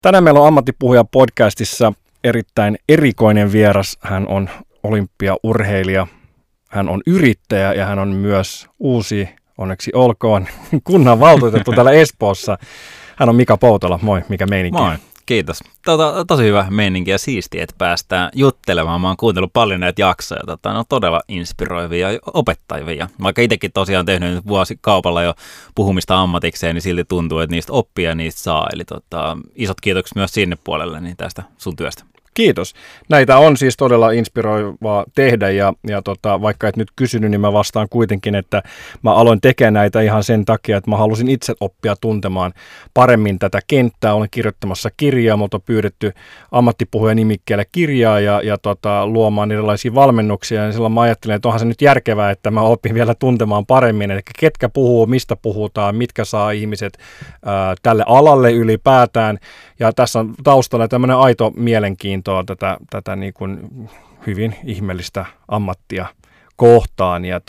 Tänään meillä on Ammattipuhuja podcastissa erittäin erikoinen vieras. Hän on olympiaurheilija, hän on yrittäjä ja hän on myös uusi, onneksi olkoon, kunnanvaltuutettu täällä Espoossa. Hän on Mika Poutola. Moi, mikä meininki? Moi, kiitos. Tosi hyvä meininki ja siistiä, että päästään juttelemaan. Mä oon kuunnellut paljon näitä jaksoja. Ne on todella inspiroivia ja opettavia. Vaikka itsekin tosiaan tehnyt nyt vuosikaupalla jo puhumista ammatikseen, niin silti tuntuu, että niistä oppia ja niistä saa. Eli isot kiitokset myös sinne puolelle niin tästä sun työstä. Kiitos. Näitä on siis todella inspiroivaa tehdä ja vaikka et nyt kysynyt, niin mä vastaan kuitenkin, että mä aloin tekemään näitä ihan sen takia, että mä halusin itse oppia tuntemaan paremmin tätä kenttää. Olen kirjoittamassa kirjaa, mutta on pyydetty ammattipuhuja nimikkeellä kirjaa ja luomaan erilaisia valmennuksia. Ja silloin mä ajattelin, että onhan se nyt järkevää, että mä opin vielä tuntemaan paremmin, eli ketkä puhuu, mistä puhutaan, mitkä saa ihmiset tälle alalle ylipäätään. Ja tässä on taustalla tämmöinen aito mielenkiintoa tätä niin kuin hyvin ihmeellistä ammattia kohtaan ja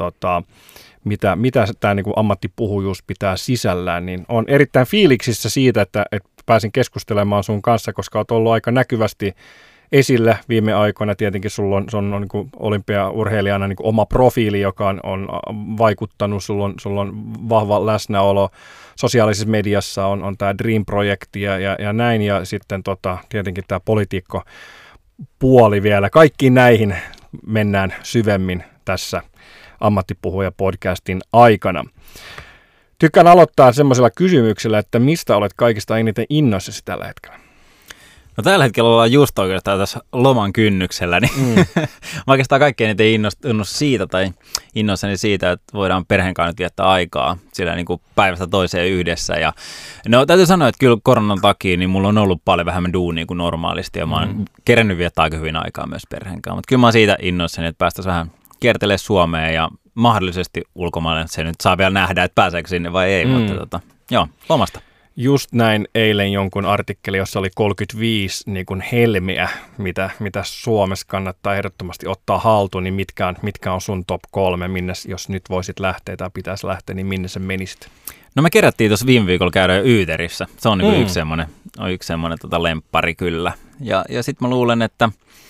mitä tämä niin kuin ammattipuhujuus pitää sisällään, niin on erittäin fiiliksissä siitä, että pääsin keskustelemaan sun kanssa, koska olet ollut aika näkyvästi esillä viime aikoina. Tietenkin sulla on niin kuin olympiaurheilijana niin kuin oma profiili, joka on vaikuttanut, sulla on vahva läsnäolo sosiaalisessa mediassa, on tämä Dream-projekti ja näin, ja sitten tietenkin tämä politiikko-puoli vielä. Kaikkiin näihin mennään syvemmin tässä Ammattipuhuja-podcastin aikana. Tykkään aloittaa semmoisella kysymyksellä, että mistä olet kaikista eniten innoissasi tällä hetkellä? No tällä hetkellä ollaan just oikeastaan tässä loman kynnyksellä, niin mä oikeastaan kaikkein eniten innostunut siitä tai innoissani siitä, että voidaan perheen kanssa viettää aikaa sillä niin kuin päivästä toiseen yhdessä. Ja no täytyy sanoa, että kyllä koronan takia niin mulla on ollut paljon vähemmän duunia kuin normaalisti ja mä oon kerennyt viettää aika hyvin aikaa myös perheen kanssa. Mutta kyllä mä oon siitä innoissani, että päästäisiin vähän kiertelemään Suomeen ja mahdollisesti ulkomaille. Se nyt saa vielä nähdä, että pääseekö sinne vai ei, mutta joo, lomasta. Just näin eilen jonkun artikkeli, jossa oli 35 niin kuin helmiä, mitä Suomessa kannattaa ehdottomasti ottaa haltuun, niin mitkä on sun top 3, minne jos nyt voisit lähteä tai pitäisi lähteä, niin minne sä menisit? No me kerättiin tuossa viime viikolla käydä jo Yyterissä. Se on niin yksi semmoinen lemppari kyllä. Ja sitten mä luulen, että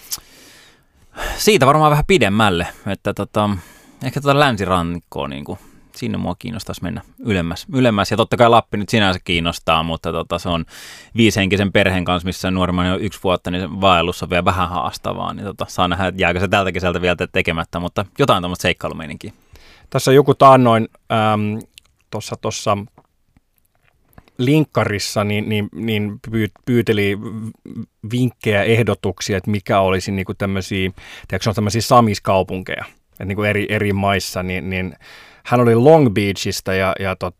siitä varmaan vähän pidemmälle, että ehkä länsirannikkoa niin kuin. Sinne mua kiinnostaisi mennä ylemmäs. Ja totta kai Lappi nyt sinänsä kiinnostaa, mutta se on 5-henkisen perheen kanssa, missä nuoremman jo 1 vuotta, niin se vaellus on vielä vähän haastavaa. Niin saa nähdä, että jääkö se tältä kesältä vielä tekemättä, mutta jotain tämmöistä seikkailumeininkiä. Tässä joku taannoin tuossa linkkarissa niin pyyteli vinkkejä, ehdotuksia, että mikä olisi niinku tämmöisiä, tiedätkö, on tämmöisiä samiskaupunkeja, että niinku eri maissa, niin hän oli Long Beachista ja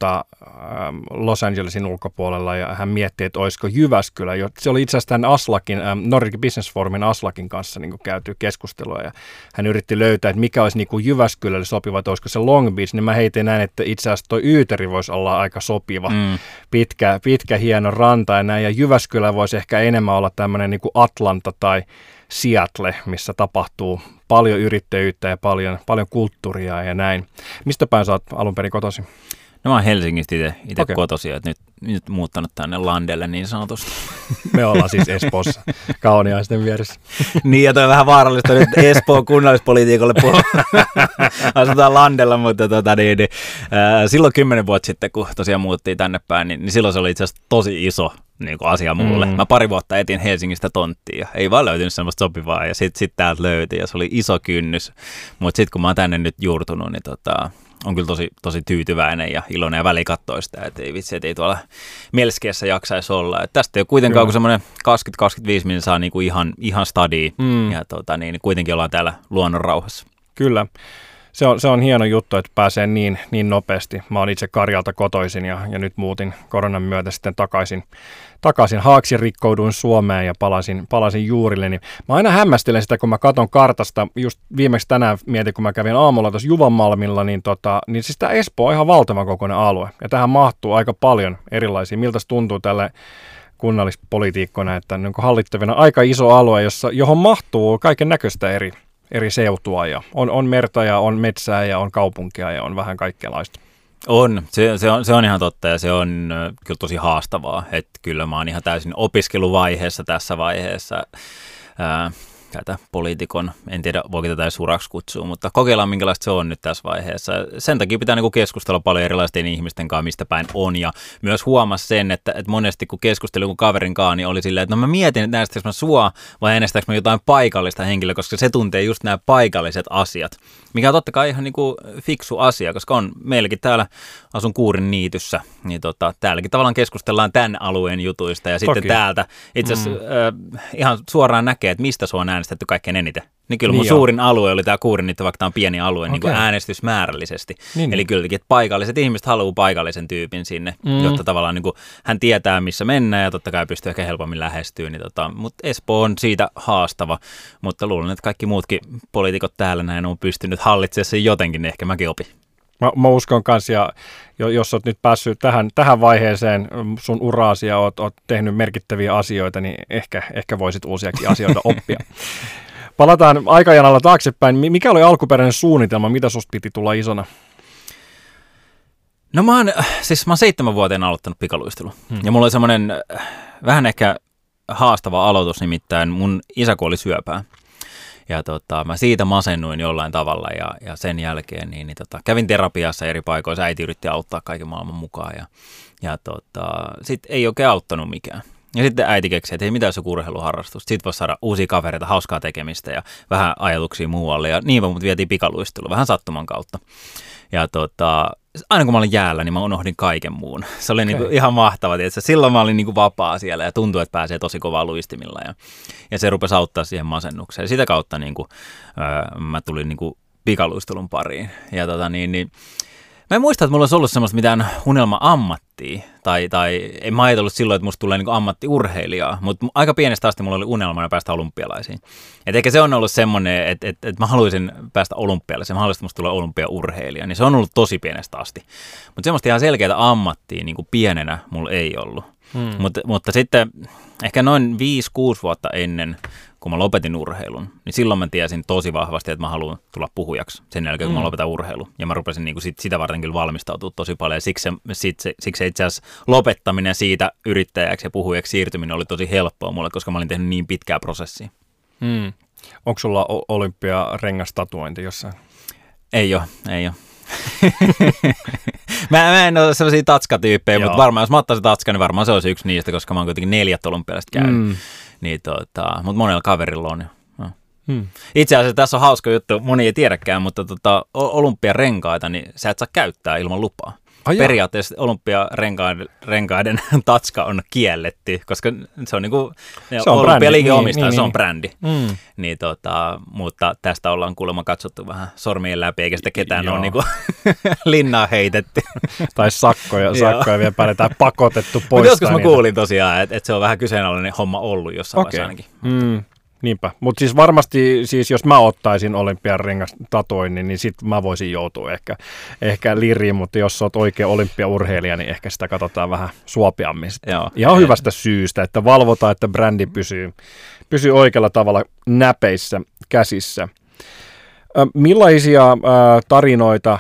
Los Angelesin ulkopuolella ja hän mietti, että olisiko Jyväskylä. Se oli itse asiassa tämän Aslakin, Nordic Business Forumin Aslakin kanssa niin kuin käyty keskustelua ja hän yritti löytää, että mikä olisi niin kuin Jyväskylälle sopiva, että olisiko se Long Beach. Niin mä heitin näin, että itse asiassa tuo Yyteri voisi olla aika sopiva, pitkä hieno ranta ja näin. Ja Jyväskylä voisi ehkä enemmän olla tämmöinen niin kuin Atlanta tai Seattle, missä tapahtuu paljon yrittäjyyttä ja paljon kulttuuria ja näin. Mistä päin sä oot alun perin kotoisin? No mä oon Helsingistä itse kotoisin, että nyt muuttanut tänne landelle niin sanotusti. Me ollaan siis Espoossa, Kauniaisten vieressä. Niin, ja toi on vähän vaarallista nyt Espoon kunnallispolitiikalle puhua. Asutaan landella, mutta silloin 10 vuotta sitten, kun tosiaan muuttiin tänne päin, niin silloin se oli itse asiassa tosi iso niin kuin asia mulle. Mä 2 vuotta etin Helsingistä tonttia ja ei vaan löytynyt semmoista sopivaa ja sitten täältä löytyi ja se oli iso kynnys. Mutta sitten kun mä oon tänne nyt juurtunut, niin on kyllä tosi tyytyväinen ja iloinen ja välikattoa sitä, että ei vitsi, että ei tuolla Melskeessä jaksaisi olla. Et tästä ei ole kuitenkaan kuin semmoinen 20-25 minä saa niinku ihan stadia ja niin kuitenkin ollaan täällä luonnon rauhassa. Kyllä. Se on hieno juttu, että pääsee niin nopeasti. Mä oon itse Karjalta kotoisin ja nyt muutin koronan myötä sitten takaisin haaksirikkouduin Suomeen ja palasin juurilleni. Mä aina hämmästelen sitä, kun mä katson kartasta, just viimeksi tänään mietin, kun mä kävin aamulla tuossa Juvanmalmilla, niin siis tämä Espoo on ihan valtavan kokoinen alue. Ja tähän mahtuu aika paljon erilaisia. Miltä se tuntuu tälle kunnallispolitiikkona, että on hallittavina aika iso alue, johon mahtuu kaiken näköistä eri seutua ja on merta ja on metsää ja on kaupunkia ja on vähän kaikenlaista. Se on ihan totta ja se on kyllä tosi haastavaa, että kyllä mä oon ihan täysin opiskeluvaiheessa tässä vaiheessa tätä poliitikon, en tiedä voiko tätä edes uraksi kutsua, mutta kokeillaan minkälaista se on nyt tässä vaiheessa. Sen takia pitää niinku keskustella paljon erilaisten ihmisten kanssa, mistä päin on ja myös huomasi sen, että monesti kun keskustelin jonkun kaverin kanssa, niin oli silleen, että no mä mietin, että äänestäkö mä sua vai äänestäkö mä jotain paikallista henkilöä, koska se tuntee just nämä paikalliset asiat, mikä on totta kai ihan niinku fiksu asia, koska on meilläkin täällä, asun Kuurin niityssä, niin täälläkin tavallaan keskustellaan tämän alueen jutuista ja sitten täältä itse asiassa ihan suoraan näkee, että mistä sua on äänestetty kaikkein eniten. Niin kyllä mun suurin alue oli tämä Kuurin niitty, vaikka tämä on pieni alue, niin kuin äänestysmäärällisesti. Eli kylläkin, että paikalliset ihmiset haluaa paikallisen tyypin sinne, jotta tavallaan niin kuin hän tietää, missä mennään ja totta kai pystyy ehkä helpommin lähestyä. Niin mutta Espoo on siitä haastava, mutta luulen, että kaikki muutkin poliitikot täällä näin on pystynyt hallitsemaan sen jotenkin, niin ehkä mäkin opin. Mä uskon kanssa, ja jos olet nyt päässyt tähän vaiheeseen sun uraasi ja oot tehnyt merkittäviä asioita, niin ehkä voisit uusiakin asioita oppia. Palataan aikajanalla taaksepäin. Mikä oli alkuperäinen suunnitelma? Mitä susta piti tulla isona? No mä oon 7-vuotiaana aloittanut pikaluistelun. Ja mulla oli semmoinen vähän ehkä haastava aloitus, nimittäin mun isä kuoli syöpään. Ja mä siitä masennuin jollain tavalla ja sen jälkeen kävin terapiassa eri paikoissa. Äiti yritti auttaa kaiken maailman mukaan ja sitten ei oikein auttanut mikään. Ja sitten äiti keksi, että hei, mitä jos joku urheiluharrastus? Sitten voisi saada uusia kavereita, hauskaa tekemistä ja vähän ajatuksia muualle. Ja niin mut vietiin pikaluisteluun vähän sattuman kautta. Ja aina kun mä olin jäällä, niin mä unohdin kaiken muun. Se oli niinku ihan mahtava, tietysti. Silloin mä olin niinku vapaa siellä ja tuntui, että pääsee tosi kovaa luistimilla. Ja se rupesi auttaa siihen masennukseen. Sitä kautta mä tulin niinku pikaluistelun pariin. Ja mä en muista, että mulla olisi ollut semmoista mitään unelma-ammattia, tai en mä ajatellut silloin, että musta tulee niinku ammattiurheilijaa, mutta aika pienestä asti mulla oli unelmana päästä olympialaisiin. Et ehkä se on ollut semmoinen, että mä haluaisin päästä olympialaisiin, mä haluaisin, että musta tulee olympiaurheilija, niin se on ollut tosi pienestä asti. Mutta semmoista ihan selkeää ammattia niinku pienenä mulla ei ollut. Mutta sitten ehkä noin 5-6 vuotta ennen, kun mä lopetin urheilun, niin silloin mä tiesin tosi vahvasti, että mä haluan tulla puhujaksi sen jälkeen, kun mä lopetan urheilun. Ja mä rupesin niinku sitä varten kyllä valmistautua tosi paljon. Ja siksi itse asiassa lopettaminen siitä yrittäjäksi ja puhujaksi siirtyminen oli tosi helppoa mulle, koska mä olin tehnyt niin pitkää prosessia. Onko sulla olympiarengastatuointi jossain? Ei ole. Mä en ole sellaisia tatskatyyppejä, mutta varmaan jos mä ottaisin tatskan, niin varmaan se olisi yksi niistä, koska mä oon kuitenkin 4 olympialaista käynyt. Niin, mutta monella kaverilla on. Itse asiassa tässä on hauska juttu, moni ei tiedäkään, mutta olympiarenkaita, niin sä et saa käyttää ilman lupaa. Periaatteessa olympiarenkaiden tatska on kielletty, koska se on niinku olympialiike omistaa, se on brändi. Mutta tästä ollaan kuulemma katsottu vähän sormien läpi, eikä sitä ketään ole niinku linnaa heitetty. Tai sakkoja vielä päälle, tai pakotettu pois. Mutta joskus mä kuulin tosiaan, että se on vähän kyseenalainen homma ollut jossain vaiheessa ainakin. Niinpä, mutta siis varmasti, jos mä ottaisin olympiarengastatoinnin, niin sit mä voisin joutua ehkä liriin, mutta jos sä oot oikea olympiaurheilija, niin ehkä sitä katsotaan vähän suopeammin. Ihan hyvästä syystä, että valvotaan, että brändi pysyy oikealla tavalla näpeissä käsissä. Millaisia tarinoita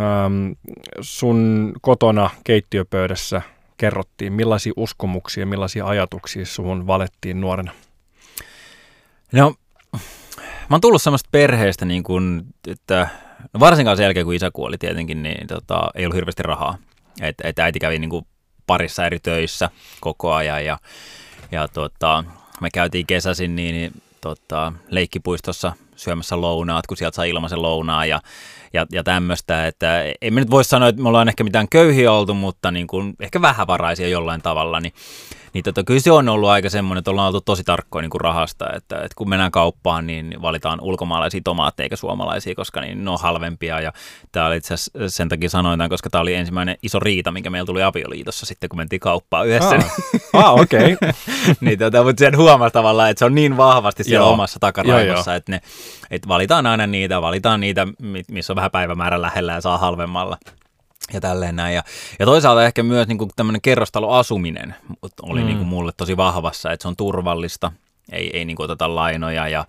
sun kotona keittiöpöydässä kerrottiin? Millaisia uskomuksia, millaisia ajatuksia sun valettiin nuorena? No, mä oon tullut semmoista perheestä, niin kun, että varsinkaan sen jälkeen, kun isä kuoli tietenkin, niin ei ollut hirveästi rahaa. Et äiti kävi niin kuin parissa eri töissä koko ajan ja me käytiin kesäisin leikkipuistossa syömässä lounaat, kun sieltä saa ilmaisen lounaa ja tämmöistä, että ei me nyt voi sanoa, että me ollaan ehkä mitään köyhiä oltu, mutta niin kuin ehkä vähävaraisia jollain tavalla, niin kyllä se on ollut aika semmoinen, että ollaan oltu tosi tarkkoja niin kuin rahasta, että kun mennään kauppaan, niin valitaan ulkomaalaisia tomaatteja eikä suomalaisia, koska ne on halvempia. Ja tämä oli itse asiassa sen takia sanoin, koska tämä oli ensimmäinen iso riita, mikä meillä tuli avioliitossa sitten, kun mentiin kauppaan yhdessä. Okei. Mutta sen huomasi tavallaan, että se on niin vahvasti siellä omassa takaraivossa, että valitaan aina niitä, missä on vähän päivämäärä lähellä ja saa halvemmalla. Ja tälleen näin. Ja toisaalta ehkä myös niin tämmöinen kerrostaloasuminen oli niin kuin mulle tosi vahvassa, että se on turvallista. ei niin kuin oteta lainoja ja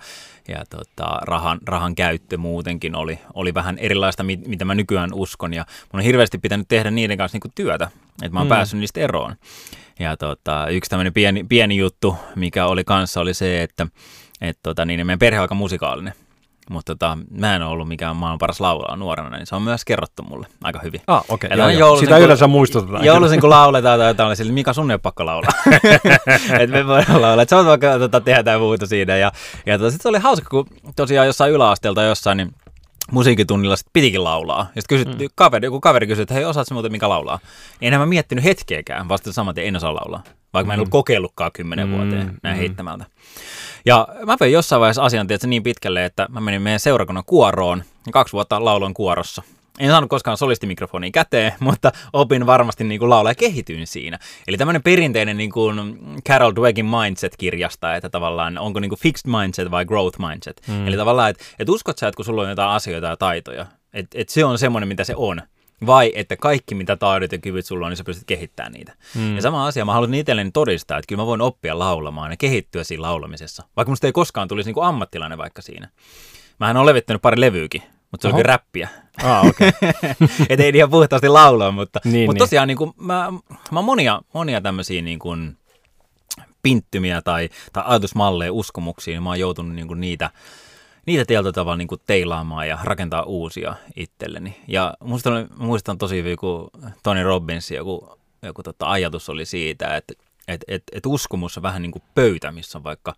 rahan käyttö muutenkin oli vähän erilaista, mitä mä nykyään uskon, ja mun on hirveästi pitänyt tehdä niiden kanssa niin kuin työtä, että mä oon päässyt niistä eroon. Ja yksi tämmöinen pieni juttu, mikä oli kanssa, oli se, että meidän perhe on aika musikaalinen. Mutta mä en ole ollut mikään maailman paras laulaa nuorena, niin se on myös kerrottu mulle aika hyvin. Okei. Sitä yleensä muistutetaan. Jouluisin kun lauletaan tai jotain, sille Mika, sun ei ole pakko laulaa. Että me voidaan laulaa. Että sä voit vaikka tehdä jotain muuta siinä. Ja sitten se oli hauska, kun tosiaan jossain yläasteelta jossain, niin musiikkitunnilla sitten pitikin laulaa. Ja sitten joku kaveri kysyi, että hei, osaatko muuten Mika laulaa? Niin enhän mä miettinyt hetkeäkään, vasta saman tien en osaa laulaa. Vaikka mä en ollut kokeillutkaan 10 vuoteen näin heittämältä. Ja mä vein jossain vaiheessa asian niin pitkälle, että mä menin meidän seurakunnan kuoroon ja 2 vuotta lauloin kuorossa. En saanut koskaan solistimikrofonia käteen, mutta opin varmasti niin kuin laulaa ja kehityin siinä. Eli tämmöinen perinteinen niin kuin Carol Dweckin mindset-kirjasta, että tavallaan onko niin kuin fixed mindset vai growth mindset. Eli tavallaan, että uskot sä, että kun sulla on jotain asioita ja taitoja, että se on semmoinen, mitä se on. Vai että kaikki, mitä taidot ja kyvyt sulla on, niin sä pystyt kehittämään niitä. Ja sama asia, mä haluan itselleni todistaa, että kyllä mä voin oppia laulamaan ja kehittyä siinä laulamisessa. Vaikka musta ei koskaan tulisi niin kuin ammattilainen vaikka siinä. Mähän olen levittänyt pari levyykin, mutta se oli kyllä räppiä. Okei. Et ei ihan puhtaasti laulaa, mutta tosiaan niin kuin, mä oon monia tämmöisiä niin kuin pinttymiä tai ajatusmalleja, uskomuksia, niin mä oon joutunut niin kuin niitä tietyllä tavalla niin kuin teilaamaan ja rakentaa uusia itselleni. Ja muistan tosi hyvin, kun Tony Robbinsin joku ajatus oli siitä, että uskomus on vähän niin kuin pöytä, missä on vaikka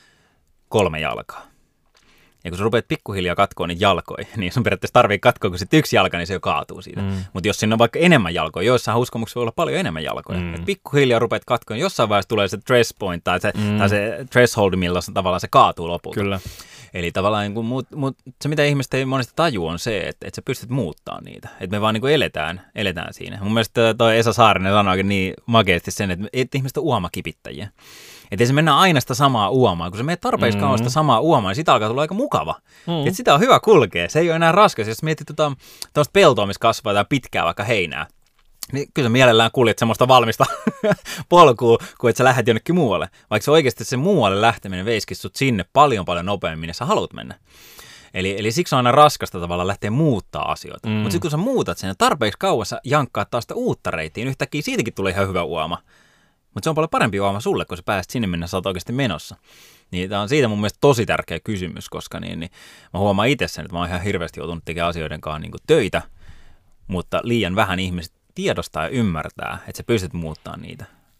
3 jalkaa. Ja kun sä rupeat pikkuhiljaa katkoa niitä jalkoja, niin sun periaatteessa tarvii katkoa, kun sitten 1 jalka, niin se jo kaatuu siitä. Mutta jos siinä on vaikka enemmän jalkoja, joissain uskomuksissa voi olla paljon enemmän jalkoja. Et pikkuhiljaa rupeat katkoa, niin jossain vaiheessa tulee se stress point tai se threshold, millä tavallaan se kaatuu lopulta. Kyllä. Eli tavallaan se, mitä ihmiset ei monesti tajua, on se, että sä pystyt muuttamaan niitä. Että me vaan niin kuin eletään siinä. Mun mielestä toi Esa Saarinen sanoikin niin makeasti sen, että ihmiset on uomakipittäjiä. Että ei se mennä aina sitä samaa uomaa. Kun sä menet tarpeeksi kauan sitä samaa uomaa, niin sitä alkaa tulla aika mukava. Että sitä on hyvä kulkea. Se ei ole enää raskas. Jos mietit tuosta peltoa, missä kasvaa tai pitkää vaikka heinää, niin kyllä sä mielellään kuljet semmoista valmista polkua, kuin että sä lähdet jonnekin muualle. Vaikka se oikeasti se muualle lähteminen veiskisi sut sinne paljon nopeammin, minne sä haluat mennä. Eli siksi on aina raskasta tavalla lähteä muuttaa asioita. Mutta sitten kun sä muutat sen tarpeeksi kauan, sä jankkaat taas sitä uutta reittiä, niin yhtäkkiä siitäkin tulee ihan hyvä uoma. Mutta se on paljon parempi uoma sulle, kun sä pääset sinne, minne sä oot oikeasti menossa. Niin tämä on siitä mun mielestä tosi tärkeä kysymys, koska mä huomaan itse sen, että mä oon ihan hirveästi joutunut tekemään asioiden kanssa niin kuin töitä, mutta liian vähän ihmiset tiedostaa ja ymmärtää, että sä pystyt muuttamaan niitä.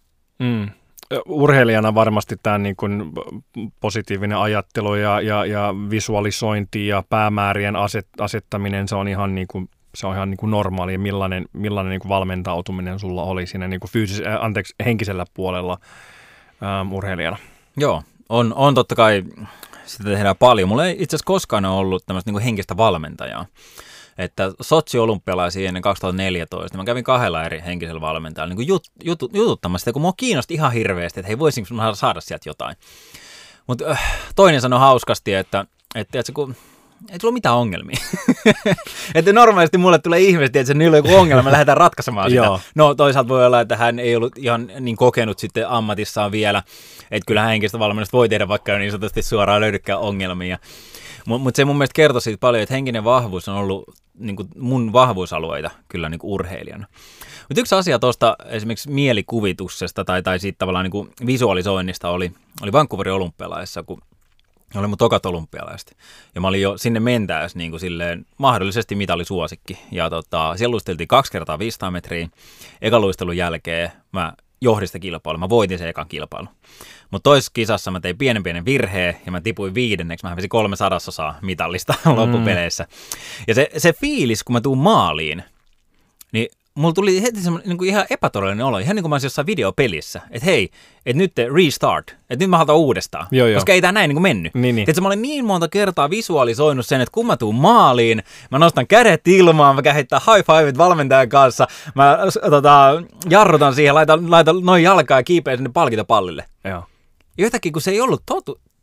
Urheilijana varmasti tämä niin kuin positiivinen ajattelu ja visualisointi ja päämäärien asettaminen, se on ihan niin kuin normaali. Ja millainen niin kuin valmentautuminen sulla oli siinä niin kuin henkisellä puolella urheilijana? Joo, on totta kai, sitä tehdään paljon. Mulla ei itse asiassa koskaan ole ollut tämmöistä niin kuin henkistä valmentajaa. Että Sotsi-olympialaisia ennen 2014, mä kävin 2 eri henkisellä valmentajalla niin jututtamassa sitä, kun mua kiinnosti ihan hirveästi, että hei, voisinko mä saada sieltä jotain. Mutta toinen sanoi hauskasti, että kun ei tulla mitään ongelmia. Että normaalisti mulle tulee ihmiset, että niillä on joku ongelma, me lähdetään ratkaisemaan sitä. No toisaalta voi olla, että hän ei ollut ihan niin kokenut sitten ammatissaan vielä, että kyllähän henkistä valmennusta voi tehdä, vaikka niin sanotusti suoraan löydykään ongelmia. Mutta se mun mielestä kertoi siitä paljon, että henkinen vahvuus on ollut niin kuin mun vahvuusalueita kyllä niin kuin urheilijana. Mutta yksi asia tuosta esimerkiksi mielikuvituksesta tai siitä tavallaan niin kuin visualisoinnista oli Vancouverin olympialaisissa, kun oli mun tokat olympialaiset. Ja mä olin jo sinne mentäessä niin kuin silleen mahdollisesti mitalisuosikki. Ja siellä luisteltiin 2 kertaa 500 metriä. Ekan luistelun jälkeen mä johdin sitä kilpailua. Mä voitin sen ekan kilpailun. Mutta toisessa kisassa mä tein pienen virheen ja mä tipuin 5. Mä hävisin 3/100 mitallista loppupeleissä. Ja se fiilis, kun mä tuun maaliin, niin mulla tuli heti semmoinen niin kuin ihan epätodellinen olo, ihan niin kuin mä olisin jossain videopelissä, että hei, että nyt restart, että nyt mä haluan uudestaan, koska ei tää näin niin kuin mennyt. Niin. Että mä olin niin monta kertaa visualisoinut sen, että kun mä tuun maaliin, mä nostan kädet ilmaan, mä kähittää high fiveit valmentajan kanssa, mä jarrutan siihen, laitan noin jalkaa ja kiipeän sinne palkintopallille. Joo. Ja yhtäkkiä, kun se ei ollut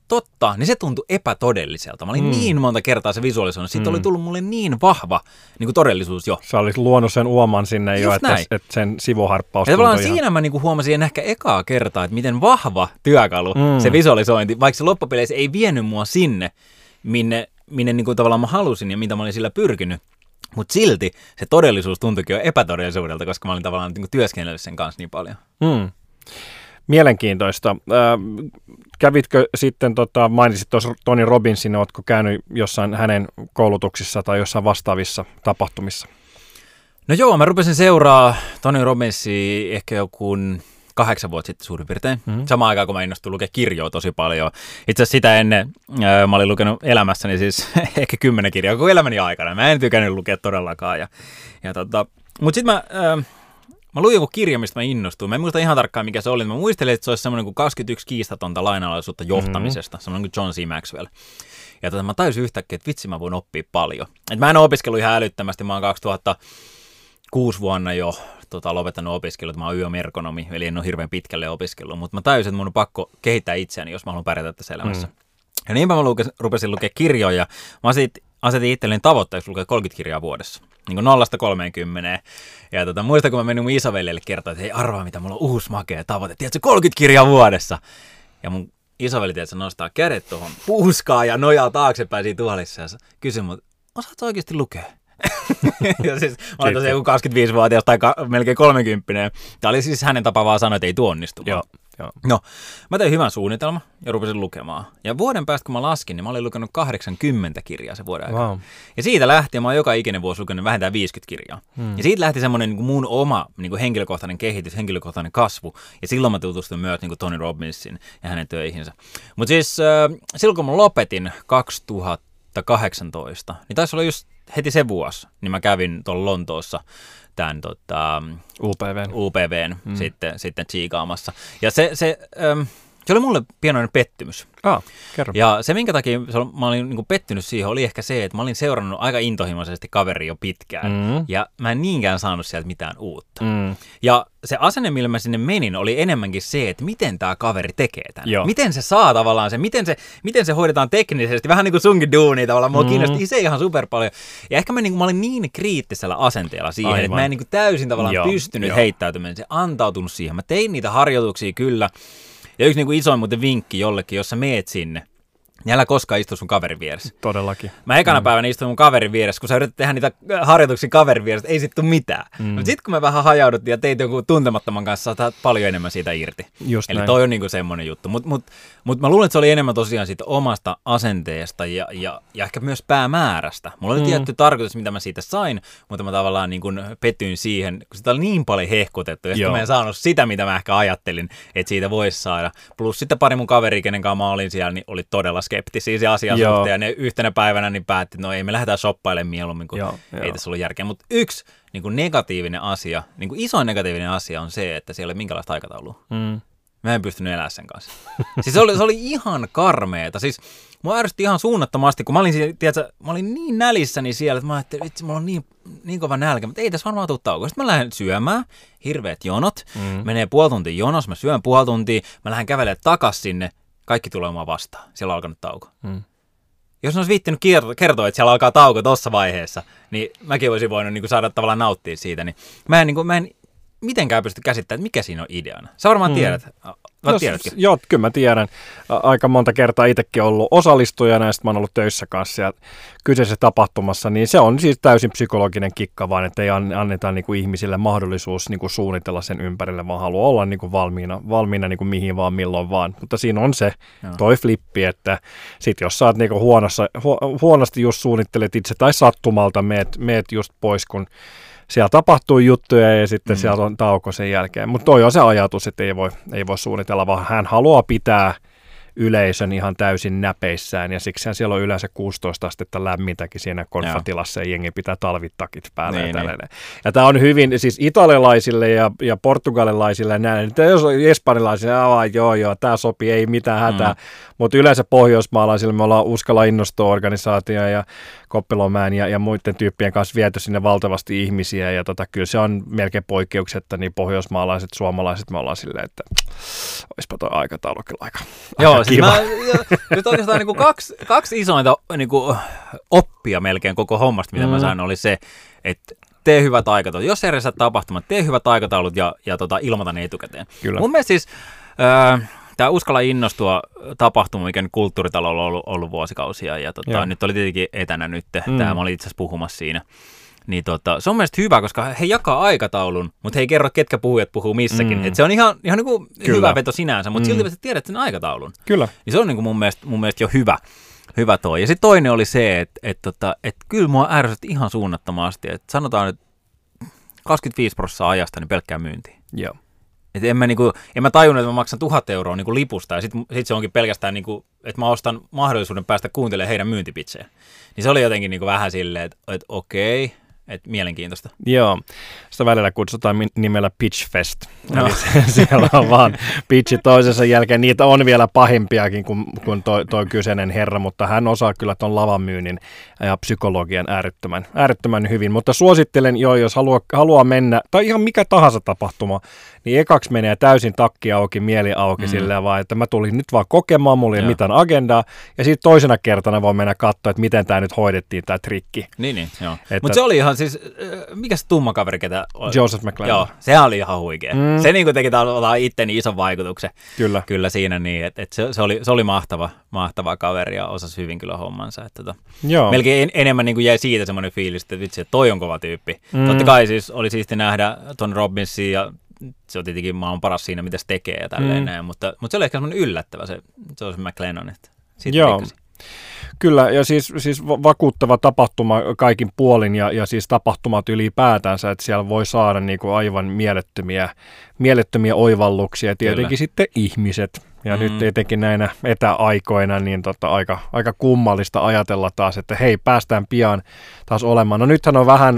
totta, niin se tuntui epätodelliselta. Mä olin niin monta kertaa se visualisoinut. Siitä oli tullut mulle niin vahva niin kuin todellisuus jo. Sä olit luonut sen uoman sinne jo, että sen sivuharppaus tuntui ihan. Siinä mä niin kuin huomasin ehkä ekaa kertaa, että miten vahva työkalu se visualisointi, vaikka se loppupeleissä ei vienyt mua sinne, minne niin kuin tavallaan mä halusin ja mitä mä olin sillä pyrkinyt. Mutta silti se todellisuus tuntuikin jo epätodellisuudelta, koska mä olin tavallaan niin kuin työskennellyt sen kanssa niin paljon. Mielenkiintoista. Kävitkö sitten, mainitsit tuossa Tony Robbinsin, oletko käynyt jossain hänen koulutuksissa tai jossain vastaavissa tapahtumissa? No joo, mä rupesin seuraa Tony Robbinsia ehkä joku 8 vuotta sitten suurin piirtein. Samaan aikaan, kun mä innostuin lukea kirjoa tosi paljon. Itse asiassa sitä ennen mä olin lukenut elämässäni siis ehkä 10 kirjaa koko elämäni aikana. Mä en tykännyt lukea todellakaan. Mutta sitten mä luin joku kirja, mistä mä innostuin. Mä en muista ihan tarkkaan, mikä se oli. Mä muistelin, että se olisi semmoinen kuin 21 kiistatonta lainalaisuutta johtamisesta. Semmoinen kuin John C. Maxwell. Ja mä tajusin yhtäkkiä, että vitsi, mä voin oppia paljon. Et mä en ole opiskellut ihan älyttömästi. Mä oon 2006 vuonna jo lopettanut opiskelut. Mä oon yömerkonomi, eli en ole hirveän pitkälle opiskellut. Mutta mä tajusin, että mun on pakko kehittää itseäni, jos mä haluan pärjätä tässä elämässä. Ja niinpä mä rupesin lukea kirjoja. Mä asetin itselleni tavoitteeksi lukea 30 kirjaa vuodessa. Niin kuin 0-30. Ja muistan, kun mä menin mun isoveljelle kertoa, että hei arvaa mitä, mulla on uusi makea tavoite. Tiedätkö, 30 kirjaa vuodessa. Ja mun isoveli, tiedätkö, nostaa kädet tuohon puuskaan ja nojaa taaksepäin siinä tuolissa. Ja kysyi mut, osaatko oikeasti lukea? Ja siis mä olin tosiaan joku 25-vuotias tai melkein 30. Tämä oli siis hänen tapa vaan sanoa, että ei tuo onnistu. Joo. No, mä tein hyvän suunnitelman ja rupesin lukemaan. Ja vuoden päästä, kun mä laskin, niin mä olin lukenut 80 kirjaa sen vuoden aikana. Wow. Ja siitä lähtien mä oon joka ikinen vuosi lukenut vähintään 50 kirjaa. Ja siitä lähti semmoinen niin kuin mun oma niin kuin henkilökohtainen kehitys, henkilökohtainen kasvu. Ja silloin mä tutustuin myös niin kuin Tony Robbinsin ja hänen töihinsä. Mutta siis silloin, kun mä lopetin 2018, niin taisi olla just heti se vuosi, niin mä kävin tuolla Lontoossa tämän UPVn sitten tsiikaamassa. Ja se oli mulle pienoinen pettymys. Kerro. Ja se, minkä takia mä olin niin kuin pettynyt siihen, oli ehkä se, että mä olin seurannut aika intohimoisesti kaveria jo pitkään. Ja mä en niinkään saanut sieltä mitään uutta. Ja se asenne, millä mä sinne menin, oli enemmänkin se, että miten tämä kaveri tekee tämän. Joo. Miten se saa tavallaan sen, miten se hoidetaan teknisesti, vähän niin kuin sunkin duunia tavallaan. Mua kiinnosti se ihan super paljon. Ja ehkä mä olin niin kriittisellä asenteella siihen, että mä en niin kuin täysin tavallaan pystynyt heittäytymään. Se antautunut siihen. Mä tein niitä harjoituksia kyllä. Ja yksi niin kuin isoin muuten vinkki jollekin, jos sä meet sinne, niin älä koskaan istu sun kaverin vieressä. Todellakin. Mä ekana päivänä istuin mun kaverin vieressä, kun sä yrität tehdä niitä harjoituksia kaverin vieressä, ei sit tule mitään. Mutta sitten kun me vähän hajauduttiin ja teit jonkun tuntemattoman kanssa, saat paljon enemmän siitä irti. Just eli näin. Toi on niinku semmoinen juttu. Mut mä luulen, että se oli enemmän tosiaan siitä omasta asenteesta ja ehkä myös päämäärästä. Mulla oli tietty tarkoitus, mitä mä siitä sain, mutta mä tavallaan niin kuin petyin siihen, kun sitä oli niin paljon hehkutettu. Ja mä en saanut sitä, mitä mä ehkä ajattelin, että siitä voisi saada. Plus sitten pari mun kaveria, kenen kanssa mä olin siellä, niin oli todella skeptisiä se asian suhteen. Ja ne yhtenä päivänä niin päätti, että no ei, me lähdetään shoppailemaan mieluummin, kun ei tässä ollut järkeä. Mutta yksi niin kuin negatiivinen asia, niin kuin isoin negatiivinen asia on se, että siellä ei ole minkälaista aikataulua. Mä en pystynyt elämään sen kanssa. Siis se oli ihan karmeeta. Siis mua ärsytti ihan suunnattomasti, kun mä olin niin nälissäni siellä, että mä ajattelin, että mulla on niin kova nälkä, mutta ei tässä varmaan tule taukoa. Sitten mä lähden syömään, hirveät jonot, menee puoli tuntia jonos, mä syön puoli tuntia, mä lähden kävelemään takas sinne, kaikki tulee mua vastaan. Siellä on alkanut tauko. Jos ne olisi viittinyt kertoa, että siellä alkaa tauko tuossa vaiheessa, niin mäkin olisin voinut niin saada tavallaan nauttia siitä. Niin mä en mitenkään pysty käsittämään, että mikä siinä on ideana. Sä varmaan tiedät. Joo, kyllä mä tiedän. Aika monta kertaa itsekin ollut osallistujana ja sitten mä oon ollut töissä kanssa ja kyseisessä tapahtumassa, niin se on siis täysin psykologinen kikka vaan, että ei anneta niin kuin ihmisille mahdollisuus niin kuin suunnitella sen ympärille, vaan haluaa olla niin kuin valmiina niin kuin mihin vaan, milloin vaan. Mutta siinä on se toi flippi, että sit jos sä oot niin kuin huonosti just suunnittelet itse tai sattumalta meet just pois, kun siellä tapahtuu juttuja ja sitten siellä on tauko sen jälkeen. Mutta toi on se ajatus, että ei voi suunnitella, vaan hän haluaa pitää yleisön ihan täysin näpeissään ja siksi siellä on yleensä 16 astetta lämmintäkin siinä konfatilassa ja jengi pitää talvitakit päälle ja tälleen. Ja tämä on hyvin, siis italialaisille ja portugalilaisille näin, että jos on espanjalaisille, joo, tämä sopii, ei mitään hätää, mutta yleensä pohjoismaalaisille me ollaan Uskalla innostua-organisaatio ja Koppelomäen ja muiden tyyppien kanssa viety sinne valtavasti ihmisiä ja kyllä se on melkein poikkeuksetta, niin pohjoismaalaiset, suomalaiset me ollaan silleen, että olisipa tuo aikataulu kyllä aika. Joo, Joo, siis nyt oikeastaan niin kuin kaksi isointa niin kuin oppia melkein koko hommasta, mitä mä sain, oli se, että tee hyvät aikataulut. Jos järjestät tapahtumat, tee hyvät aikataulut ja ilmoita ne etukäteen. Kyllä. Mun mielestä siis tämä Uskalla innostua tapahtuma, mikä kulttuuritalolla on ollut vuosikausia, ja nyt oli tietenkin etänä nyt, mä olin itse asiassa puhumassa siinä. Niin se on mielestäni hyvä, koska he jakaa aikataulun, mutta he ei kerro, ketkä puhujat puhuu missäkin. Et se on ihan niin kuin hyvä veto sinänsä, mutta silti sä tiedät sen aikataulun. Kyllä. Niin se on niin kuin mun mielestä jo hyvä toi. Ja sitten toinen oli se, että kyllä mua ärsytti ihan suunnattomasti, että sanotaan, että 25% ajasta niin pelkkää myyntiin. Joo. Et en mä tajunnut, että mä maksan 1 000 euroa niin kuin lipusta, ja sit se onkin pelkästään, niin kuin, että mä ostan mahdollisuuden päästä kuuntelemaan heidän myyntipitsejä. Niin se oli jotenkin niin kuin vähän silleen, että okei, että mielenkiintoista. Joo, sitä välillä kutsutaan nimellä Pitch Fest. No. Eli siellä on vaan pitchi toisensa jälkeen. Niitä on vielä pahimpiakin kuin toi kyseinen herra, mutta hän osaa kyllä ton lavanmyynnin ja psykologian äärettömän hyvin. Mutta suosittelen jos haluaa mennä, tai ihan mikä tahansa tapahtuma, niin ekaksi menee täysin takki auki, mieli auki silleen vaan, että mä tulin nyt vaan kokemaan, mulla ei ole mitään agendaa, ja sitten toisena kertana voi mennä katsoa, että miten tämä nyt hoidettiin, tämä trikki. Niin, joo. Mutta se oli ihan siis, mikä se tumma kaveri, ketä Joseph McClellan. Joo, sehän oli ihan huikea. Se niin kuin teki itteni ison vaikutuksen. Kyllä siinä niin, että se oli mahtava kaveri ja osasi hyvin kyllä hommansa. Että melkein enemmän niin kuin jäi siitä semmoinen fiilis, että vitsi, että toi on kova tyyppi. Totta kai siis oli siisti nähdä Ton Robbinsin ja se on tietenkin maailman paras siinä, mitä se tekee ja tälleen näin, mutta se oli ehkä semmoinen yllättävä se Joseph McClellan, että siitä tikkasin. Kyllä, ja siis vakuuttava tapahtuma kaikin puolin ja siis tapahtumat ylipäätänsä, että siellä voi saada niinku aivan mielettömiä oivalluksia ja tietenkin Kyllä. sitten ihmiset. Ja nyt etenkin näinä etäaikoina, niin aika kummallista ajatella taas, että hei, päästään pian taas olemaan. No nythän on vähän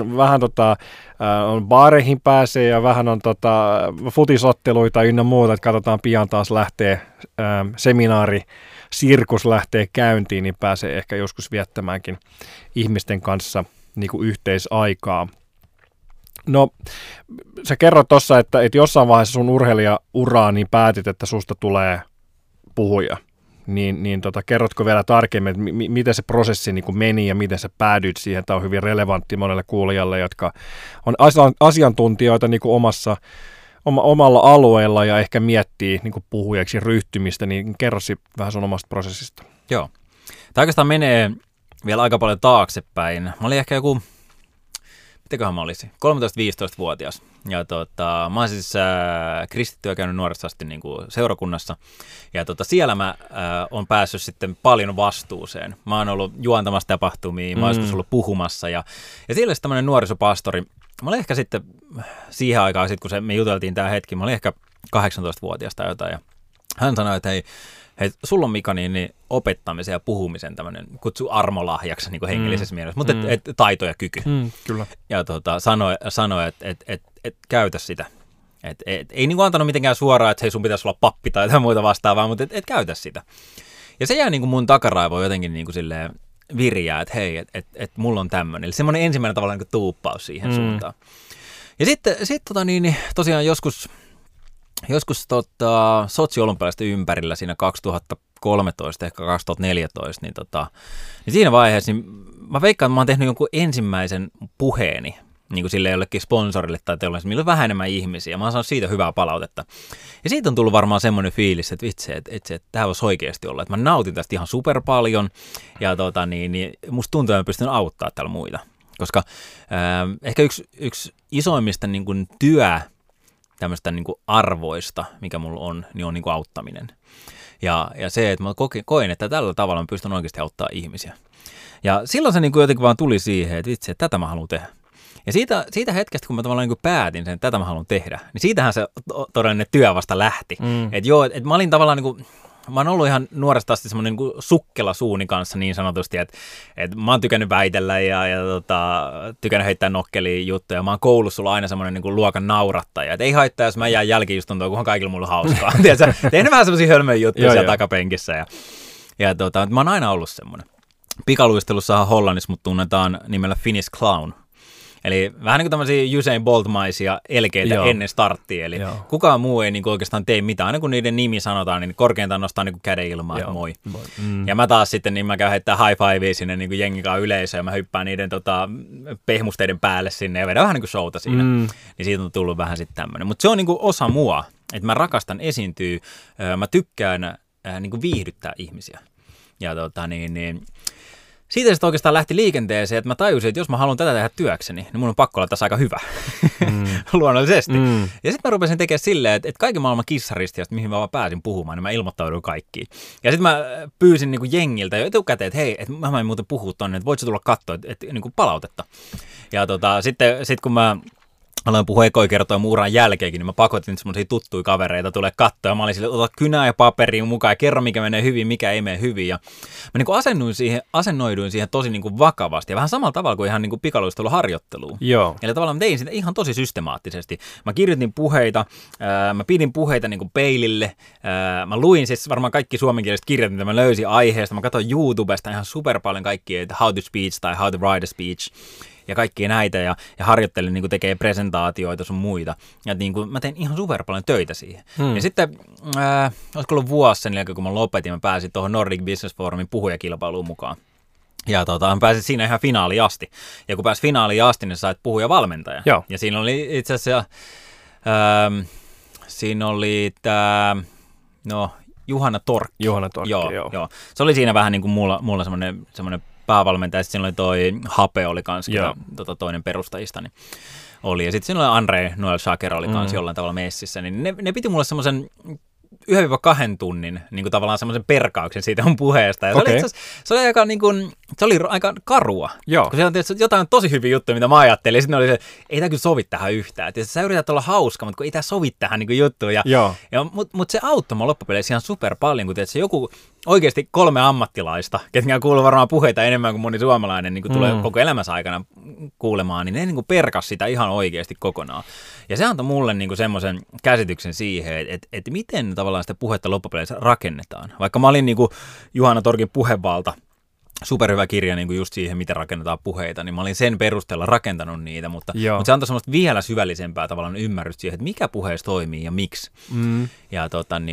on baareihin pääsee ja vähän on futisotteluita ynnä muuta, että katsotaan pian taas lähtee seminaari, sirkus lähtee käyntiin, niin pääsee ehkä joskus viettämäänkin ihmisten kanssa niin kuin yhteisaikaa. No, sä kerroit tuossa, että jossain vaiheessa sun urheilijauraa niin päätit, että susta tulee puhuja. Niin kerrotko vielä tarkemmin, että miten se prosessi niin kuin meni ja miten sä päädyit siihen? Tämä on hyvin relevantti monelle kuulijalle, jotka on asiantuntijoita niin kuin omalla alueella ja ehkä miettii niin kuin puhujaksi ryhtymistä, niin kerrosi vähän sun omasta prosessista. Joo. Tämä oikeastaan menee vielä aika paljon taaksepäin. Mä olin ehkä joku, mitäköhän mä olisin, 13-15-vuotias. Ja mä oon siis kristittyä käynyt nuoresta asti niin kuin seurakunnassa. Ja siellä mä oon päässyt sitten paljon vastuuseen. Mä oon ollut juontamassa tapahtumia, mä oon joskus ollut puhumassa. Ja siellä oli tämmöinen nuorisopastori. Mä olin ehkä sitten siihen aikaan, kun me juteltiin tämä hetki, mä olin ehkä 18-vuotias tai jotain. Ja hän sanoi, että hei, sulla on Mika niin opettamisen ja puhumisen tämmöinen, kutsu armolahjaksi niin kuin hengellisessä mielessä, mutta taito ja kyky. Kyllä. Ja sanoi että käytä sitä. Ei niin kuin antanut mitenkään suoraan, että hei, sun pitäisi olla pappi tai jotain muuta vastaavaa, mutta et käytä sitä. Ja se jää niin kuin mun takaraivoon jotenkin niin kuin silleen virjää, että hei, että mulla on tämmöinen. Eli semmoinen ensimmäinen tavallaan niin kuin tuuppaus siihen suuntaan. Ja sitten tosiaan joskus Sotsi-olympialaisten ympärillä siinä 2013, ehkä 2014, niin siinä vaiheessa niin mä veikkaan, että mä oon tehnyt jonkun ensimmäisen puheeni niin kuin sille jollekin sponsorille tai teollisuudelle, millä on vähän enemmän ihmisiä. Mä oon saanut siitä hyvää palautetta. Ja siitä on tullut varmaan semmoinen fiilis, että vitsi, että tämä voisi oikeasti olla. Että mä nautin tästä ihan super paljon ja niin musta tuntuu, että mä pystyn auttamaan täällä muita. Koska ehkä yksi isoimmista niin kuin tämmöistä niin kuin arvoista, mikä mulla on, niin on niin kuin auttaminen. Ja se, että mä koin, että tällä tavalla mä pystyn oikeasti auttamaan ihmisiä. Ja silloin se niin kuin jotenkin vaan tuli siihen, että vitsi, että tätä mä haluan tehdä. Ja siitä hetkestä, kun mä tavallaan niin kuin päätin sen, että tätä mä haluan tehdä, niin siitähän se todellinen työ vasta lähti. Että mä olin tavallaan, niin kuin, mä oon ollut ihan nuoresta asti semmoinen niin kuin sukkela suuni kanssa niin sanotusti, että mä oon tykännyt väitellä ja tykännyt heittää nokkelia juttuja. Mä oon koulussa ollut aina semmoinen niin kuin luokan naurattaja. Että ei haittaa, jos mä jään jälki-istuntoon, kunhan kaikilla mulla on hauskaa. Tein vähän semmoisia hölmöjä juttuja siellä takapenkissä. Ja mä oon aina ollut semmoinen. Pikaluistelussahan Hollannissa mut tunnetaan nimellä Finnish Clown. Eli vähän niin kuin tämmöisiä Usain Bolt-maisia elkeitä ennen starttia. Eli kukaan muu ei niin kuin oikeastaan tee mitään. Aina kun niiden nimi sanotaan, niin korkeintaan nostaa niin kuin käden ilmaan, että moi. Ja mä taas sitten, niin mä käyn heittää high fivea sinne niin kuin jengikaan yleisöön, ja mä hyppään niiden pehmusteiden päälle sinne ja vedän vähän niin kuin showta siinä. Niin siitä on tullut vähän sitten tämmöinen. Mutta se on niin kuin osa mua, että mä rakastan esiintyä, mä tykkään niin kuin viihdyttää ihmisiä. Ja siitä sitten oikeastaan lähti liikenteeseen, että mä tajusin, että jos mä haluan tätä tehdä työkseni, niin mun on pakko olla tässä aika hyvä, luonnollisesti. Ja sitten mä rupesin tekemään silleen, että kaiken maailman kissaristiasta, mihin mä vaan pääsin puhumaan, niin mä ilmoittauduin kaikkiin. Ja sitten mä pyysin niin kuin jengiltä jo etukäteen, että hei, että mä en muuten puhua tonne, että voit sä tulla katsoa, että niin kuin palautetta. Ja sitten kun mä aloin puhua ekoja kertoa mun uran jälkeenkin, niin mä pakotin semmoisia tuttuja kavereita tulee katsoa. Ja mä olin sille, ota kynää ja paperia mukaan ja kerro, mikä menee hyvin, mikä ei mene hyvin. Ja mä niin kuin asennoiduin siihen tosi niin kuin vakavasti ja vähän samalla tavalla kuin ihan niin kuin pikaluisteluharjoitteluun. Joo. Eli tavallaan mä tein sitä ihan tosi systemaattisesti. Mä kirjoitin puheita, mä pidin puheita niin kuin peilille. Mä luin siis varmaan kaikki suomenkieliset kirjat, mitä mä löysin aiheesta. Mä katsoin YouTubesta ihan super paljon kaikkia, että how to speech tai how to write a speech. Ja kaikkia näitä, ja harjoittelin niin kuin tekee presentaatioita sun muita. Ja niin kuin, mä tein ihan super paljon töitä siihen. Ja sitten, olisiko ollut vuosi sen jälkeen, kun mä lopetin, mä pääsin tuohon Nordic Business Forumin puhujakilpailuun mukaan. Ja mä pääsin siinä ihan finaaliin asti. Ja kun pääsit finaaliin asti, niin sait puhujavalmentaja. Joo. Ja siinä oli itse asiassa, siinä oli tämä, Juhana Torkki. Juhana Torkki, joo. Se oli siinä vähän niin kuin mulla semmoinen päävalmentaja, sitten siinä oli toi Hape oli kans, toinen perustajistani oli, ja sitten siinä oli Andre Noel Shaker oli kans jollain tavalla messissä, niin ne piti mulle semmoisen 1-2 tunnin niin kuin tavallaan semmoisen perkauksen siitä mun puheesta. Ja se oli aika karua. Joo. Kun siellä on tietysti jotain tosi hyviä juttuja, mitä mä ajattelin. Ja sitten oli se, ei tämä kyllä sovi tähän yhtään. Tietysti sä yrität olla hauska, mutta kun ei tämä sovi tähän niin juttuun. Mutta se auttoi mua loppupeleissä ihan super paljon, kun tietysti joku oikeasti 3 ammattilaista, ketkä kuuluu varmaan puheita enemmän kuin moni suomalainen niin kuin tulee koko elämänsä aikana kuulemaan, niin ne niin kuin perkas sitä ihan oikeasti kokonaan. Ja se antoi mulle niin kuin semmoisen käsityksen siihen, että miten tavallaan sitä puhetta loppupeleissä rakennetaan. Vaikka mä olin niin kuin Juhana Torkin Puhevalta, superhyvä kirja niin kuin just siihen, miten rakennetaan puheita, niin mä olin sen perusteella rakentanut niitä, mutta se antoi semmoista vielä syvällisempää tavallaan ymmärrystä siihen, että mikä puheessa toimii ja miksi. Ja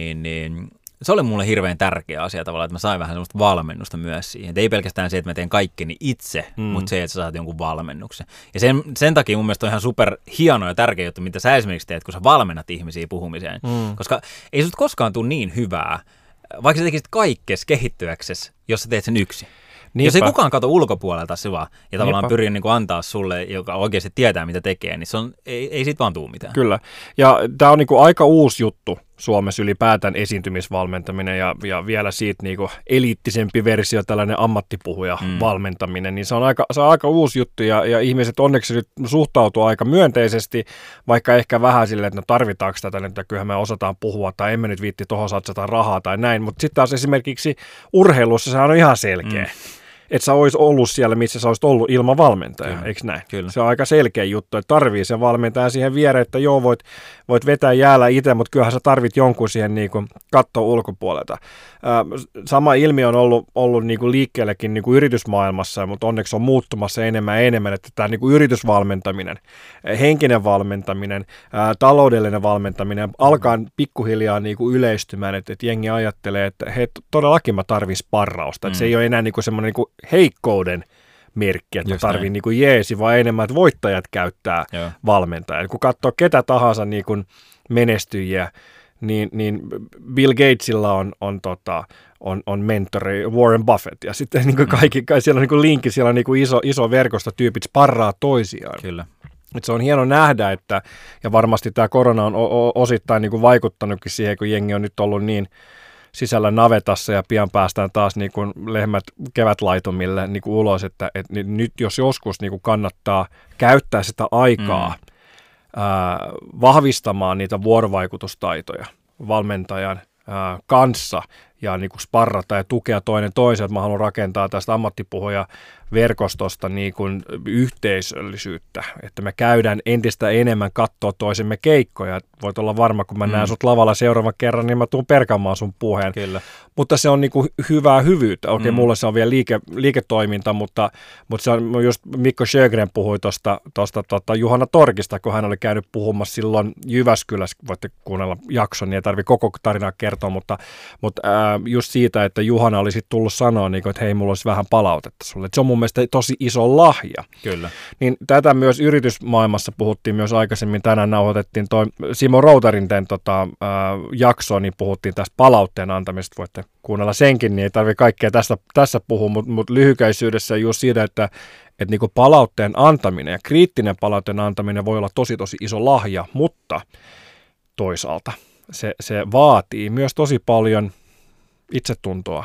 se oli mulle hirveän tärkeä asia tavallaan, että mä sain vähän semmoista valmennusta myös siihen. Et ei pelkästään se, että mä teen kaikkeni itse, mutta se, että sä saat jonkun valmennuksen. Ja sen takia mun mielestä on ihan super hieno ja tärkeä juttu, mitä sä esimerkiksi teet, kun sä valmennat ihmisiä puhumiseen. Koska ei susta koskaan tule niin hyvää, vaikka sä tekisit kaikkes kehittyäksesi, jos sä teet sen yksin. Niinpä. Jos ei kukaan kato ulkopuolelta sua ja tavallaan pyri niin kuin antaa sulle, joka oikeasti tietää, mitä tekee, niin se on, ei siitä vaan tule mitään. Kyllä. Ja tämä on niin kuin aika uusi juttu Suomessa ylipäätään esiintymisvalmentaminen ja vielä siitä niin kuin eliittisempi versio, tällainen ammattipuhuja valmentaminen, niin se on aika uusi juttu ja ihmiset onneksi nyt suhtautuu aika myönteisesti, vaikka ehkä vähän silleen, että no tarvitaanko tätä, että kyllähän me osataan puhua tai emme nyt viitti tuohon satsata rahaa tai näin, mutta sitten taas esimerkiksi urheilussa se on ihan selkeä. Että sä olisi ollut siellä, missä sä olisit ollut ilman valmentajaa, eikö näin? Kyllä. Se on aika selkeä juttu, että tarvii sen valmentajan siihen viereen, että joo, voit vetää jäällä itse, mutta kyllähän sä tarvit jonkun siihen niin kuin kattoon ulkopuolelta. Sama ilmiö on ollut niin kuin liikkeellekin niin kuin yritysmaailmassa, mutta onneksi on muuttumassa enemmän ja enemmän, että tämä niin kuin yritysvalmentaminen, henkinen valmentaminen, taloudellinen valmentaminen alkaa pikkuhiljaa niin kuin yleistymään, että jengi ajattelee, että hei, todellakin mä tarvitsen sparrausta, että se ei ole enää niin kuin semmoinen niin kuin heikkouden merkki, että tarvii niin kuin jeesi, vaan enemmän, että voittajat käyttää valmentajaa. Kun katsoo ketä tahansa niin kuin menestyjiä, niin Bill Gatesilla on mentori Warren Buffett, ja sitten niin kuin siellä on niin kuin linkki, siellä on niin kuin iso verkosto, tyypit sparraa toisiaan. Kyllä. Et se on hieno nähdä, että, ja varmasti tämä korona on osittain niin kuin vaikuttanutkin siihen, kun jengi on nyt ollut niin sisällä navetassa ja pian päästään taas niin kuin lehmät kevätlaitumille niin kuin ulos, että nyt jos joskus niin kuin kannattaa käyttää sitä aikaa vahvistamaan niitä vuorovaikutustaitoja valmentajan kanssa ja niin kuin sparrata ja tukea toinen toisen. Mä haluan rakentaa tästä ammattipuhujaverkostosta niin kuin yhteisöllisyyttä, että me käydään entistä enemmän katsoa toisemme keikkoja. Voit olla varma, kun mä näen sut lavalla seuraavan kerran, niin mä tuun perkaamaan sun puheen. Kyllä. Mutta se on niin kuin hyvää hyvyyttä. Okei, mulle se on vielä liiketoiminta, mutta se on just Mikko Sjögren puhui tuosta Juhana Torkista, kun hän oli käynyt puhumassa silloin Jyväskylässä. Voitte kuunnella jakson, niin ei tarvitse koko tarinaa kertoa, mutta just siitä, että Juhana olisi tullut sanoa, niin kuin, että hei, mulla olisi vähän palautetta sulle. Että se on mun mielestä tosi iso lahja. Kyllä. Niin tätä myös yritysmaailmassa puhuttiin myös aikaisemmin. Tänään nauhoitettiin toi Simo Routarinteen jaksoa, niin puhuttiin tästä palautteen antamisesta. Voitte kuunnella senkin, niin ei tarvitse kaikkea tässä puhua, mutta lyhykäisyydessä just siitä, että niin kuin palautteen antaminen ja kriittinen palautteen antaminen voi olla tosi iso lahja, mutta toisaalta se vaatii myös tosi paljon itsetuntoa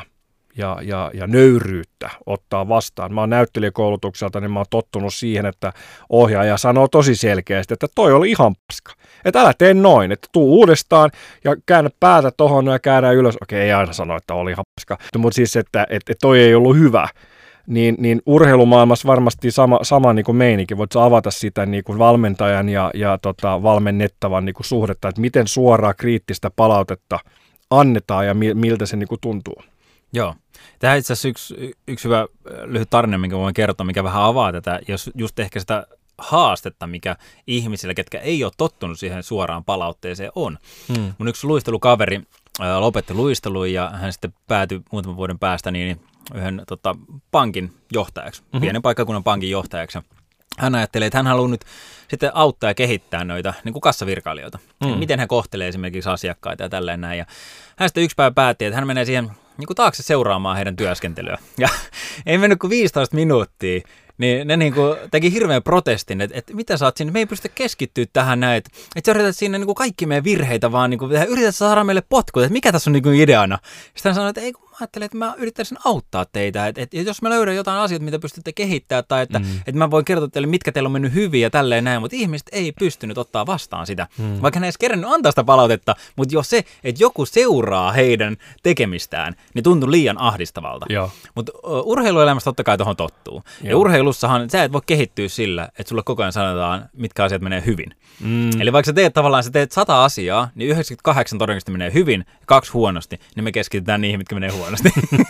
ja nöyryyttä ottaa vastaan. Mä oon näyttelijäkoulutukselta, niin mä oon tottunut siihen, että ohjaaja sanoo tosi selkeästi, että toi oli ihan paska. Että älä tee noin, että tuu uudestaan ja käännä päätä tohon ja käännä ylös. Okei, ei aina sano, että oli ihan paska, mutta siis, että toi ei ollut hyvä. Niin urheilumaailmassa varmasti sama niin kuin meininki. Voit sä avata sitä niin kuin valmentajan ja valmennettavan niin kuin suhdetta, että miten suoraa kriittistä palautetta annetaan ja miltä se niin kuin tuntuu. Joo. Tämä on itse asiassa yksi hyvä lyhyt tarina, minkä voin kertoa, mikä vähän avaa tätä, jos just ehkä sitä haastetta, mikä ihmisillä, ketkä ei ole tottunut siihen suoraan palautteeseen on. Mun yksi luistelukaveri lopetti luistelun ja hän sitten päätyi muutaman vuoden päästä niin yhden pankin johtajaksi, pienen paikkakunnan pankin johtajaksi. Hän ajattelee, että hän haluaa nyt sitten auttaa ja kehittää noita niin kuin kassavirkailijoita. Miten hän kohtelee esimerkiksi asiakkaita ja tälleen näin. Ja hän sitten yksi päivä päätti, että hän menee siihen niin kuin taakse seuraamaan heidän työskentelyä. Ja ei mennyt kuin 15 minuuttia, niin ne niin kuin teki hirveän protestin, että mitä sä oot siinä, me ei pysty keskittyä tähän näin, että sä yrität siinä niin kuin kaikki meidän virheitä vaan, niin kuin, yrität saada meille potkut, että mikä tässä on niin kuin ideana. Sitten hän sanoi, että ei kun mä ajattelin, että mä yrittäisin auttaa teitä, että jos mä löydän jotain asioita, mitä pystytte kehittämään, tai että mä voin kertoa teille, mitkä teillä on mennyt hyvin ja tälleen näin, mutta ihmiset ei pystynyt ottaa vastaan sitä, vaikka ne ei edes kerennyt antaa sitä palautetta, mutta jo se, että joku seuraa heidän tekemistään, niin tuntui liian ahdistavalta. Mutta urheiluelämässä totta kai tuohon tottuu. Ja urheilussahan sä et voi kehittyä sillä, että sulle koko ajan sanotaan, mitkä asiat menee hyvin. Eli vaikka sä teet 100 asiaa, niin 98 todennäköisesti menee hyvin, 2 huonosti, niin me keskitytään niihin, mitkä menee huonosti.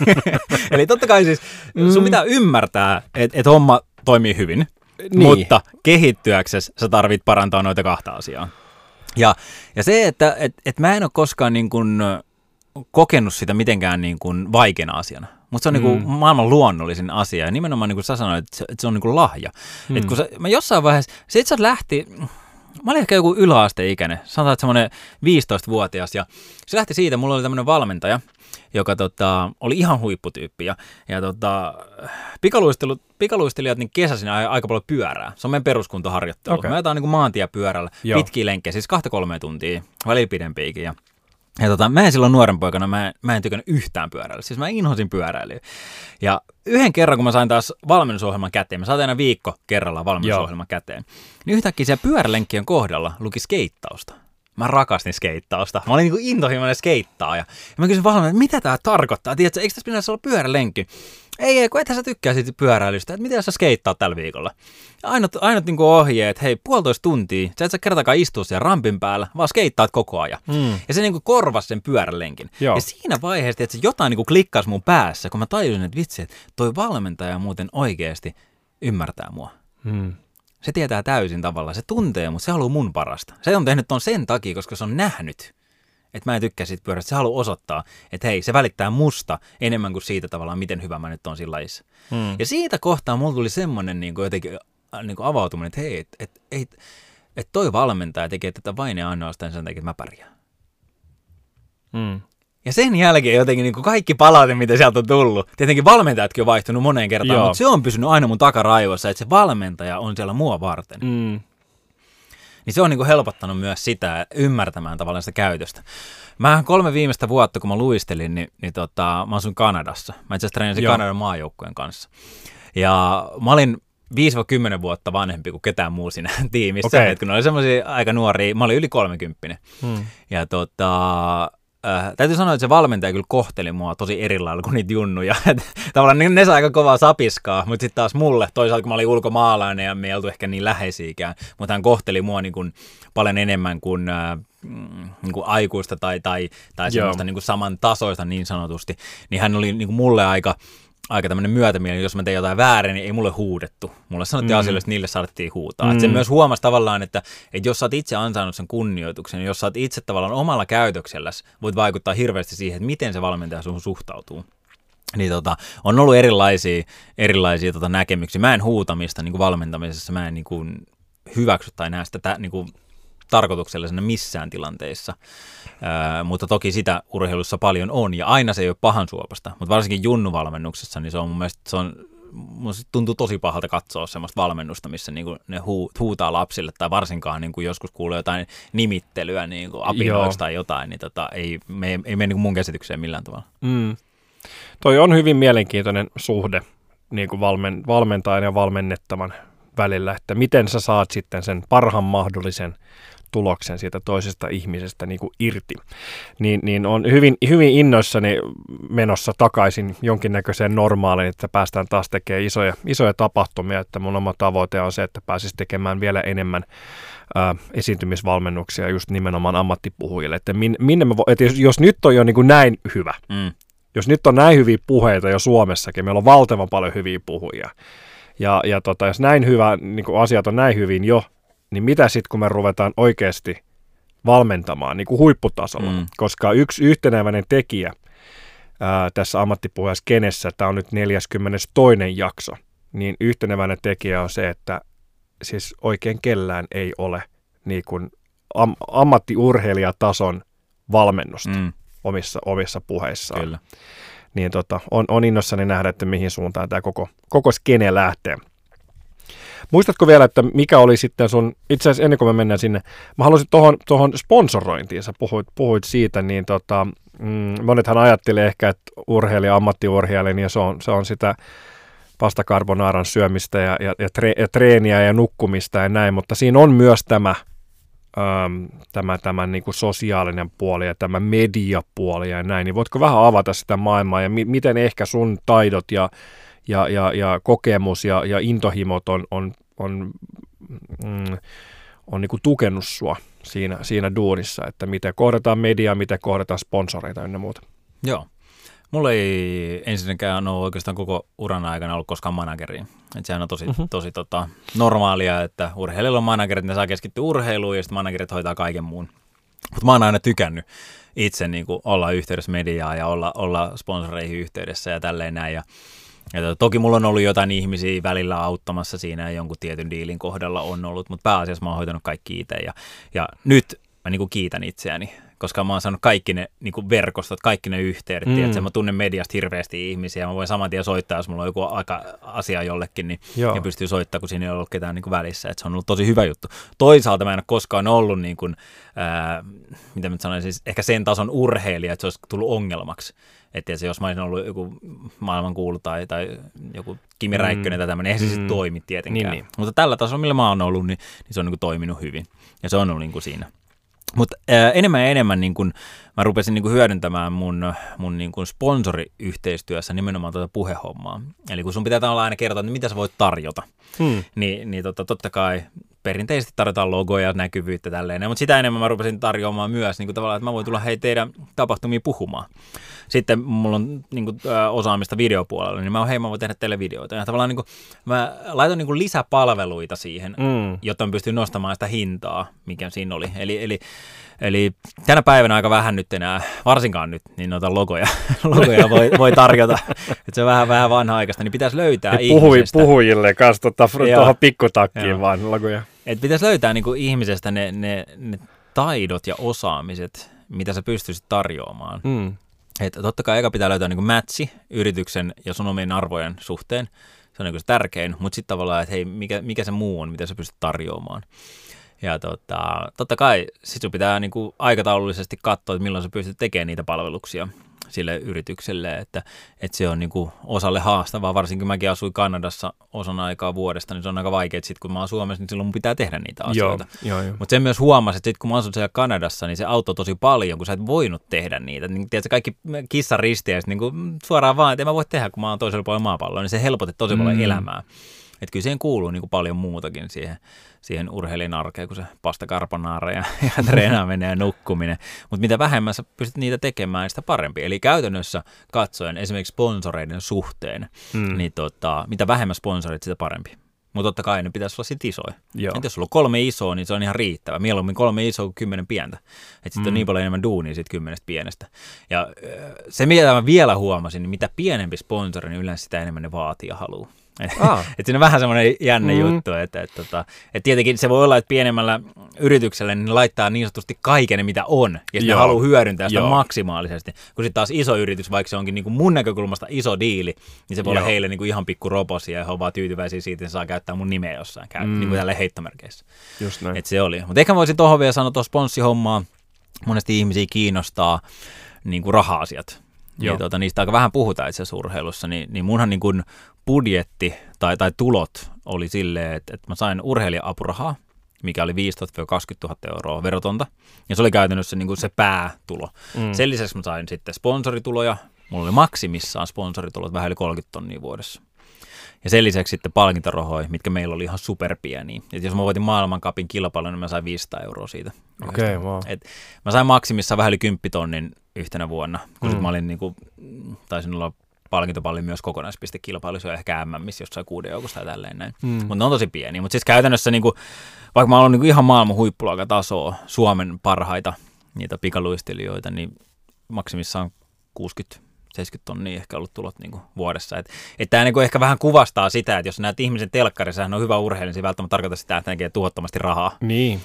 Eli totta kai siis sun pitää ymmärtää, että homma toimii hyvin, mutta kehittyäksesi sä tarvit parantaa noita 2 asiaa. Ja se, että mä en ole koskaan niin kuin kokenut sitä mitenkään niin kuin vaikeana asiana. Mutta se on niinku maailman luonnollisin asia ja nimenomaan niin kuin sä sanoit, että se on niinku lahja. Et kun mä jossain vaiheessa, se itse asiassa lähti, mä olin ehkä joku yläasteikäinen, sanotaan, että semmoinen 15-vuotias ja se lähti siitä, mulla oli tämmöinen valmentaja, joka oli ihan huipputyyppi ja pikaluistelijat niin kesäisin aika paljon pyörää. Se on meidän peruskuntoharjoittelu. Okay. Me ajetaan niin kuin maantiepyörällä pitkiä lenkkejä, siis 2-3 tuntia, välillä pidempiäkin ja mä en silloin nuoren poikana, mä en tykännyt yhtään pyöräillä. Siis mä inhosin pyöräilyä. Ja yhden kerran, kun mä sain taas valmennusohjelman käteen, mä saatiin aina viikko kerrallaan valmennusohjelman käteen, niin yhtäkkiä siellä pyörälenkkien kohdalla luki skeittausta. Mä rakastin skeittausta. Mä olin niin kuin intohimoinen skeittaaja. Ja mä kysyin valmentajalta, että mitä tää tarkoittaa? Tiedätkö, eikö tässä pitäisi olla pyörälenkki? Ei, kun ethän sä tykkää siitä pyöräilystä, että miten jos sä skeittaat tällä viikolla? Ainut niin kuin ohjeet, että hei, 1,5 tuntia, sä et saa kertakaan istua siellä rampin päällä, vaan skeittaat koko ajan. Ja se niin kuin korvasi sen pyörälenkin. Joo. Ja siinä vaiheessa, että se jotain niin kuin klikkasi mun päässä, kun mä tajusin, että vitsi, että toi valmentaja muuten oikeasti ymmärtää mua. Se tietää täysin tavallaan, se tuntee, mutta se haluaa mun parasta. Se on tehnyt ton sen takia, koska se on nähnyt, että mä en tykkää siitä pyörästä. Se haluaa osoittaa, että hei, se välittää musta enemmän kuin siitä tavallaan, miten hyvä mä nyt on siinä lajissa. Ja siitä kohtaa mulla tuli semmoinen niin kuin jotenkin niin kuin avautuminen, että hei, että toi valmentaja tekee tätä vain ja ainoastaan sen takia, että mä pärjään. Ja sen jälkeen jotenkin niin kuin kaikki palaute, mitä sieltä on tullut, tietenkin valmentajatkin on vaihtunut moneen kertaan, mutta se on pysynyt aina mun takaraivossa, että se valmentaja on siellä mua varten. Niin se on niin kuin helpottanut myös sitä ymmärtämään tavallaan sitä käytöstä. Mä 3 viimeistä vuotta, kun mä luistelin, niin mä asun Kanadassa. Mä itse asiassa treenasin Kanadan maajoukkueen kanssa. Ja mä olin 5-10 vuotta vanhempi kuin ketään muu siinä tiimissä. Okay. Kun ne oli semmoisia aika nuoria, mä olin yli 30. Ja täytyy sanoa, että se valmentaja kyllä kohteli mua tosi eri lailla kuin niitä junnuja. Tavallaan ne saa aika kovaa sapiskaa, mutta sitten taas mulle, toisaalta kun mä olin ulkomaalainen ja me ei oltu ehkä niin läheisiäkään, mutta hän kohteli mua niin kuin paljon enemmän kuin niin kuin aikuista tai semmoista niin kuin samantasoista niin sanotusti, niin hän oli niin kuin mulle aika tämmöinen myötämielinen, jos mä tein jotain väärin, niin ei mulle huudettu. Mulle sanottiin asioille, että niille saatettiin huutaa. Että se myös huomasi tavallaan, että jos sä oot itse ansainnut sen kunnioituksen, niin jos sä oot itse tavallaan omalla käytökselläsi, voit vaikuttaa hirveästi siihen, että miten se valmentaja suhun suhtautuu. Niin on ollut erilaisia näkemyksiä. Mä en huutamista niin kuin valmentamisessa, mä en niin kuin hyväksy tai näe sitä niin kuin tarkoituksellisena missään tilanteissa, mutta toki sitä urheilussa paljon on, ja aina se ei ole pahan suopasta, mutta varsinkin junnuvalmennuksessa, niin se on mun mielestä, musta tuntuu tosi pahalta katsoa semmoista valmennusta, missä niinku ne huutaa lapsille, tai varsinkaan niinku joskus kuulee jotain nimittelyä niinku apinoiksi tai jotain, niin ei mene niinku mun käsitykseen millään tavalla. Toi on hyvin mielenkiintoinen suhde niin kuin valmentajan ja valmennettavan välillä, että miten sä saat sitten sen parhaan mahdollisen tuloksen siitä toisesta ihmisestä niin kuin irti. Niin on hyvin innoissani menossa takaisin jonkinnäköiseen normaaliin, että päästään taas tekemään isoja tapahtumia, että mun oma tavoite on se, että pääsisi tekemään vielä enemmän esiintymisvalmennuksia just nimenomaan ammattipuhujille, että että jos nyt on jo niin kuin näin hyvä, jos nyt on näin hyviä puheita jo Suomessakin, meillä on valtavan paljon hyviä puhujia, ja jos näin hyvä, niin kuin asiat on näin hyvin jo, niin mitä sitten, kun me ruvetaan oikeasti valmentamaan niin kuin huipputasolla? Koska yksi yhtenäväinen tekijä tässä ammattipuhujaskenessä, tämä on nyt 42. jakso, niin yhtenäväinen tekijä on se, että siis oikein kellään ei ole niin kuin ammattiurheilijatason valmennusta omissa puheissaan. Kyllä. Niin on innossani nähdä, että mihin suuntaan tämä koko skene lähtee. Muistatko vielä, että mikä oli sitten sun, itse asiassa ennen kuin me mennään sinne, mä haluaisin tuohon sponsorointiin, sä puhuit siitä, niin monethan ajattelee ehkä, että urheilija, ammattiurheilija, niin se on sitä pastakarbonaaran syömistä ja treeniä ja nukkumista ja näin, mutta siinä on myös tämä niin kuin sosiaalinen puoli ja tämä mediapuoli ja näin, niin voitko vähän avata sitä maailmaa ja miten ehkä sun taidot ja kokemus ja intohimot on niin kuin tukenut sua siinä duunissa, että miten kohdataan mediaa, miten kohdataan sponsoreita ynnä muuta. Joo. Mulla ei ensinnäkään ole oikeastaan koko uran aikana ollut koskaan manageria. Et sehän on tosi normaalia, että urheilijalla on managerit, ne saa keskittyä urheiluun ja sitten managerit hoitaa kaiken muun. Mutta mä oon aina tykännyt itse niin kuin olla yhteydessä mediaa ja olla sponsoreihin yhteydessä ja tälleen näin. Ja toki mulla on ollut jotain ihmisiä välillä auttamassa siinä ja jonkun tietyn diilin kohdalla on ollut, mutta pääasiassa mä oon hoitanut kaikki itse. Ja nyt mä niin kuin kiitän itseäni, koska mä oon saanut kaikki ne niin kuin verkostot, kaikki ne yhteydet. Että mä tunnen mediasta hirveästi ihmisiä. Mä voin saman tien soittaa, jos mulla on joku asia jollekin, niin ja pystyy soittamaan, kun siinä ei ollut ketään niin kuin välissä. Että se on ollut tosi hyvä juttu. Toisaalta mä en ole koskaan ollut, niin kuin, mitä mä sanoin, siis ehkä sen tason urheilija, että se olisi tullut ongelmaksi. Että jos mä olisin ollut joku maailmankuulu tai joku Kimi Räikkönen tai tämmöinen, eihän se sitten toimi tietenkään. Niin. Mutta tällä tasolla, millä mä oon ollut, niin se on niin kuin toiminut hyvin. Ja se on ollut niin kuin siinä. Mutta enemmän ja enemmän niin kun mä rupesin niin kun hyödyntämään mun niin kun sponsoriyhteistyössä nimenomaan tuota puhehommaa. Eli kun sun pitää olla aina kertoa, että mitä sä voit tarjota, niin totta kai perinteisesti tarjotaan logoja ja näkyvyyttä tälleen. Mutta sitä enemmän mä rupesin tarjoamaan myös niin kun tavallaan, että mä voin tulla teidän tapahtumiin puhumaan. Sitten mulla on niin kun, osaamista videopuolella, niin mä voin tehdä teille videoita. Ja tavallaan niin kun, mä laitan niin kun lisäpalveluita siihen, jotta mä pystyn nostamaan sitä hintaa, mikä siinä oli. Eli tänä päivänä aika vähän nyt enää, varsinkaan nyt, niin noita logoja voi tarjota. Että se on vähän vanha-aikaista, niin pitäisi löytää ihmisestä. Puhujille kanssa tuohon pikkutakkiin vaan logoja. Että pitäisi löytää niin kuin ihmisestä ne taidot ja osaamiset, mitä sä pystyisit tarjoamaan. Että totta kai eka pitää löytää niin kuin matchi yrityksen ja sun omien arvojen suhteen. Se on niin kuin se tärkein, mutta sitten tavallaan, että hei, mikä se muu on, mitä sä pystyt tarjoamaan. Ja totta kai sit sun pitää niinku aikataulullisesti katsoa, että milloin sä pystyt tekemään niitä palveluksia. sille yritykselle, että se on niin kuin osalle haastavaa, varsinkin mäkin asuin Kanadassa osan aikaa vuodesta, niin se on aika vaikeaa, että sitten kun mä oon Suomessa, niin silloin mun pitää tehdä niitä asioita. Mutta sen myös huomasi, että sitten kun mä asun siellä Kanadassa, niin se auttoi tosi paljon, kun sä et voinut tehdä niitä. Niin, tiedätkö, kaikki kissan ristiä, niin kuin suoraan vaan, että en mä voi tehdä, kun mä oon toisella puolella maapalloa, niin se helpotti tosi paljon elämää. Että kyllä siihen kuuluu niin kuin paljon muutakin siihen urheilijan arkeen, kun se pasta carbonara ja treenaaminen ja nukkuminen. Mutta mitä vähemmän sä pystyt niitä tekemään, niin sitä parempi. Eli käytännössä katsoen esimerkiksi sponsoreiden suhteen, niin mitä vähemmän sponsorit, sitä parempi. Mutta totta kai ne pitäisi olla sitten isoja. Entä jos sulla on 3 isoa, niin se on ihan riittävä. Mieluummin 3 isoa kuin 10 pientä. Että sitten on niin paljon enemmän duunia siitä 10 pienestä. Ja se, mitä mä vielä huomasin, niin mitä pienempi sponsori, niin yleensä sitä enemmän ne vaatii ja haluaa. Että siinä on vähän semmoinen jännä juttu, että tietenkin se voi olla, että pienemmällä yrityksellä niin ne laittaa niin sanotusti kaiken, mitä on, ja sitten haluaa hyödyntää sitä maksimaalisesti. Kun sitten taas iso yritys, vaikka se onkin niin kuin mun näkökulmasta iso diili, niin se voi olla heille niin kuin ihan pikku roposia, ja he ovat vaan tyytyväisiä siitä, että saa käyttää mun nimeä jossain, niin kuin tälleen heittomerkeissä. Just näin. Että se oli. Mutta ehkä voisin tuohon vielä sanoa, tuossa sponssihommaa, monesti ihmisiä kiinnostaa niin kuin raha-asiat. Niin, niistä aika vähän puhutaan itse asiassa urheilussa, niin munhan niin kuin budjetti tai tulot oli silleen, että mä sain urheilija-apurahaa, mikä oli 15 000–20 000 euroa verotonta, ja se oli käytännössä niin kuin se päätulo. Sen lisäksi mä sain sitten sponsorituloja, mulla oli maksimissaan sponsoritulot vähän yli 30 000 vuodessa. Ja sen lisäksi sitten palkintorahoja, mitkä meillä oli ihan superpieniä. Et jos mä voitin maailmancupin kilpailun, niin mä sain 500 euroa siitä. Okei, wow. Mä sain maksimissaan vähän yli 10 000 yhtenä vuonna, kun sit mä olin niinku, taisin olla palkintopalli myös kokonaispistekilpailussa ja ehkä MMissä jossain 6 joukosta ja tälleen näin. Mutta ne on tosi pieniä. Mutta siis käytännössä, niinku, vaikka mä olen niinku ihan maailman huippuluokatasoa, Suomen parhaita niitä pikaluistelijoita, niin maksimissaan 60–70 000 ehkä ollut tulot niinku vuodessa. Että tämä niinku ehkä vähän kuvastaa sitä, että jos näet ihmisen telkkarissa, hän on hyvä urheilija, niin se välttämättä tarkoittaa sitä, että hän tekee tuhottomasti rahaa. Niin.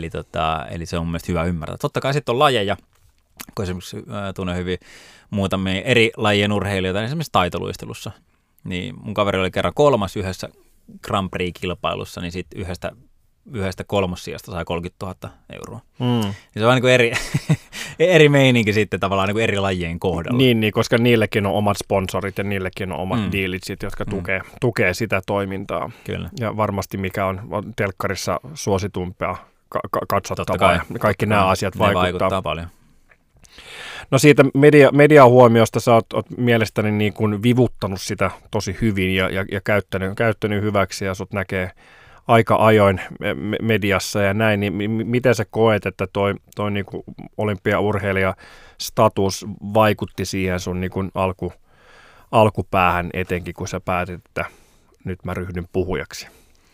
Eli se on mun mielestä hyvä ymmärtää. Totta kai sitten on lajeja, kun esimerkiksi tunnen hyvin muutamia eri lajien urheilijoita, niin esimerkiksi taitoluistelussa. Niin mun kaveri oli kerran 3. yhdessä Grand Prix-kilpailussa, niin sitten yhdestä kolmossijasta sai 30 000 euroa. Niin se on vähän niin kuin eri meininki sitten tavallaan niin kuin eri lajien kohdalla. Niin, koska niillekin on omat sponsorit ja niillekin on omat diilit, sit, jotka tukee sitä toimintaa. Kyllä. Ja varmasti mikä on telkkarissa suositumpaa katsottavaa ja kaikki nämä asiat vaikuttaa paljon. No siitä mediahuomiosta sä oot mielestäni niin kuin vivuttanut sitä tosi hyvin ja käyttänyt hyväksi ja sut näkee aika ajoin mediassa ja näin, niin miten sä koet, että toi niin kuin olympiaurheilijastatus vaikutti siihen sun niin kuin alkupäähän etenkin, kun sä päätit, että nyt mä ryhdyn puhujaksi?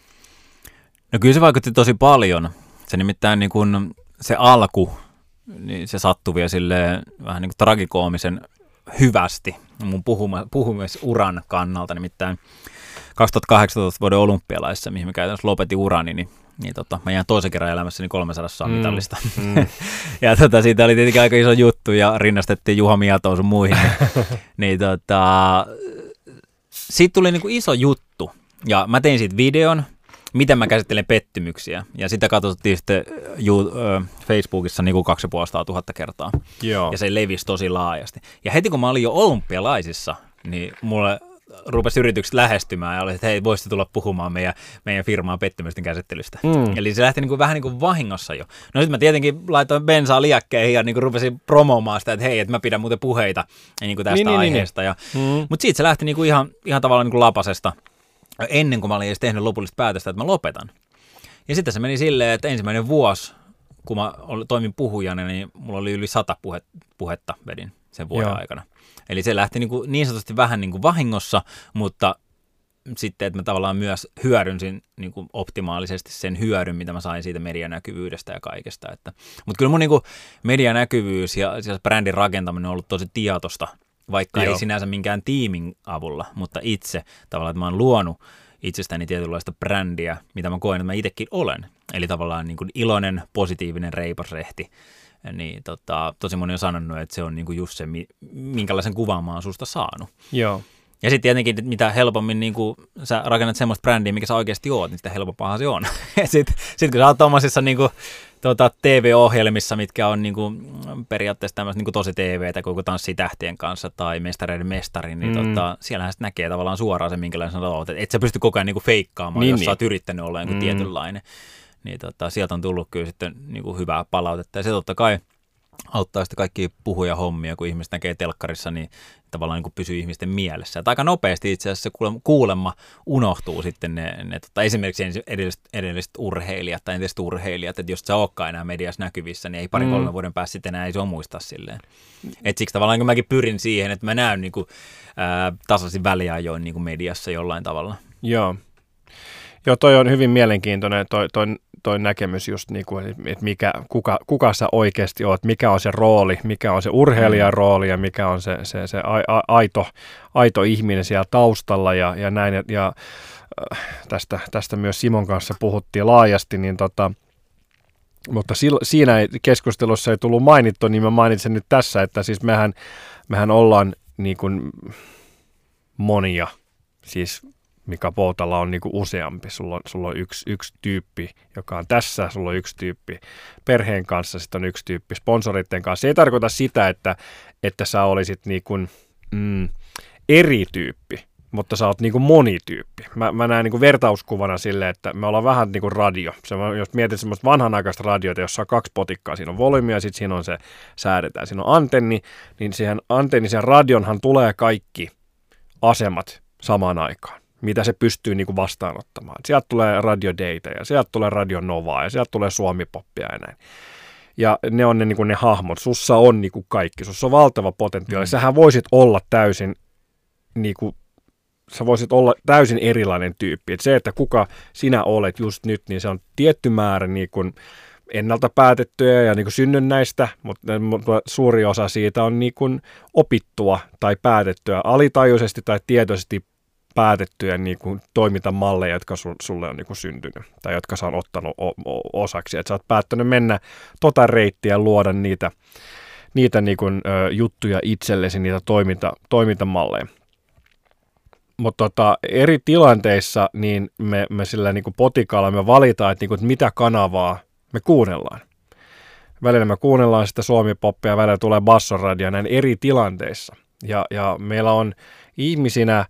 No kyllä se vaikutti tosi paljon. Se nimittäin niin kuin se alku, niin se sattui vielä silleen vähän niin kuin tragikoomisen hyvästi mun puhumisuran kannalta, nimittäin 2018 vuoden olympialaissa, mihin mä käytännössä lopetin urani, niin mä jään toisen kerran elämässäni 300 mitallista. Ja siitä oli tietenkin aika iso juttu ja rinnastettiin Juha Mietoon sun muihin. Siitä tuli niinku iso juttu ja mä tein siitä videon, miten mä käsittelen pettymyksiä. Ja sitä katsottiin sitten Facebookissa niin kuin 250 000 kertaa. Joo. Ja se levisi tosi laajasti. Ja heti kun mä olin jo olympialaisissa, niin mulle rupesi yritykset lähestymään ja oli, että hei, voisitte tulla puhumaan meidän firmaan pettymysten käsittelystä. Eli se lähti niin kuin vähän niin kuin vahingossa jo. No sitten mä tietenkin laitoin bensaa liekkeihin ja niin kuin rupesin promoomaan sitä, että hei, että mä pidän muuten puheita niin kuin tästä aiheesta. Mutta siitä se lähti niin kuin ihan tavallaan niin kuin lapasesta. Ennen kuin mä olin edes tehnyt lopullista päätöstä, että mä lopetan. Ja sitten se meni silleen, että ensimmäinen vuosi, kun mä toimin puhujana, niin mulla oli yli 100 puhetta vedin sen vuoden aikana. Eli se lähti niin sanotusti vähän niin kuin vahingossa, mutta sitten, että mä tavallaan myös hyödynsin niin kuin optimaalisesti sen hyödyn, mitä mä sain siitä medianäkyvyydestä ja kaikesta. Mutta kyllä mun niin kuin medianäkyvyys ja brändin rakentaminen on ollut tosi tietoista, vaikka ei sinänsä minkään tiimin avulla, mutta itse tavallaan, että mä oon luonut itsestäni tietynlaista brändiä, mitä mä koen, että mä itsekin olen. Eli tavallaan niin kuin iloinen, positiivinen, reipas rehti. Niin tosi moni on sanonut, että se on niin kuin just se, minkälaisen kuvan mä oon susta saanut. Joo. Ja sitten tietenkin, mitä helpommin niin kun sä rakennat semmoista brändiä, mikä sä oikeasti oot, niin sitä helpompaahan se on. Sitten kun sä oot tommosissa niin TV-ohjelmissa, mitkä on niin kuin, periaatteessa tämmöistä niin tosi TVtä, kun tanssii tähtien kanssa tai Mestareiden mestari, niin siellähän sitten näkee tavallaan suoraan se, minkälainen sä oot. Et sä pysty koko ajan niin feikkaamaan, jos sä oot yrittänyt olla joku tietynlainen. Niin sieltä on tullut kyllä sitten niin kuin hyvää palautetta. Ja se totta kai auttaa sitten kaikkia puhuja hommia, kun ihmiset näkee telkkarissa, niin tavallaan niin kuin pysyy ihmisten mielessä. Että aika nopeasti itse asiassa kuulemma unohtuu sitten ne esimerkiksi edelliset urheilijat tai entiset urheilijat, että jos sä ootkaan enää mediassa näkyvissä, niin ei 2-3 vuoden päästä sitten enää ei se ole muistaa silleen. Et siksi tavallaan kun mäkin pyrin siihen, että mä näyn niin kuin, tasaisin väliajoin niin kuin mediassa jollain tavalla. Joo, toi on hyvin mielenkiintoinen toi näkemys just niin kuin, että kuka sä oikeasti oot, mikä on se rooli, mikä on se urheilijan rooli ja mikä on se aito ihminen siellä taustalla ja näin. Ja tästä myös Simon kanssa puhuttiin laajasti, niin mutta siinä keskustelussa ei tullut mainittu, niin mä mainitsen nyt tässä, että siis mehän ollaan niin kuin monia, siis Mika Poutala on niinku useampi. Sulla on yksi tyyppi, joka on tässä, sulla on yksi tyyppi perheen kanssa, sitten on yksi tyyppi sponsoritten kanssa. Se ei tarkoita sitä, että sä olisit niinku, eri tyyppi, mutta sä oot niinku monityyppi. Mä näen niinku vertauskuvana silleen, että me ollaan vähän niinku radio. Jos mietit semmoista vanhanaikaista radiota, jossa on 2 potikkaa, siinä on volyymi ja sitten siinä on se säädetään. Siinä on antenni, niin siihen antennisen radionhan tulee kaikki asemat samaan aikaan, mitä se pystyy niin kuin vastaanottamaan. Sieltä tulee Radio Data ja sieltä tulee Radio Novaa ja sieltä tulee Suomi-poppia ja näin. Ja ne on niin kuin ne hahmot. Sussa on niin kuin kaikki. Sussa on valtava potentiaali. Sähän voisit olla täysin, niin kuin, sä voisit olla täysin erilainen tyyppi. Et se, että kuka sinä olet just nyt, niin se on tietty määrä niin kuin ennalta päätettyjä ja niin kuin synnynnäistä, mutta suuri osa siitä on niin kuin opittua tai päätettyä alitajuisesti tai tietoisesti päätettyjä niin kuin toimintamalleja, jotka sulle on niin kuin syntynyt tai jotka sä on ottanut osaksi. Että sä oot päättänyt mennä reittiä ja luoda niitä niin kuin, juttuja itsellesi, niitä toimintamalleja. Mutta eri tilanteissa niin me sillä niin kuin potikalla me valitaan, että, niin kuin, että mitä kanavaa me kuunnellaan. Välillä me kuunnellaan sitä Suomi-poppia, välillä tulee bassoradia näin eri tilanteissa. Ja meillä on ihmisinä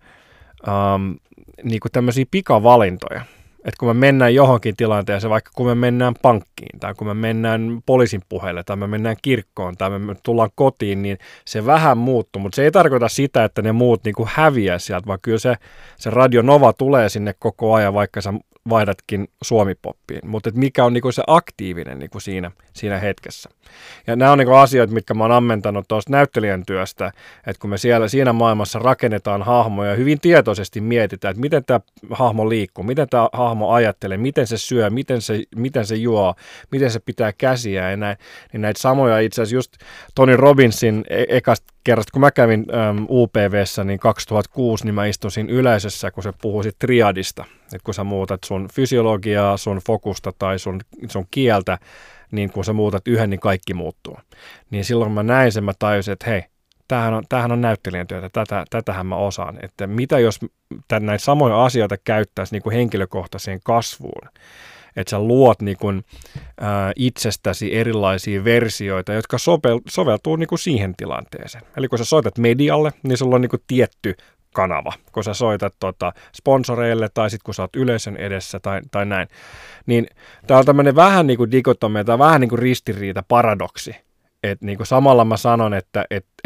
niin kuin tämmöisiä pikavalintoja. Että kun me mennään johonkin tilanteeseen, vaikka kun me mennään pankkiin tai kun me mennään poliisin puheelle tai me mennään kirkkoon tai me tullaan kotiin, niin se vähän muuttuu. Mutta se ei tarkoita sitä, että ne muut niin kuin häviää sieltä, vaan kyllä se Radio Nova tulee sinne koko ajan, vaikka sä vaihdatkin Suomi-poppiin. Mutta mikä on niinku se aktiivinen niinku siinä hetkessä. Ja nämä on niinku asioita, mitkä mä oon ammentanut tuosta näyttelijän työstä, että kun me siinä maailmassa rakennetaan hahmoja, hyvin tietoisesti mietitään, että miten tämä hahmo liikkuu, miten tämä hahmo ajattelee, miten se syö, miten se juo, miten se pitää käsiä ja näin. Niin näitä samoja itse asiassa just Tony Robbinsin ekasta kerrasta, kun mä kävin UPV:ssä niin 2006, niin mä istuin siinä yleisössä, kun se puhui sit triadista. Että kun sä muutat sun fysiologiaa, sun fokusta tai sun kieltä, niin kun sä muutat yhden, niin kaikki muuttuu. Niin silloin mä näin sen, mä tajusin, että hei, tämähän on näyttelijän työtä, tätähän mä osaan. Että mitä jos näitä samoja asioita käyttäisi niin kuin henkilökohtaiseen kasvuun? Että sä luot niin kuin, itsestäsi erilaisia versioita, jotka soveltuu niin kuin siihen tilanteeseen. Eli kun sä soitat medialle, niin sulla on niin kuin tietty kanava, kun sä soitat sponsoreille tai sitten kun sä oot yleisön edessä tai näin. Niin tää on tämmöinen vähän niin kuin dikotomia, tai vähän niin kuin ristiriita, paradoksi. Että niin kuin samalla mä sanon, että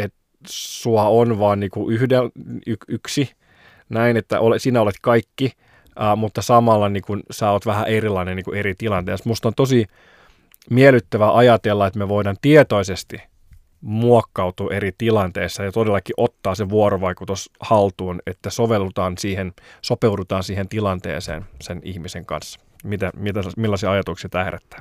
sua on vaan niin kuin yksi, näin, että sinä olet kaikki, mutta samalla niin kun sä oot vähän erilainen niin kun eri tilanteessa. Musta on tosi miellyttävää ajatella, että me voidaan tietoisesti muokkautua eri tilanteissa ja todellakin ottaa se vuorovaikutus haltuun, että sopeudutaan siihen tilanteeseen sen ihmisen kanssa. Millaisia ajatuksia tämä herättää?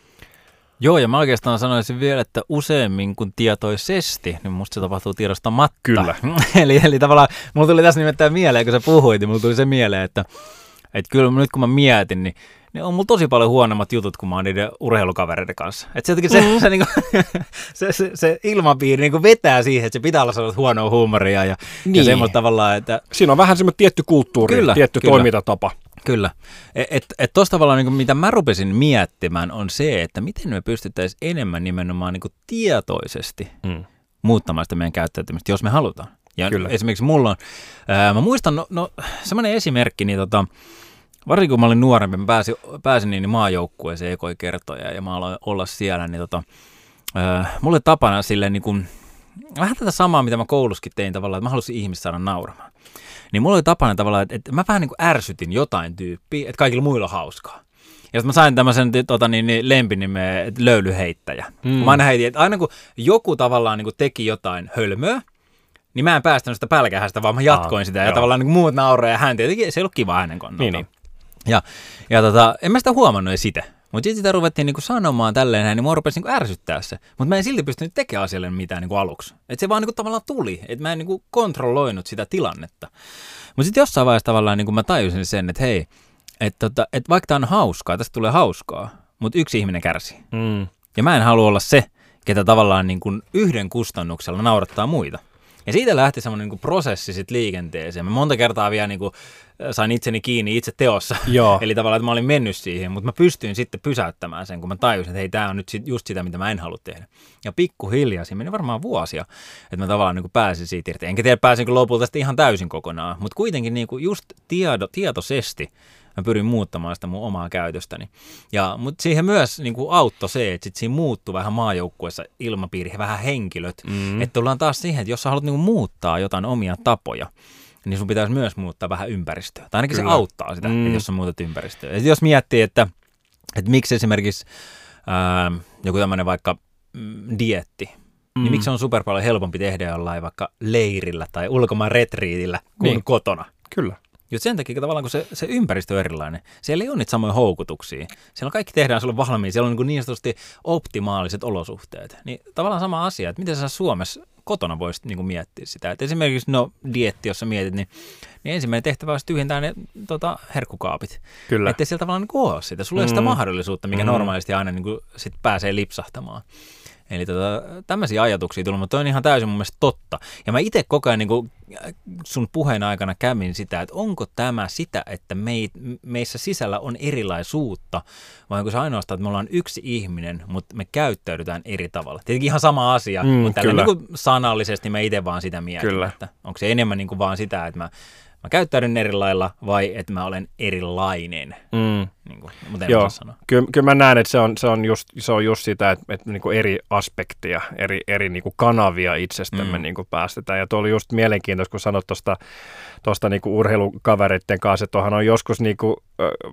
Joo, ja mä oikeastaan sanoisin vielä, että useammin kuin tietoisesti, niin musta se tapahtuu tiedostamatta. Kyllä. eli tavallaan, mulla tuli tässä nimittäin mieleen, kun sä puhuit, niin mulla tuli se mieleen, että kyllä nyt kun mä mietin, niin niin on mulla tosi paljon huonommat jutut, kun mä oon niiden urheilukavereiden kanssa. Että se ilmapiiri niinku vetää siihen, että se pitää olla sellaista huonoa huumoria ja semmoista tavallaan, että... Siinä on vähän semmoinen tietty kulttuuri, tietty toimintatapa. Kyllä. Tuossa tavallaan, niin mitä mä rupesin miettimään, on se, että miten me pystyttäisiin enemmän nimenomaan niin tietoisesti muuttamaan sitä meidän käyttäytymistä, jos me halutaan. Ja kyllä. Esimerkiksi mulla on, mä muistan, semmoinen esimerkki, niin varsinkin kun mä olin nuorempi, mä pääsin niin maajoukkueeseen ekoi kertoja ja mä aloin olla siellä, niin mulla oli tapana silleen niin kuin, vähän tätä samaa, mitä mä koulussakin tein tavallaan, että mä halusin ihmistä saada nauramaan. Niin mulla oli tapana tavallaan, että mä vähän niin kuin ärsytin jotain tyyppiä, että kaikilla muilla on hauskaa. Ja sitten mä sain tämmöisen lempinimen löylyheittäjä. Mä aina heitin, että aina kun joku tavallaan niin kuin teki jotain hölmöä, niin mä en päästänyt sitä pälkähästä, vaan mä jatkoin sitä. Ja tavallaan niin kuin muut nauroja ja hän tietenkin, se ei ollut kiva hänen kannalta. Niin. Ja en mä sitä huomannut edes itse. Mutta sitten sitä ruvettiin niinku sanomaan tälleen näin, niin mua rupesi niinku ärsyttää se. Mutta mä en silti pystynyt tekemään asialle mitään niinku aluksi. Että se vaan niinku tavallaan tuli, että mä en niinku kontrolloinut sitä tilannetta. Mutta sitten jossain vaiheessa tavallaan niinku mä tajusin sen, että hei, että vaikka tää on hauskaa, tästä tulee hauskaa, mutta yksi ihminen kärsii. Ja mä en halua olla se, ketä tavallaan niinku yhden kustannuksella naurattaa muita. Ja siitä lähti semmoinen niinku prosessi sit liikenteeseen. Mä monta kertaa vielä niinku sain itseni kiinni itse teossa. Eli tavallaan, että mä olin mennyt siihen, mutta mä pystyin sitten pysäyttämään sen, kun mä tajusin, että hei, tää on nyt just sitä, mitä mä en halua tehdä. Ja pikkuhiljaa, siinä meni varmaan vuosia, että mä tavallaan niinku pääsin siitä irti. Enkä tiedä, pääsinkö lopulta sitten ihan täysin kokonaan, mutta kuitenkin niinku just tietoisesti mä pyrin muuttamaan sitä mun omaa käytöstäni. Mutta siihen myös niinku auttoi se, että sit siinä muuttui vähän maajoukkueessa ilmapiiri, vähän henkilöt. Että tullaan taas siihen, että jos sä haluat niinku muuttaa jotain omia tapoja, niin sun pitäisi myös muuttaa vähän ympäristöä. Tai ainakin se auttaa sitä, että jos sä muutat ympäristöä. Ja jos miettii, että miksi esimerkiksi joku tämmöinen vaikka dieetti, niin miksi on super paljon helpompi tehdä jollain vaikka leirillä tai ulkomaan retriitillä kuin kotona. Kyllä. Just sen takia tavallaan, kun se ympäristö on erilainen, siellä ei ole niitä samoja houkutuksia. Siellä kaikki tehdään sulle valmiin, siellä on niin sanotusti optimaaliset olosuhteet. Niin tavallaan sama asia, että miten sä Suomessa kotona voisit niin kuin miettiä sitä. Et esimerkiksi dieetti, jos sä mietit, niin ensimmäinen tehtävä olisi tyhjentää ne herkkukaapit. Kyllä. Ettei siellä tavallaan niin ole sitä. Sulla ei ole sitä mahdollisuutta, mikä normaalisti aina niin kuin sit pääsee lipsahtamaan. Eli tämmöisiä ajatuksia tuli, mutta on ihan täysin mun mielestä totta. Ja mä itse koko ajan niin kuin sun puheen aikana kävin sitä, että onko tämä sitä, että meissä sisällä on erilaisuutta, vai onko se ainoastaan, että me ollaan yksi ihminen, mutta me käyttäydytään eri tavalla. Tietenkin ihan sama asia, mutta tällä niin kuin sanallisesti mä itse vaan sitä mietin, että onko se enemmän niin kuin vaan sitä, että mä käyttäydyn eri lailla vai että mä olen erilainen. Niin kuin, mutta en osaa sanoa. Kyllä mä näen, että se on just sitä, että niin kuin eri aspekteja, eri niin kuin kanavia itsestämme niin kuin päästetään. Ja tuo oli just mielenkiintoista, kun sanoit tuosta niin kuin urheilukavereiden kanssa, että tuohan on joskus niin kuin,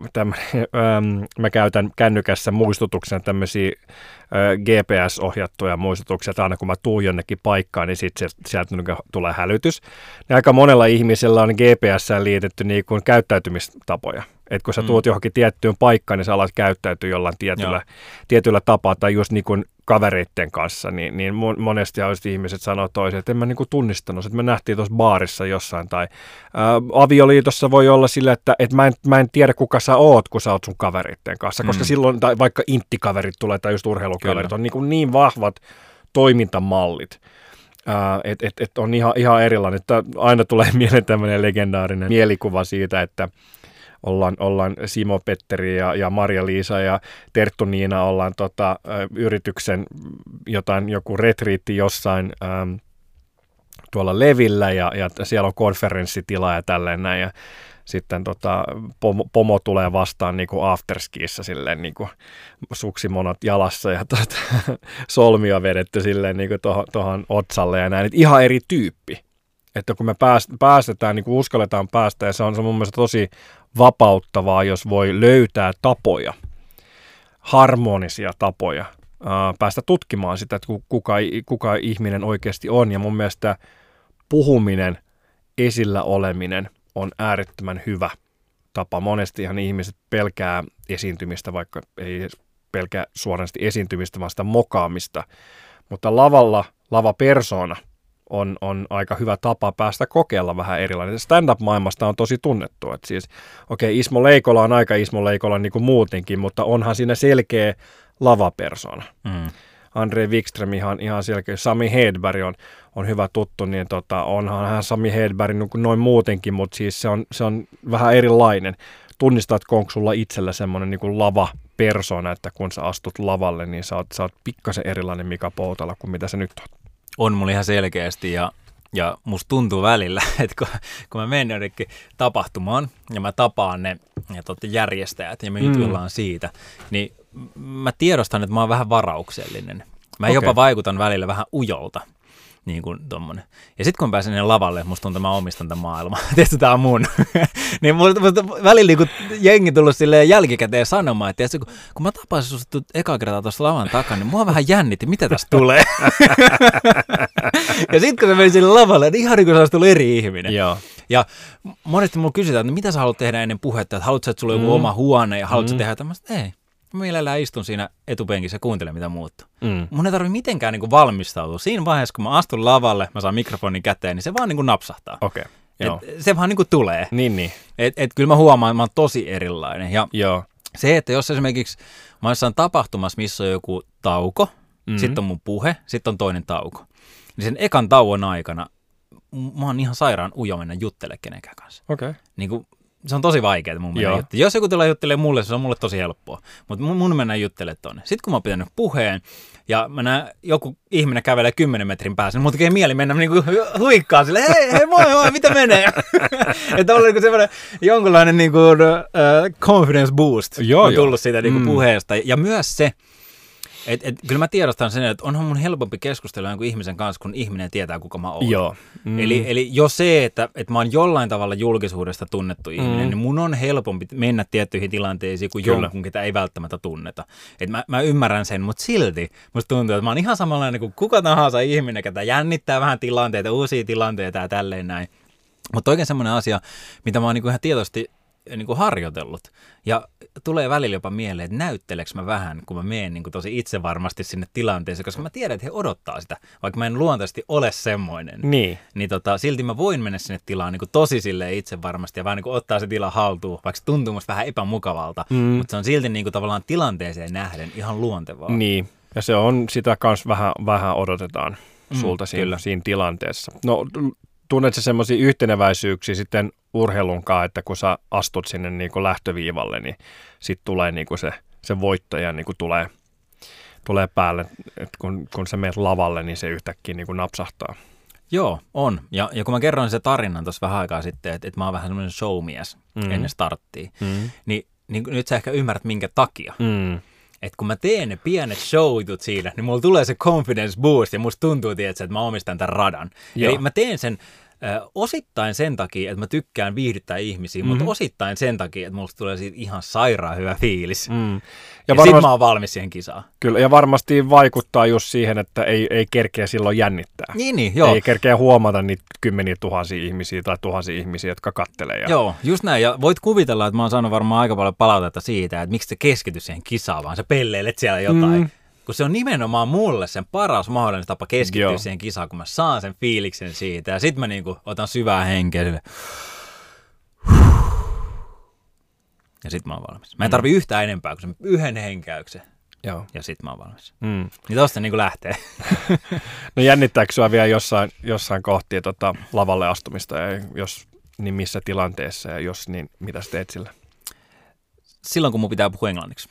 mä käytän kännykässä muistutuksena tämmöisiä GPS-ohjattuja muistutuksia, että aina kun mä tuun jonnekin paikkaan, niin sitten sieltä tulee hälytys. Ja aika monella ihmisellä on GPS:ään liitetty niin kuin käyttäytymistapoja. Että kun sä tuut johonkin tiettyyn paikkaan, niin sä alat käyttäytyä jollain tietyllä tapaa tai just niin kuin kavereiden kanssa, niin monesti ihmiset sanoo toiseen, että en mä niin kuin tunnistanut, että me nähtiin tuossa baarissa jossain tai avioliitossa voi olla sillä, että mä en tiedä kuka sä oot, kun sä oot sun kavereiden kanssa, koska silloin tai vaikka inttikaverit tulee tai just urheilukaverit on niin vahvat toimintamallit. Että on ihan erilainen. Että aina tulee mieleen tämmöinen legendaarinen mielikuva siitä, että ollaan Simo Petteri ja Marja-Liisa ja Terttu Niina ollaan yrityksen joku retriitti jossain tuolla Levillä ja siellä on konferenssitila ja tälleen näin ja sitten pomo tulee vastaan niin kuin afterskiissa silleen niin kuin suksimonot jalassa ja solmia vedetty silleen niin kuin tuohon otsalle ja näin. Et ihan eri tyyppi. Että kun me päästetään, niin kuin uskalletaan päästä ja se on mun mielestä tosi vapauttavaa, jos voi löytää tapoja, harmonisia tapoja, päästä tutkimaan sitä, että kuka ihminen oikeasti on. Ja mun mielestä puhuminen, esillä oleminen on äärettömän hyvä tapa. Monestihan ihmiset pelkää esiintymistä, vaikka ei pelkää suorasti esiintymistä, vaan sitä mokaamista. Mutta lavapersona on aika hyvä tapa päästä kokeilla vähän erilainen. Stand-up-maailmasta on tosi tunnettu. Että siis, Ismo Leikola on aika Ismo Leikola niin kuin muutenkin, mutta onhan siinä selkeä lavapersona. Andre Wikström ihan selkeä. Sami Hedberg on hyvä tuttu, niin onhan hän Sami Hedberg noin muutenkin, mutta siis se on vähän erilainen. Tunnistatko, onko sulla itsellä semmoinen niin kuin lava-persona, että kun sä astut lavalle, niin sä oot pikkasen erilainen Mika Poutala kuin mitä sä nyt oot? On mulla ihan selkeästi ja musta tuntuu välillä, että kun mä menen jonnekin tapahtumaan ja mä tapaan ne järjestäjät ja me jutellaan siitä, niin mä tiedostan, että mä oon vähän varauksellinen. Mä jopa vaikutan välillä vähän ujolta. Niin kuin tommonen. Ja sitten kun mä pääsen lavalle, musta tuntuu, että mä omistan tämän maailman. Tietysti tää on mun. Niin musta välillä niin jengi tullut silleen jälkikäteen sanomaan, että tietysti, kun mä tapasin susta eka kertaa tuossa lavan takana, niin mua vähän jännitti, mitä tästä tulee. Ja sitten kun mä menin sille lavalle, niin ihan niin kuin se olisi tullut eri ihminen. Joo. Ja monesti mulla kysytään, että mitä sä haluat tehdä ennen puhetta, että haluatko, että sulla on joku oma huone ja haluatko tehdä tämmöistä? Ei. Mä mielellään istun siinä etupenkissä ja kuuntelen, mitä muuttuu. Mun ei tarvitse mitenkään niin kuin valmistautua. Siinä vaiheessa, kun mä astun lavalle, mä saan mikrofonin käteen, niin se vaan niin kuin napsahtaa. Okei. Joo. Se vaan niin kuin tulee. Niin. Et kyllä mä huomaan, että mä oon tosi erilainen. Ja joo. Se, että jos esimerkiksi mä jossain tapahtumassa, missä on joku tauko, sitten on mun puhe, sitten on toinen tauko, niin sen ekan tauon aikana mä oon ihan sairaan ujo mennä juttelemaan kenenkään kanssa. Okei. Niin kuin, se on tosi vaikeaa mun mennä juttelemaan. Jos joku tulee juttelemaan mulle, se on mulle tosi helppoa. Mutta mun mennä juttelemaan tonne. Sitten kun mä oon pitänyt puheen ja mä näen joku ihminen kävelee 10 metrin päässä, niin mun tekee mieli mennä niinku huikkaa sille, hei moi, mitä menee? Että on niinku semmoinen jonkunlainen niinku, confidence boost on tullut siitä niinku puheesta. Ja myös se, kyllä mä tiedostan sen, että onhan mun helpompi keskustella jonkun ihmisen kanssa, kun ihminen tietää, kuka mä oon. Joo. Eli jo se, että mä oon jollain tavalla julkisuudesta tunnettu ihminen, niin mun on helpompi mennä tiettyihin tilanteisiin kuin jonkun, ketä ei välttämättä tunneta. Et mä ymmärrän sen, mutta silti musta tuntuu, että mä oon ihan samanlainen kuin kuka tahansa ihminen, ketä jännittää vähän tilanteita, uusia tilanteita ja tälleen näin. Mutta oikein semmoinen asia, mitä mä oon niinku ihan tietoisesti niinku harjoitellut. Ja tulee välillä jopa mieleen, että näytteleks mä vähän, kun mä menen niinku tosi itsevarmasti sinne tilanteeseen, koska mä tiedän, että he odottaa sitä, vaikka mä en luontaisesti ole semmoinen. Niin silti mä voin mennä sinne tilaan niinku tosi silleen itsevarmasti ja vähän niinku ottaa se tila haltuun, vaikka se tuntuu musta vähän epämukavalta, mutta se on silti niinku tavallaan tilanteeseen nähden ihan luontevaa. Niin, ja se on sitä kanssa vähän odotetaan sulta siinä tilanteessa. No, tunnetko semmoisia yhteneväisyyksiä sitten urheilunkaan, että kun sä astut sinne niin kuin lähtöviivalle, niin sitten tulee niin kuin se voittaja niin kuin tulee päälle, että kun sä menet lavalle, niin se yhtäkkiä niin kuin napsahtaa. Joo, on. Ja kun mä kerroin sen tarinan tuossa vähän aikaa sitten, että mä oon vähän semmoinen showmies ennen starttia, niin nyt sä ehkä ymmärrät minkä takia. Että kun mä teen ne pienet showitut siinä, niin mulla tulee se confidence boost ja musta tuntuu, että mä omistan tämän radan. Joo. Eli mä teen sen osittain sen takia, että mä tykkään viihdyttää ihmisiä, mutta osittain sen takia, että musta tulee siitä ihan sairaan hyvä fiilis. Ja sit mä oon valmis siihen kisaan. Kyllä, ja varmasti vaikuttaa just siihen, että ei kerkeä silloin jännittää. Niin, joo. Ei kerkeä huomata niitä 10,000 ihmisiä tai 1000 ihmisiä, jotka kattelee. Joo, just näin. Ja voit kuvitella, että mä oon saanut varmaan aika paljon palautetta siitä, että miksi sä keskity siihen kisaan, vaan sä pelleilet siellä jotain. Kun se on nimenomaan mulle sen paras mahdollinen tapa keskittyä siihen kisaan, kun mä saan sen fiiliksen siitä. Ja sit mä niinku otan syvää henkeä sille. Ja sit mä oon valmis. Mä en tarvi yhtään enempää kuin sen yhden henkäyksen. Joo. Ja sit mä oon valmis. Niin tosta niinku lähtee. No jännittääkö sua vielä jossain kohti lavalle astumista? Ja niin missä tilanteessa ja jos, niin mitä sä teet sillä? Silloin kun mun pitää puhua englanniksi.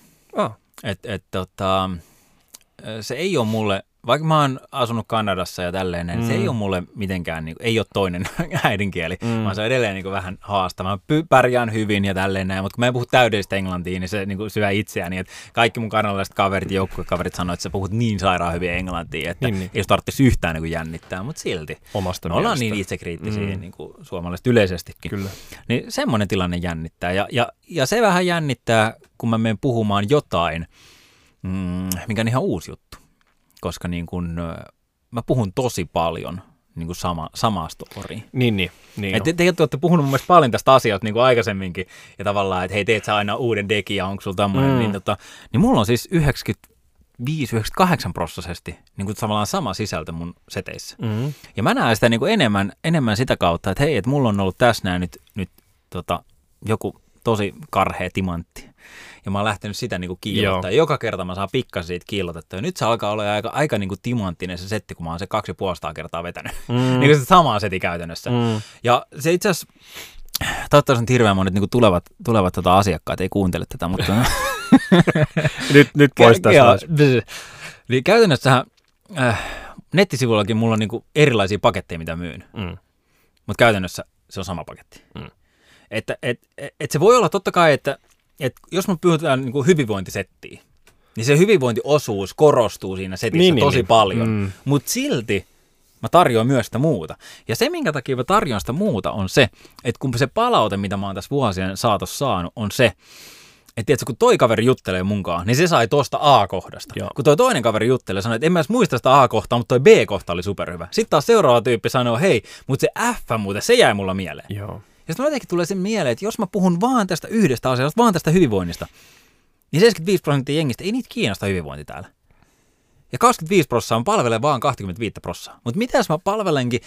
Se ei ole mulle, vaikka mä oon asunut Kanadassa ja tälleen, niin se ei ole mulle mitenkään, niin ei ole toinen äidinkieli, vaan se on edelleen niin vähän haastava. Mä pärjään hyvin ja tälleen näin, mutta kun mä en puhu täydellistä englantia, niin se niin syö itseäni. Että kaikki mun kanadalaiset kaverit ja joukkuekaverit sanoo, että sä puhut niin sairaan hyvin englantia, että ei jos tarvitsisi yhtään niin jännittää, mutta silti. Omasta me ollaan niin itsekriittisiä niin kuin suomalaiset yleisestikin. Kyllä. Niin semmoinen tilanne jännittää. Ja se vähän jännittää, kun mä menen puhumaan jotain, mikä on ihan uusi juttu, koska niin kun, mä puhun tosi paljon niin kuin samaa storya. Niin te olette puhunut mun mielestä paljon tästä asiasta niin kuin aikaisemminkin, ja tavallaan, että hei, teet sä aina uuden dekin, ja onko sulla tämmöinen, niin mulla on siis 95-98% niin kuin tavallaan sama sisältö mun seteissä. Mm-hmm. Ja mä näen sitä niin kuin enemmän sitä kautta, että hei, että mulla on ollut tässä näin nyt joku tosi karhea timantti. Ja mä oon lähtenyt sitä niin kuin kiillottaa. Ja joka kerta mä saan pikkasen siitä kiillotettua. Ja nyt se alkaa olla aika niin kuin timanttinen se setti, kun mä oon se 2,5 kertaa vetänyt. Niin kuin se sama seti käytännössä. Ja se itse asiassa, toivottavasti on hirveän monet niin kuin tulevat asiakkaat ei kuuntele tätä, mutta nyt poistaa niin käytännössähän nettisivuillakin mulla on niin kuin erilaisia paketteja, mitä myyn. Mutta käytännössä se on sama paketti. Että se voi olla totta kai, että jos me puhutaan niin kuin hyvinvointisettiä, niin se hyvinvointiosuus korostuu siinä setissä tosi paljon. Mutta silti mä tarjoan myös sitä muuta. Ja se, minkä takia mä tarjoan sitä muuta, on se, että kun se palaute, mitä mä oon tässä vuosien saatossa saanut, on se, että tiedätkö, kun toi kaveri juttelee munkaan, niin se sai tuosta A-kohdasta. Joo. Kun toi toinen kaveri juttelee, sanoi, että en mä edes muista sitä A-kohtaa, mutta toi B-kohta oli superhyvä. Sitten taas seuraava tyyppi sanoo, hei, mutta se F muuten, se jäi mulla mieleen. Joo. Ja sitten jotenkin tulee sen mieleen, että jos mä puhun vaan tästä yhdestä asiasta, vaan tästä hyvinvoinnista, niin 75% jengistä ei niitä kiinnosta hyvinvointi täällä. Ja 25% on palvelee vaan 25%. Mutta mitä jos mä palvelenkin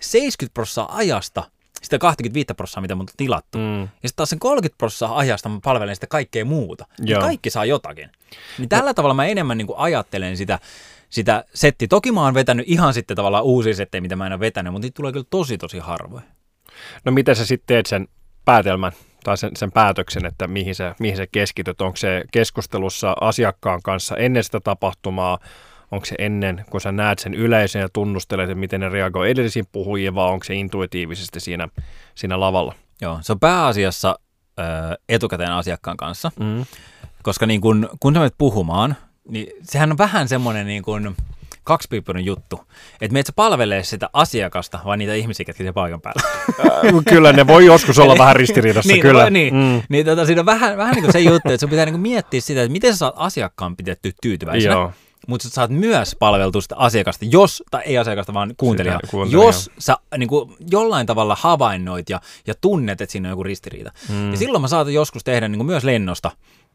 70% ajasta sitä 25%, mitä mun on tilattu. Ja sitten taas sen 30% ajasta mä palvelen sitä kaikkea muuta. Niin kaikki saa jotakin. Niin tällä tavalla mä enemmän niin kuin ajattelen sitä settiä. Toki mä oon vetänyt ihan sitten tavallaan uusia settejä, mitä mä en ole vetänyt, mutta niitä tulee kyllä tosi harvoin. No miten sä sitten teet sen päätelmän tai sen päätöksen, että mihin sä keskityt? Onko se keskustelussa asiakkaan kanssa ennen sitä tapahtumaa? Onko se ennen, kun sä näet sen yleisön ja tunnustelet, että miten ne reagoi edellisiin puhujiin, vai onko se intuitiivisesti siinä lavalla? Joo, se on pääasiassa etukäteen asiakkaan kanssa, koska niin kun sä menet puhumaan, niin sehän on vähän semmoinen niin kuin kaksipiippunen juttu, että meitä palvelee sitä asiakasta, vai niitä ihmisiä, ketkä siellä paikan päällä. Kyllä, ne voi joskus olla vähän ristiriidassa, niin, kyllä. Niin siinä on vähän niin kuin se juttu, että sun pitää niin kuin miettiä sitä, että miten sä saat asiakkaan pidettyä tyytyväisenä. Joo. Mutta sä saat myös palveltua sitä asiakasta, tai ei asiakasta, vaan kuuntelijaa, jos sä niin kuin jollain tavalla havainnoit ja tunnet, että siinä on joku ristiriita. Ja silloin mä saatan joskus tehdä niin kuin myös lennosta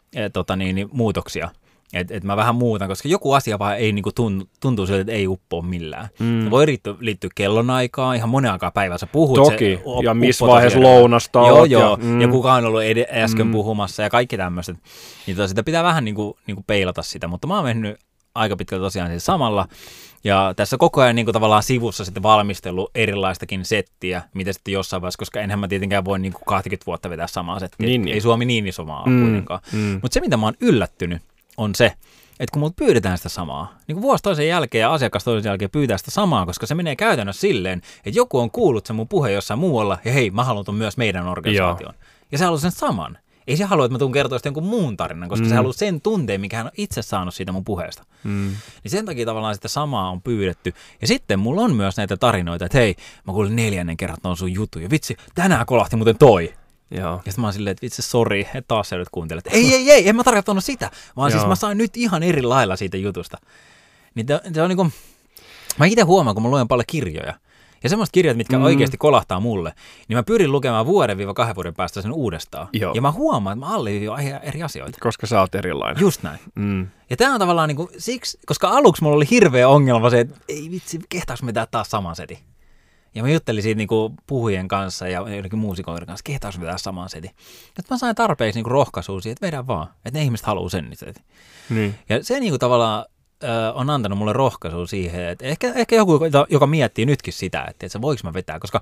muutoksia. Että mä vähän muutan, koska joku asia vaan ei niinku tuntuu siltä, että ei uppoa millään. Se voi liittyä kellonaikaan, ihan monen aikaa päivässä puhut. Toki, ja missä vaiheessa lounasta oot. Joo, ja kuka on ollut äsken puhumassa ja kaikki tämmöiset. Niin sitä pitää vähän niinku peilata sitä, mutta mä oon mennyt aika pitkälle tosiaan siis samalla. Ja tässä koko ajan niinku tavallaan sivussa sitten valmistellut erilaistakin settiä, mitä sitten jossain vaiheessa, koska enhän mä tietenkään voi niinku 20 vuotta vetää samaa settiä. Niin. Ei Suomi niin iso maa kuitenkaan. Mutta se, mitä mä oon yllättynyt, on se, että kun multa pyydetään sitä samaa, niin kuin vuosi toisen jälkeen ja asiakas toisen jälkeen pyytää sitä samaa, koska se menee käytännössä silleen, että joku on kuullut sen mun puheen jossain muualla, ja hei, mä haluan ton myös meidän organisaation. Ja se haluaa sen saman. Ei se halua, että mä tuun kertoa sitten jonkun muun tarinan, koska se haluaa sen tunteen, mikä hän on itse saanut siitä mun puheesta. Niin sen takia tavallaan sitä samaa on pyydetty. Ja sitten mulla on myös näitä tarinoita, että hei, mä kuulin 4. kerran ton sun jutun, ja vitsi, tänään kolahti muuten toi. Joo. Ja sitten mä oon silleen, että vitsi, sori, että taas sä nyt kuuntelet. Ei, en mä tarkoittanut sitä, vaan siis mä sain nyt ihan eri lailla siitä jutusta. Niin se on niinku, mä itse huomaan, kun mä luen paljon kirjoja, ja semmoiset kirjat, mitkä oikeasti kolahtaa mulle, niin mä pyrin lukemaan 1-2 vuoden päästä sen uudestaan. Joo. Ja mä huomaan, että mä alleviivaan eri asioita. Koska sä oot erilainen. Just näin. Ja tää on tavallaan niinku siksi, koska aluksi mulla oli hirveä ongelma se, että ei vitsi, kehtaaks me tää taas saman setin. Ja mä juttelin siitä niinku puhujien kanssa ja joidenkin muusikoiden kanssa, kehtaus vetää saman setin. Että mä sain tarpeeksi niinku rohkaisua siihen, että vedän vaan, että ne ihmiset haluaa sen setin. Niin. Ja se niinku tavallaan on antanut mulle rohkaisua siihen, että ehkä joku, joka miettii nytkin sitä, että voiko mä vetää, koska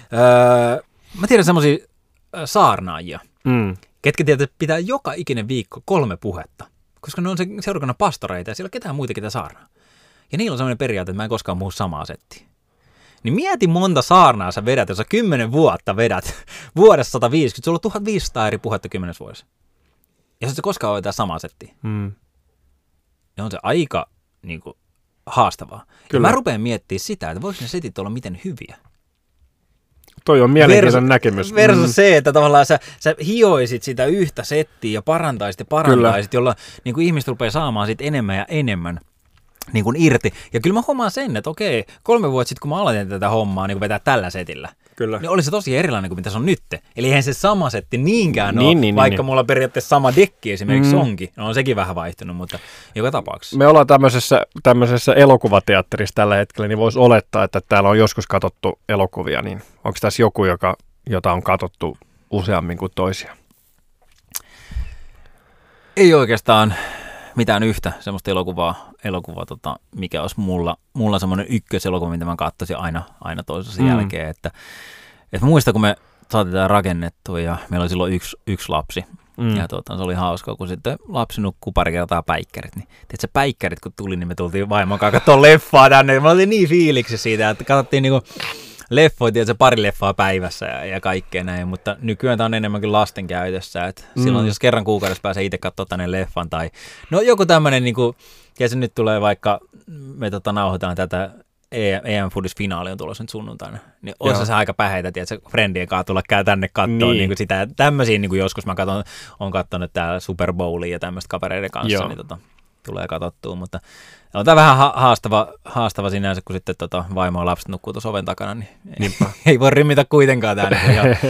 mä tiedän semmosia saarnaajia, ketkä tietää, että pitää joka ikinen viikko 3 puhetta, koska ne on se seurakunnan pastoreita ja siellä on ketään muita, ketä saarnaa. Ja niillä on semmoinen periaate, että mä en koskaan puhu samaa settiä. Niin mieti monta saarnaa sä vedät, jos sä 10 vuotta vedät, vuodessa 150, sulla on 1500 eri puhetta 10 vuodessa. Ja jos sä koskaan vetää samaa settiä, niin on se aika niin kuin, haastavaa. Ja mä rupean miettimään sitä, että voiko ne setit olla miten hyviä. Toi on mielenkiintoinen näkemys. Versus se, että tavallaan sä hioisit sitä yhtä settiä ja parantaisit, jolla niin kuin ihmiset rupeaa saamaan siitä enemmän ja enemmän niin kuin irti. Ja kyllä mä huomaan sen, että okei, 3 vuotta sitten kun mä aloitin tätä hommaa niin vetää tällä setillä, Kyllä. Niin oli se tosi erilainen kuin mitä se on nyt. Eli eihän se sama setti niinkään ole, vaikka mulla periaatteessa sama dekki esimerkiksi onkin. No on sekin vähän vaihtunut, mutta joka tapauksessa. Me ollaan tämmöisessä elokuvateatterissa tällä hetkellä, niin voisi olettaa, että täällä on joskus katsottu elokuvia, niin onko tässä joku, jota on katsottu useammin kuin toisia? Ei oikeastaan mitään yhtä semmoista elokuvaa mikä olisi mulla semmoinen ykköselokuva, mitä mä katsoisin aina toisensa jälkeen. Että mä muistan, kun me saatiin tämä rakennettua ja meillä oli silloin yksi lapsi. Ja se oli hauskaa, kun sitten lapsi nukkuu pari kertaa päikkärit. Niin, tiedätkö, päikkärit kun tuli, niin me tultiin vaimon kanssa katsomaan leffaa tänne. Me oltiin niin fiiliksi siitä, että katsottiin niinku leffoja, tiedätkö, pari leffaa päivässä ja kaikkea näin, mutta nykyään tämä on enemmänkin lasten käytössä. Että silloin, jos kerran kuukaudessa pääsee itse katsomaan tänne leffan tai no joku tämmöinen, niinku, ja se nyt tulee vaikka, me nauhoitetaan tätä EM-fudis-finaali on tulossa nyt sunnuntaina, niin olisi se aika päheitä, tiedätkö, friendien kanssa tulla tännne katsoa niin kuin sitä. Tämmöisiä niin kuin joskus mä olen katsonut täällä Super Bowlia ja tämmöistä kavereiden kanssa, niin tulee katsottua, mutta on tämä vähän haastava sinänsä, kun sitten vaimo ja lapset nukkuu tuossa oven takana, niin ei voi rimmitä kuitenkaan tänne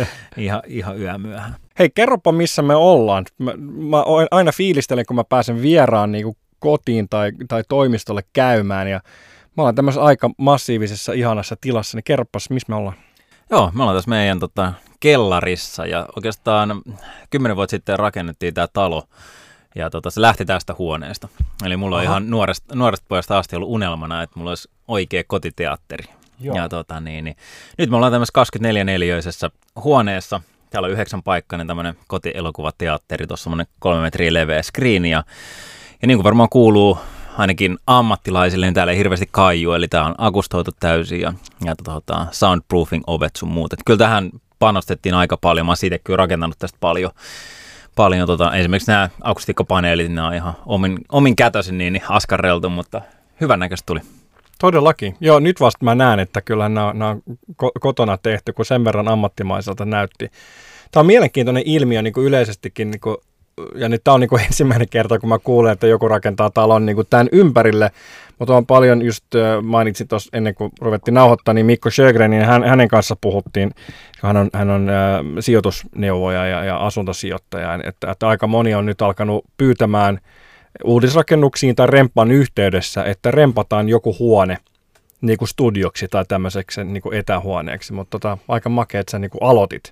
ihan yömyöhään. Hei, kerropa missä me ollaan. Mä aina fiilistelen, kun mä pääsen vieraan niin kuin kotiin tai toimistolle käymään ja mä ollaan tämmöisessä aika massiivisessa, ihanassa tilassa, niin kerropas, missä me ollaan? Joo, me ollaan tässä meidän kellarissa ja oikeastaan 10 vuotta sitten rakennettiin tämä talo ja se lähti tästä huoneesta. Eli mulla on ihan nuoresta pojasta asti ollut unelmana, että mulla olisi oikea kotiteatteri. Joo. Ja nyt me ollaan tämmöisessä 24-neliöisessä huoneessa. Täällä on 9-paikkainen tämmöinen kotielokuvateatteri, tuossa semmoinen 3 metriä leveä screeni ja niin kuin varmaan kuuluu ainakin ammattilaisille, niin täällä ei hirveästi kaiju, eli tämä on akustoitu täysin ja soundproofing ovet sun muut. Et kyllä tähän panostettiin aika paljon, mä oon siitä kyllä rakentanut tästä paljon esimerkiksi nämä akustiikkapaneelit, nämä on ihan omin kätösin niin askarreltu, mutta hyvän näköistä tuli. Todellakin. Joo, nyt vasta mä näen, että kyllä nämä on kotona tehty, kun sen verran ammattimaiselta näytti. Tämä on mielenkiintoinen ilmiö niin kuin yleisestikin, niin kuin, ja nyt tämä on niin kuin ensimmäinen kerta, kun mä kuulen, että joku rakentaa talon niin kuin tämän ympärille, mutta on paljon, just mainitsin tuossa ennen kuin ruvettiin nauhoittaa, niin Mikko Sjögrenin, hänen kanssa puhuttiin, hän on sijoitusneuvoja ja asuntosijoittaja, että aika moni on nyt alkanut pyytämään uudisrakennuksiin tai remppan yhteydessä, että rempataan joku huone niin kuin studioksi tai tämmöiseksi niin kuin etähuoneeksi, mutta aika makea, että sä niin kuin aloitit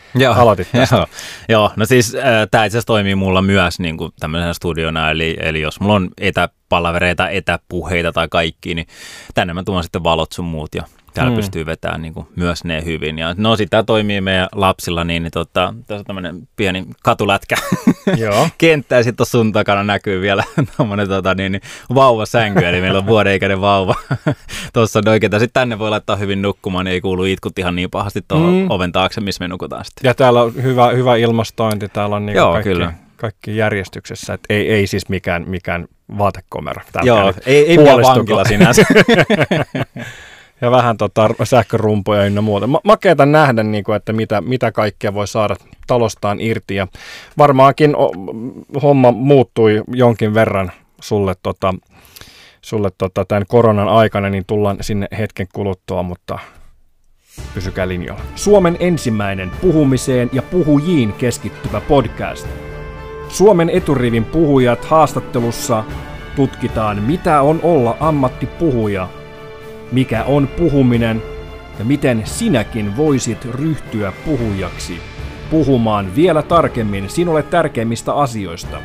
tästä. Joo, no siis tämä itse asiassa toimii mulla myös niin kuin tämmöisenä studiona, eli jos mulla on etäpalavereita, etäpuheita tai kaikki, niin tänne mä tuon sitten valot sun muut ja täällä pystyy vetämään niin kuin myös ne hyvin. Ja no sitä toimii meidän lapsilla, niin tässä on tämmöinen pieni katulätkä kenttä ja sitten tuossa sun takana näkyy vielä tommoinen vauvasänky, eli meillä on vuodeikäinen vauva tuossa oikein. Sitten tänne voi laittaa hyvin nukkumaan, niin ei kuulu itkut ihan niin pahasti tuohon oven taakse, missä me nukutaan sitten. Ja täällä on hyvä ilmastointi, täällä on niin kaikki järjestyksessä, että ei siis mikään vaatekomero. Joo, ei mikään vankila sinänsä. Ja vähän sähkörumpoja ynnä muuta. Makeeta nähdä, niin kuin, että mitä kaikkea voi saada talostaan irti. Ja varmaankin homma muuttui jonkin verran sulle tämän koronan aikana, niin tullaan sinne hetken kuluttua, mutta pysykää linjoilla. Suomen ensimmäinen puhumiseen ja puhujiin keskittyvä podcast. Suomen eturivin puhujat haastattelussa tutkitaan, mitä on olla ammattipuhuja, mikä on puhuminen ja miten sinäkin voisit ryhtyä puhujaksi, puhumaan vielä tarkemmin sinulle tärkeimmistä asioista.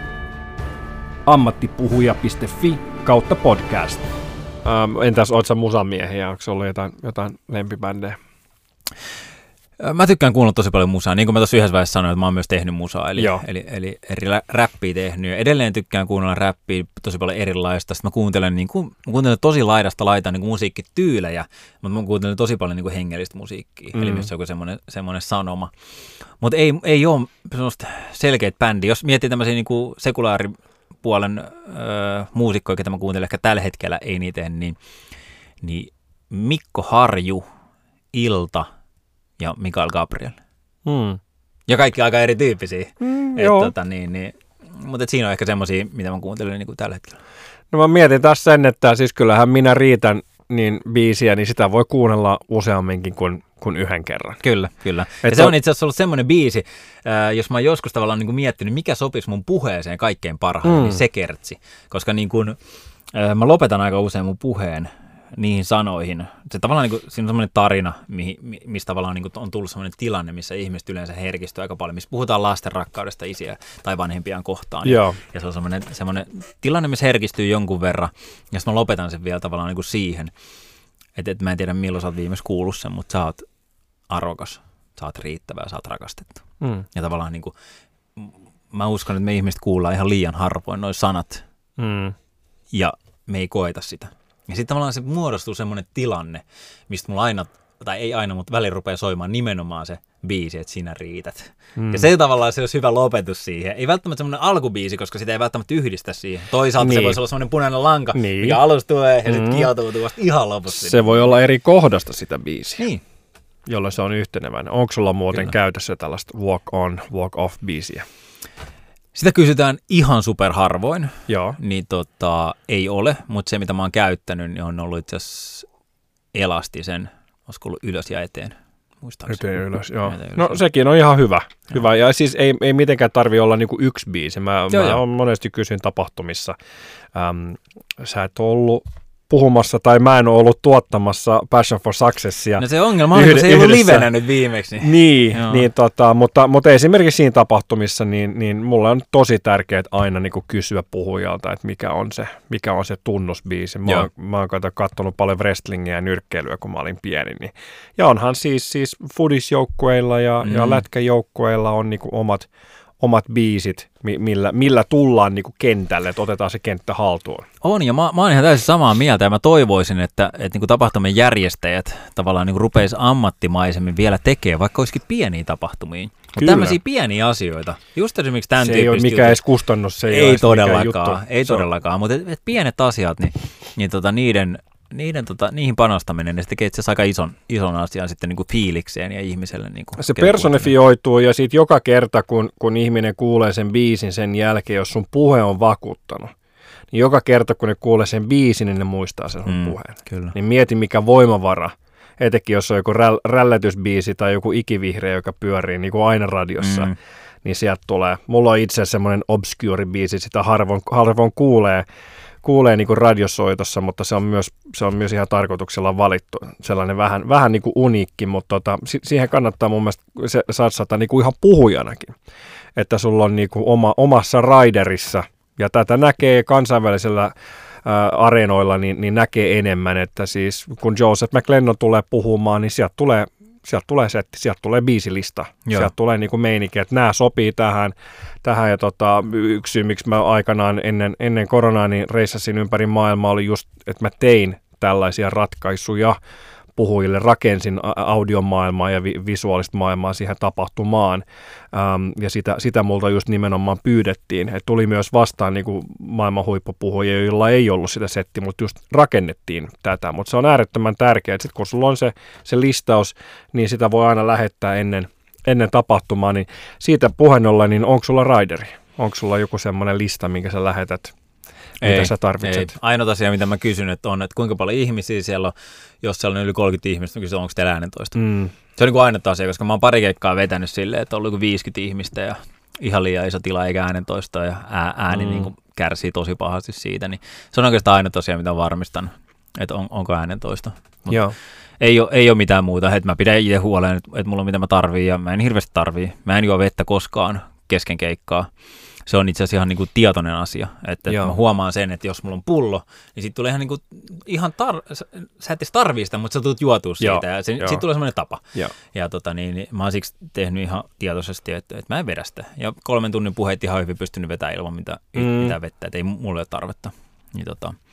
ammattipuhuja.fi/podcast. Entäs oot sä musamiehiä? Onko se ollut jotain lempibändejä? Mä tykkään kuunnella tosi paljon musaa, niin kuin mä tuossa yhdessä vaiheessa sanoin, että mä oon myös tehnyt musaa, eli räppiä tehnyt. Ja edelleen tykkään kuunnella räppiä tosi paljon erilaista. Sitten mä kuuntelen tosi laidasta laitaan niin musiikkityylejä, mutta mä kuuntelen tosi paljon niin kuin hengellistä musiikkia, eli myös joku semmoinen sanoma. Mutta ei ole semmoista selkeät bändiä. Jos miettii tämmöisiä niin kuin sekulaaripuolen muusikkoja, ketä mä kuuntelen ehkä tällä hetkellä, ei niitä niin Mikko Harju, Ilta ja Mikael Gabriel. Ja kaikki aika erityyppisiä. Mutta siinä on ehkä semmoisia, mitä mä kuuntelen niin kuin tällä hetkellä. No mä mietin taas sen, että siis kyllähän minä riitän niin biisiä, niin sitä voi kuunnella useamminkin kuin yhden kerran. Kyllä. Ja se on itse asiassa ollut semmoinen biisi, jos mä oon joskus tavallaan niin kuin miettinyt, mikä sopisi mun puheeseen kaikkein parhaiten, niin se kertsi. Koska niin kuin, mä lopetan aika usein mun puheen niihin sanoihin. Se tavallaan niin kuin, siinä on semmoinen tarina, missä tavallaan niin kuin on tullut semmoinen tilanne, missä ihmiset yleensä herkistyy aika paljon, missä puhutaan lasten rakkaudesta isiä tai vanhempiaan kohtaan. Ja se on semmoinen tilanne, missä herkistyy jonkun verran, ja sitten mä lopetan sen vielä tavallaan niin kuin siihen, että mä en tiedä milloin sä oot viimeksi kuullut sen, mutta sä oot arvokas, sä oot riittävä ja sä oot rakastettu. Ja tavallaan niin kuin, mä uskon, että me ihmiset kuullaan ihan liian harvoin noi sanat, ja me ei koeta sitä. Ja sitten tavallaan se muodostuu semmoinen tilanne, mistä mulla aina, tai ei aina, mutta välillä rupeaa soimaan nimenomaan se biisi, että sinä riität. Ja se tavallaan se olisi hyvä lopetus siihen. Ei välttämättä semmoinen alkubiisi, koska sitä ei välttämättä yhdistä siihen. Toisaalta se voisi olla semmoinen punainen lanka, mikä alussa tulee ja sitten kietoutuu vasta ihan lopussa. Se voi olla eri kohdasta sitä biisiä, niin, jolloin se on yhteneväinen. Onko sulla muuten käytössä tällaista walk on, walk off biisiä? Sitä kysytään ihan superharvoin, Joo. Niin ei ole, mutta se mitä mä oon käyttänyt, niin on ollut itse asiassa Elastisen, olisiko ollut ylös ja eteen, muistaakseni. Eteen ylös, joo. No sekin on ihan hyvä. Hyvä. Ja siis ei mitenkään tarvitse olla niinku yksi biisi. Mä oon monesti kysyn tapahtumissa. Sä et ollut puhumassa tai mä en ole ollut tuottamassa Passion for Successia. No se ongelma on, että se ei ollut livenä nyt viimeksi. Niin mutta esimerkiksi siinä tapahtumissa, niin mulle on tosi tärkeää aina niin kuin kysyä puhujalta, että mikä on se tunnusbiisi. Mä oon katsonut paljon wrestlingiä ja nyrkkeilyä, kun mä olin pieni. Niin. Ja onhan siis foodisjoukkueilla ja lätkäjoukkueilla on niin kuin omat biisit, millä tullaan niin kuin kentälle, että otetaan se kenttä haltuun. On, ja mä oon ihan täysin samaa mieltä, ja mä toivoisin, että niin kuin tapahtumien järjestäjät tavallaan niin kuin rupeisi ammattimaisemmin vielä tekemään, vaikka olisikin pieniä tapahtumia. Mutta tämmöisiä pieniä asioita, just esimerkiksi tämän se tyyppistä. Se ei ole mikään edes kustannus, se ei todellakaan, ei todellakaan, mutta et pienet asiat, niin niihin panostaminen, ne tekee itse asiassa aika ison asian sitten niin kuin fiilikseen ja ihmiselle. Niin kuin se personifioituu ja sitten joka kerta, kun ihminen kuulee sen biisin sen jälkeen, jos sun puhe on vakuuttanut, niin joka kerta, kun ne kuulee sen biisin, niin ne muistaa sen sun puheen. Kyllä. Niin mieti, mikä voimavara, etenkin jos on joku rällätysbiisi tai joku ikivihreä, joka pyörii niin kuin aina radiossa, niin sieltä tulee. Mulla on itse asiassa semmoinen obscure biisi, sitä harvoin kuulee niin kuin radiosoitossa, mutta se on myös ihan tarkoituksella valittu. Sellainen vähän niin kuin uniikki, mutta siihen kannattaa mun mielestä satsata niin kuin ihan puhujanakin. Että sulla on niin kuin omassa riderissa, ja tätä näkee kansainvälisellä areenoilla, niin näkee enemmän, että siis kun Joseph McLennan tulee puhumaan, niin sieltä tulee setti, sieltä tulee biisilista, sieltä tulee niinku meininki, että nämä sopii tähän ja yksi syy, miksi mä aikanaan ennen koronaa niin reissasin ympäri maailmaa, oli just, että mä tein tällaisia ratkaisuja puhujille, rakensin audiomaailmaa ja visuaalista maailmaa siihen tapahtumaan, ja sitä multa just nimenomaan pyydettiin, että tuli myös vastaan niin kuin maailman huippupuhujia, joilla ei ollut sitä settiä, mutta just rakennettiin tätä, mutta se on äärettömän tärkeää, että sit kun sulla on se listaus, niin sitä voi aina lähettää ennen tapahtumaa, niin siitä puheen ollen, niin onko sulla rideri? Onko sulla joku semmoinen lista, minkä sä lähetät? Mitä sä tarvitset? Ei. Ainoa asia, mitä mä kysyn, että kuinka paljon ihmisiä siellä on, jos siellä on yli 30 ihmistä, mä kysyn, onko teillä äänentoista. Se on niin kuin ainoa asia, koska mä oon pari keikkaa vetänyt silleen, että on ollut 50 ihmistä ja ihan liian iso tila eikä äänentoista ja ääni niin kuin kärsii tosi pahasti siitä. Niin se on oikeastaan ainoa asia, mitä varmistan, että onko äänentoista. Joo. Ei ole mitään muuta, että mä pidän itse huoleen, että mulla on mitä mä tarvii ja mä en hirveästi tarvii. Mä en juo vettä koskaan kesken keikkaa. Se on itse asiassa ihan niin kuin tietoinen asia, että mä huomaan sen, että jos mulla on pullo, niin siitä tulee ihan niin kuin, sä et edes tarvii sitä, mutta sä tulet juotua siitä ja siitä tulee semmoinen tapa. Ja niin, mä oon siksi tehnyt ihan tietoisesti, että mä en vedä sitä. Ja 3 tunnin puheet ihan hyvin pystynyt vetämään ilman mitään vettä, että ei mulle ole tarvetta. Niin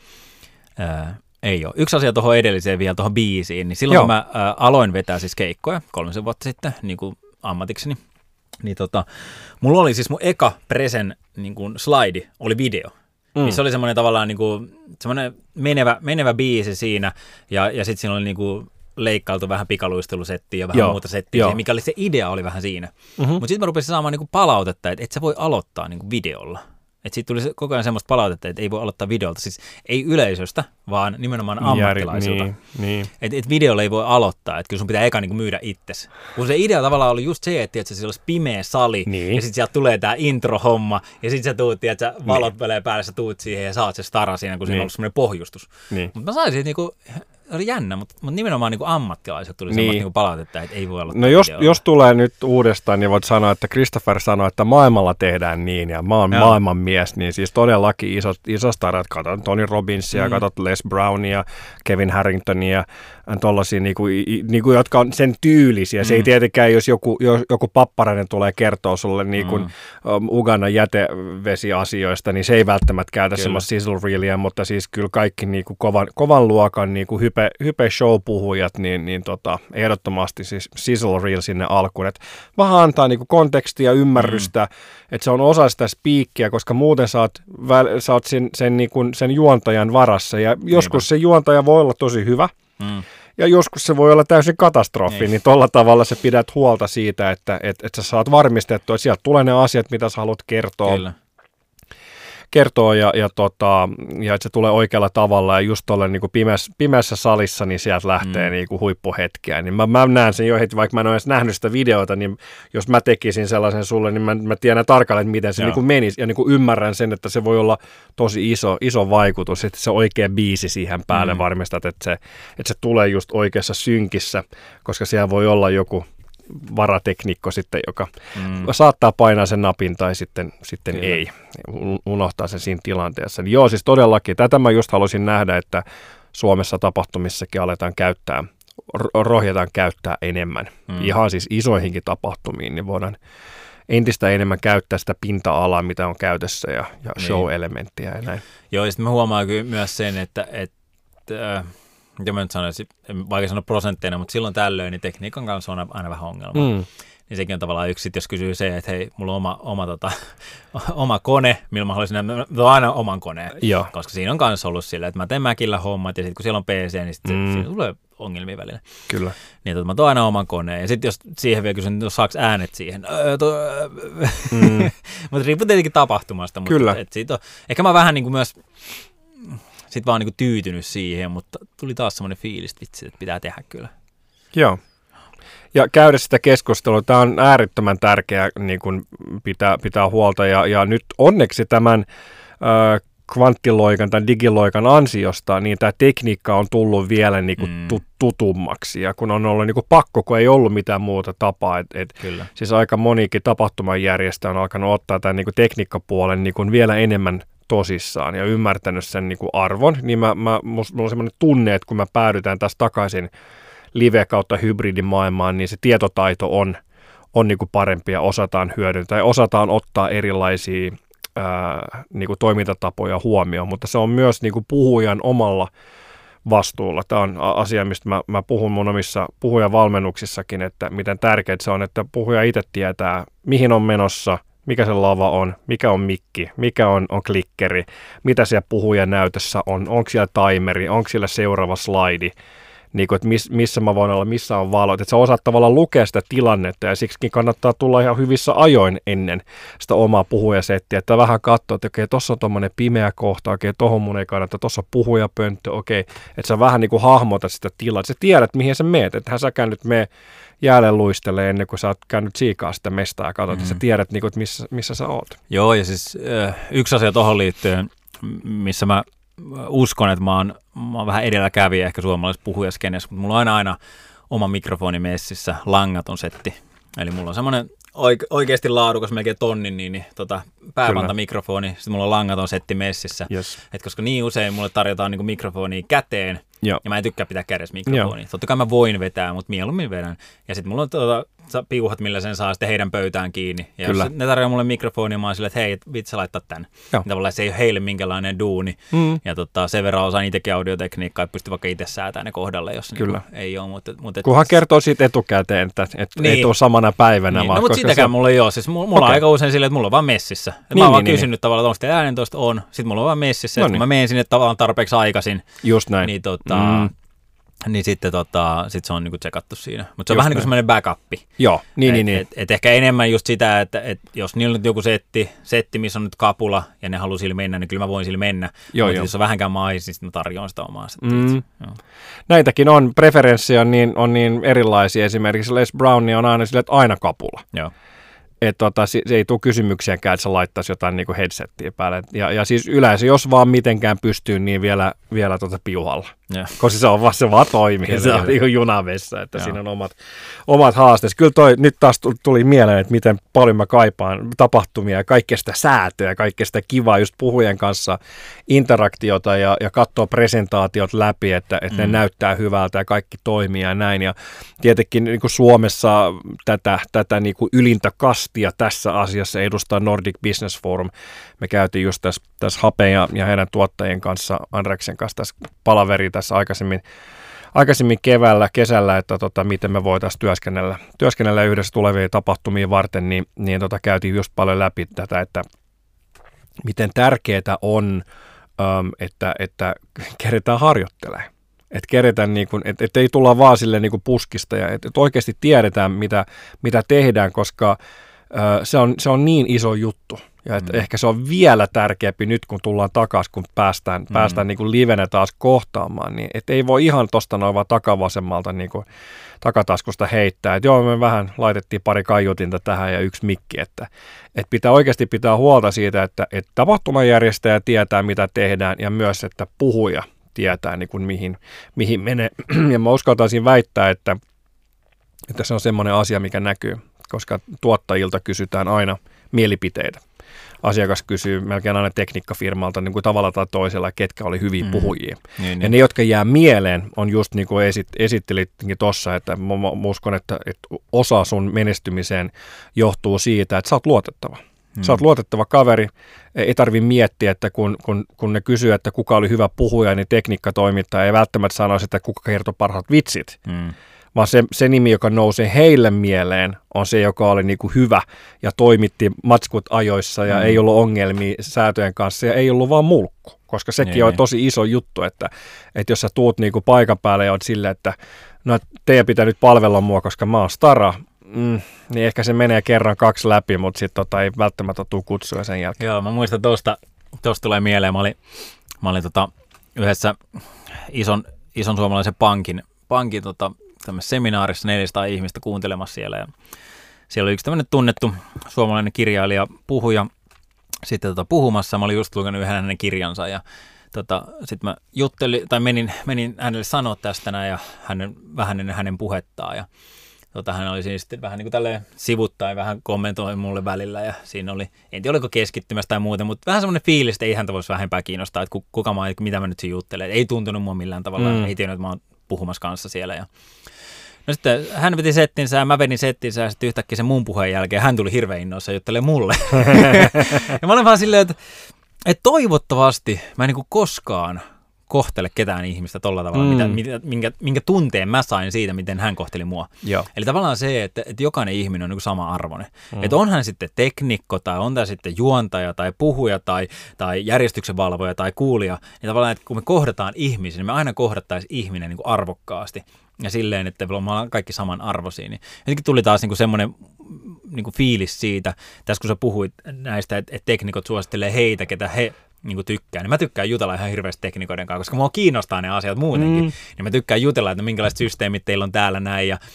ei ole. Yksi asia tuohon edelliseen vielä, tuohon biisiin, niin silloin kun mä aloin vetää siis keikkoja 3 vuotta sitten niin kuin ammatikseni, niin mulla oli siis mun eka presen niin kuin slide, oli video. Niin se oli semmoinen tavallaan niin kuin, semmoinen menevä biisi siinä, ja sitten siinä oli niin kuin leikkailtu vähän pikaluistelusettiä ja vähän muuta settiä, mikä oli se idea oli vähän siinä. Mutta sitten mä rupesin saamaan niin kuin palautetta, että et sä voi aloittaa niin kuin videolla. Että siitä tuli koko ajan semmoista palautetta, että ei voi aloittaa videolta. Siis ei yleisöstä, vaan nimenomaan ammattilaisilta. Niin. Että videolla ei voi aloittaa, että kyllä sun pitää eka niinku myydä itsesi. Kun se idea tavallaan oli just se, että siellä olisi pimeä sali, ja sitten sieltä tulee tämä intro-homma, ja sitten sä tuut, että valot velee päälle, sä tuut siihen ja saat se stara siinä, kun siinä on ollut semmoinen pohjustus. Mutta mä saisin, että niinku, oli jännä, mutta nimenomaan niinku ammattilaiset tuli semmoista niinku palautetta, että ei voi aloittaa videolla. Jos tulee nyt uudestaan, niin voit sanoa, että Christopher sanoi, että maailmalla tehdään niin, ja mä oon maailman mies, niin siis todellakin isot starat, katsot Tony Robbinsia, katsot Les Brownia, Kevin Harringtonia, tollaisia, niinku, jotka on sen tyylisiä. Se ei tietenkään, jos joku papparainen tulee kertoa sulle niinku, Ugandan jätevesiasioista, niin se ei välttämättä käytä semmoista sizzle reelia, mutta siis kyllä kaikki niinku, kovan luokan niinku, hype show-puhujat, niin ehdottomasti siis sizzle reel sinne alkuun. Et vähän antaa niinku, kontekstia, ymmärrystä, että se on osa sitä spiikkiä, koska muuten sä oot sen juontajan varassa, ja joskus se juontaja voi olla tosi hyvä, ja joskus se voi olla täysin katastrofi, niin tolla tavalla sä pidät huolta siitä, että sä saat varmistettua, että sieltä tulee ne asiat, mitä sä haluat kertoo ja että se tulee oikealla tavalla, ja just tuolla niin pimeässä salissa, niin sieltä lähtee niin kuin huippuhetkiä. Niin mä näen sen jo heti, vaikka mä en ole edes nähnyt sitä videota, niin jos mä tekisin sellaisen sulle, niin mä tiedän tarkalleen, miten se niin kuin menisi, ja niin kuin ymmärrän sen, että se voi olla tosi iso vaikutus, että se oikea biisi siihen päälle varmistat, että se tulee just oikeassa synkissä, koska siellä voi olla joku varateknikko sitten, joka saattaa painaa sen napin tai sitten ei, unohtaa sen siinä tilanteessa. Niin joo, siis todellakin, tätä mä just halusin nähdä, että Suomessa tapahtumissakin aletaan rohjetaan käyttää enemmän. Ihan siis isoihinkin tapahtumiin, niin voidaan entistä enemmän käyttää sitä pinta-alaa, mitä on käytössä ja show-elementtiä ja näin. Joo, ja sitten mä huomaan kyllä myös sen, että mitä mä nyt sanoisin, vaikka sanoa prosentteina, mutta silloin tällöin niin tekniikan kanssa on aina vähän ongelma. Niin sekin on tavallaan yksi, jos kysyy se, että hei, mulla on oma kone, millä mä haluaisin nähdä aina oman koneen, koska siinä on kanssa ollut silleen, että mä teen Mäkillä hommat, ja sitten kun siellä on PC, niin sitten siinä tulee ongelmia välillä. Kyllä. Niin mä tuon aina oman koneen, ja sitten jos siihen vielä kysyn, jos saaks äänet siihen, mutta riippuu tietenkin tapahtumasta, mutta siitä on, ehkä mä vähän niin kuin myös sitten vaan niin kuin tyytynyt siihen, mutta tuli taas semmoinen fiilis, että pitää tehdä kyllä. Joo. Ja käydä sitä keskustelua, tämä on äärettömän tärkeää niin kuin pitää huolta, ja nyt onneksi tämän kvanttiloikan tai digiloikan ansiosta, niin tämä tekniikka on tullut vielä niin kuin tutummaksi, ja kun on ollut niin kuin pakko, kun ei ollut mitään muuta tapaa, siis aika monikin tapahtumanjärjestäjä on alkanut ottaa tämän niin kuin tekniikkapuolen niin kuin vielä enemmän tosissaan ja ymmärtänyt sen niin kuin arvon, niin mulla on semmoinen tunne, että kun mä päädytään tässä takaisin live kautta hybridimaailmaan, niin se tietotaito on niin kuin parempi ja osataan hyödyntää ja osataan ottaa erilaisia niin kuin toimintatapoja huomioon, mutta se on myös niin kuin puhujan omalla vastuulla. Tämä on asia, mistä mä puhun mun omissa puhujavalmennuksissakin, että miten tärkeää se on, että puhuja itse tietää, mihin on menossa, mikä se lava on, mikä on mikki, mikä on klikkeri, mitä siellä puhujan näytössä on, onko siellä timeri, onko siellä seuraava slaidi, niin kuin, että missä mä voin olla, missä on valot, että sä osaat tavallaan lukea sitä tilannetta, ja siksikin kannattaa tulla ihan hyvissä ajoin ennen sitä omaa puhujasettiä, että vähän katsoa, että okei, tossa on tommoinen pimeä kohta, okei, tohon mun ei kannata, tossa on puhujapönttö, okei, että sä vähän niin kuin hahmotat sitä tilaa, että sä tiedät, mihin sä meet, että säkään nyt mene jäälle luistelee ennen kuin sä oot käynyt siikaa sitä mestaa ja katsot, että sä tiedät, niin kuin, että missä sä oot. Joo, ja siis yksi asia tohon liittyen, missä mä uskon, että mä oon vähän edelläkävijä ehkä suomalaisessa puhujaskenessä, mutta mulla on aina oma mikrofoni messissä, langaton setti. Eli mulla on semmoinen oikeasti laadukas, melkein tonnin pääpantamikrofoni, sitten mulla on langaton setti messissä. Yes. Et koska niin usein mulle tarjotaan niinku mikrofonia käteen, ja mä en tykkää pitää kädessä mikrofonia. Totta kai mä voin vetää, mutta mieluummin vedän. Ja sitten mulla on piuhat, millä sen saa sitten heidän pöytään kiinni. Ja jos ne tarjoaa mulle mikrofonia, mä oon silleen, että hei, vitsi laittaa tän. Tavallaan se ei ole heille minkälainen duuni. Ja sen verran osaan itsekin audiotekniikkaa, että pystyy vaikka itse säätämään ne kohdalle, jos niin ei ole. Kunhan kertoo siitä etukäteen, että ei tule samana päivänä. Niin. No, mutta sitäkään mulla ei ole. Siis mulla on aika usein silleen, että mulla on vaan messissä. Mä oon vaan kysynyt tavallaan, että onko te äänentoista on. Sitten mulla on vaan messissä. Kun mä menen sinne tavallaan tarpeeksi aikaisin. Just näin. Niin niin sitten sit se on niinku tsekattu siinä. Mutta se on vähän niin kuin semmoinen backup. Joo, niin. Et ehkä enemmän just sitä, että jos niillä on nyt joku setti, missä on nyt kapula, ja ne haluaa sillä mennä, niin kyllä mä voin sillä mennä. Mutta jos on vähänkään mahdollisuus, niin sitten mä tarjoan sitä omaa settiä. Näitäkin on, preferenssejä on niin erilaisia. Esimerkiksi Les Browni on aina sille, että aina kapula. Joo. Että se ei tule kysymyksiäkään, että sä laittaisi jotain niin kuin headsettiä päälle. Ja siis yleensä, jos vaan mitenkään pystyy, niin vielä piuhalla. Koska se vaan toimii. Se on niin kuin junavessa, että siinä on omat haasteet. Kyllä nyt taas tuli mieleen, että miten paljon mä kaipaan tapahtumia ja kaikkea sitä säätöä ja kaikkea sitä kivaa just puhujen kanssa, interaktiota ja katsoa presentaatiot läpi, että ne näyttää hyvältä ja kaikki toimii ja näin. Ja tietenkin niin kuin Suomessa tätä niin kuin ylintä kastia tässä asiassa edustaa Nordic Business Forum. Me käytiin just tässä Hapen ja heidän tuottajien kanssa, Andreksen kanssa tässä palaveri tässä aikaisemmin kesällä, että miten me voitaisiin työskennellä yhdessä tulevia tapahtumia varten, niin käytiin just paljon läpi tätä, että miten tärkeää on, että keretään harjoittelemaan. Että keretään, että ei tulla vaan sille niin kuin puskista ja että oikeasti tiedetään, mitä tehdään, koska se on niin iso juttu. Ja ehkä se on vielä tärkeämpi nyt, kun tullaan takaisin, kun päästään niin kuin livenä taas kohtaamaan. Niin, et ei voi ihan tuosta noin vaan takavasemmalta niin kuin takataskusta heittää. Että joo, me vähän laitettiin pari kaiutinta tähän ja yksi mikki. Että oikeasti pitää huolta siitä, että tapahtumajärjestäjä tietää, mitä tehdään ja myös, että puhuja tietää, niin kuin mihin menee. Ja mä uskaltaisin väittää, että se on semmoinen asia, mikä näkyy, koska tuottajilta kysytään aina mielipiteitä. Asiakas kysyy melkein aina tekniikkafirmalta niin kuin tavalla tai toisella, ketkä oli hyviä puhujia. Niin. Ja ne, jotka jää mieleen, on just niin kuin esittelitkin tuossa, että mä uskon, että osa sun menestymiseen johtuu siitä, että sä oot luotettava. Sä oot luotettava kaveri, ei tarvitse miettiä, että kun ne kysyy, että kuka oli hyvä puhuja, niin tekniikkatoimittaja ei välttämättä sanoisi, että kuka kertoi parhaat vitsit. Vaan se nimi, joka nousee heille mieleen, on se, joka oli niin kuin hyvä ja toimitti matskut ajoissa ja ei ollut ongelmia säätöjen kanssa ja ei ollut vaan mulkku. Koska sekin on tosi iso juttu, että jos sä tuut niin kuin paikan päälle ja oot silleen, että no teidän pitää nyt palvella mua, koska mä oon stara, niin ehkä se menee kerran 2 läpi, mutta sitten ei välttämättä tule kutsua sen jälkeen. Joo, mä muistan tuosta tulee mieleen, mä olin yhdessä ison suomalaisen pankin tämmöisessä seminaarissa 400 ihmistä kuuntelemassa siellä, ja siellä oli yksi tämmöinen tunnettu suomalainen kirjailija, puhuja, sitten puhumassa, mä olin just lukenut yhden hänen kirjansa, ja sitten mä menin hänelle sanoa tästä näin, ja vähän ennen hänen puhettaan, ja hän oli siis sitten vähän niin kuin tälleen sivuttaen, vähän kommentoi mulle välillä, ja siinä oli, en tiedä oliko keskittymässä tai muuta, mutta vähän semmoinen fiilis, että ei häntä voisi vähempää kiinnostaa, että mitä mä nyt siinä juttelen, ei tuntunut mua millään tavalla, ei tiennyt, että mä oon puhumassa kanssa siellä, ja no sitten hän veti settinsä ja mä vedin settinsä ja sitten yhtäkkiä sen mun puheen jälkeen hän tuli hirveän innoissa ja juttelee mulle. Ja mä olen vaan silleen, että toivottavasti mä en niin kuin koskaan kohtele ketään ihmistä tolla tavalla, minkä tunteen mä sain siitä, miten hän kohteli mua. Joo. Eli tavallaan se, että jokainen ihminen on niin kuin sama arvoinen. Että onhan sitten teknikko tai on tämä sitten juontaja tai puhuja tai järjestyksenvalvoja tai kuulija, niin tavallaan, että kun me kohdataan ihmisiä, niin me aina kohdattaisiin ihminen niin kuin arvokkaasti. Ja silleen, että me ollaan kaikki samanarvoisia. Niin jotenkin tuli taas niinku semmoinen niinku fiilis siitä, tässä kun sä puhuit näistä, että teknikot suosittelee heitä, ketä he niinku tykkää. Niin mä tykkään jutella ihan hirveästi teknikoiden kanssa, koska mua kiinnostaa ne asiat muutenkin. Niin mä tykkään jutella, että minkälaiset systeemit teillä on täällä näin. Ja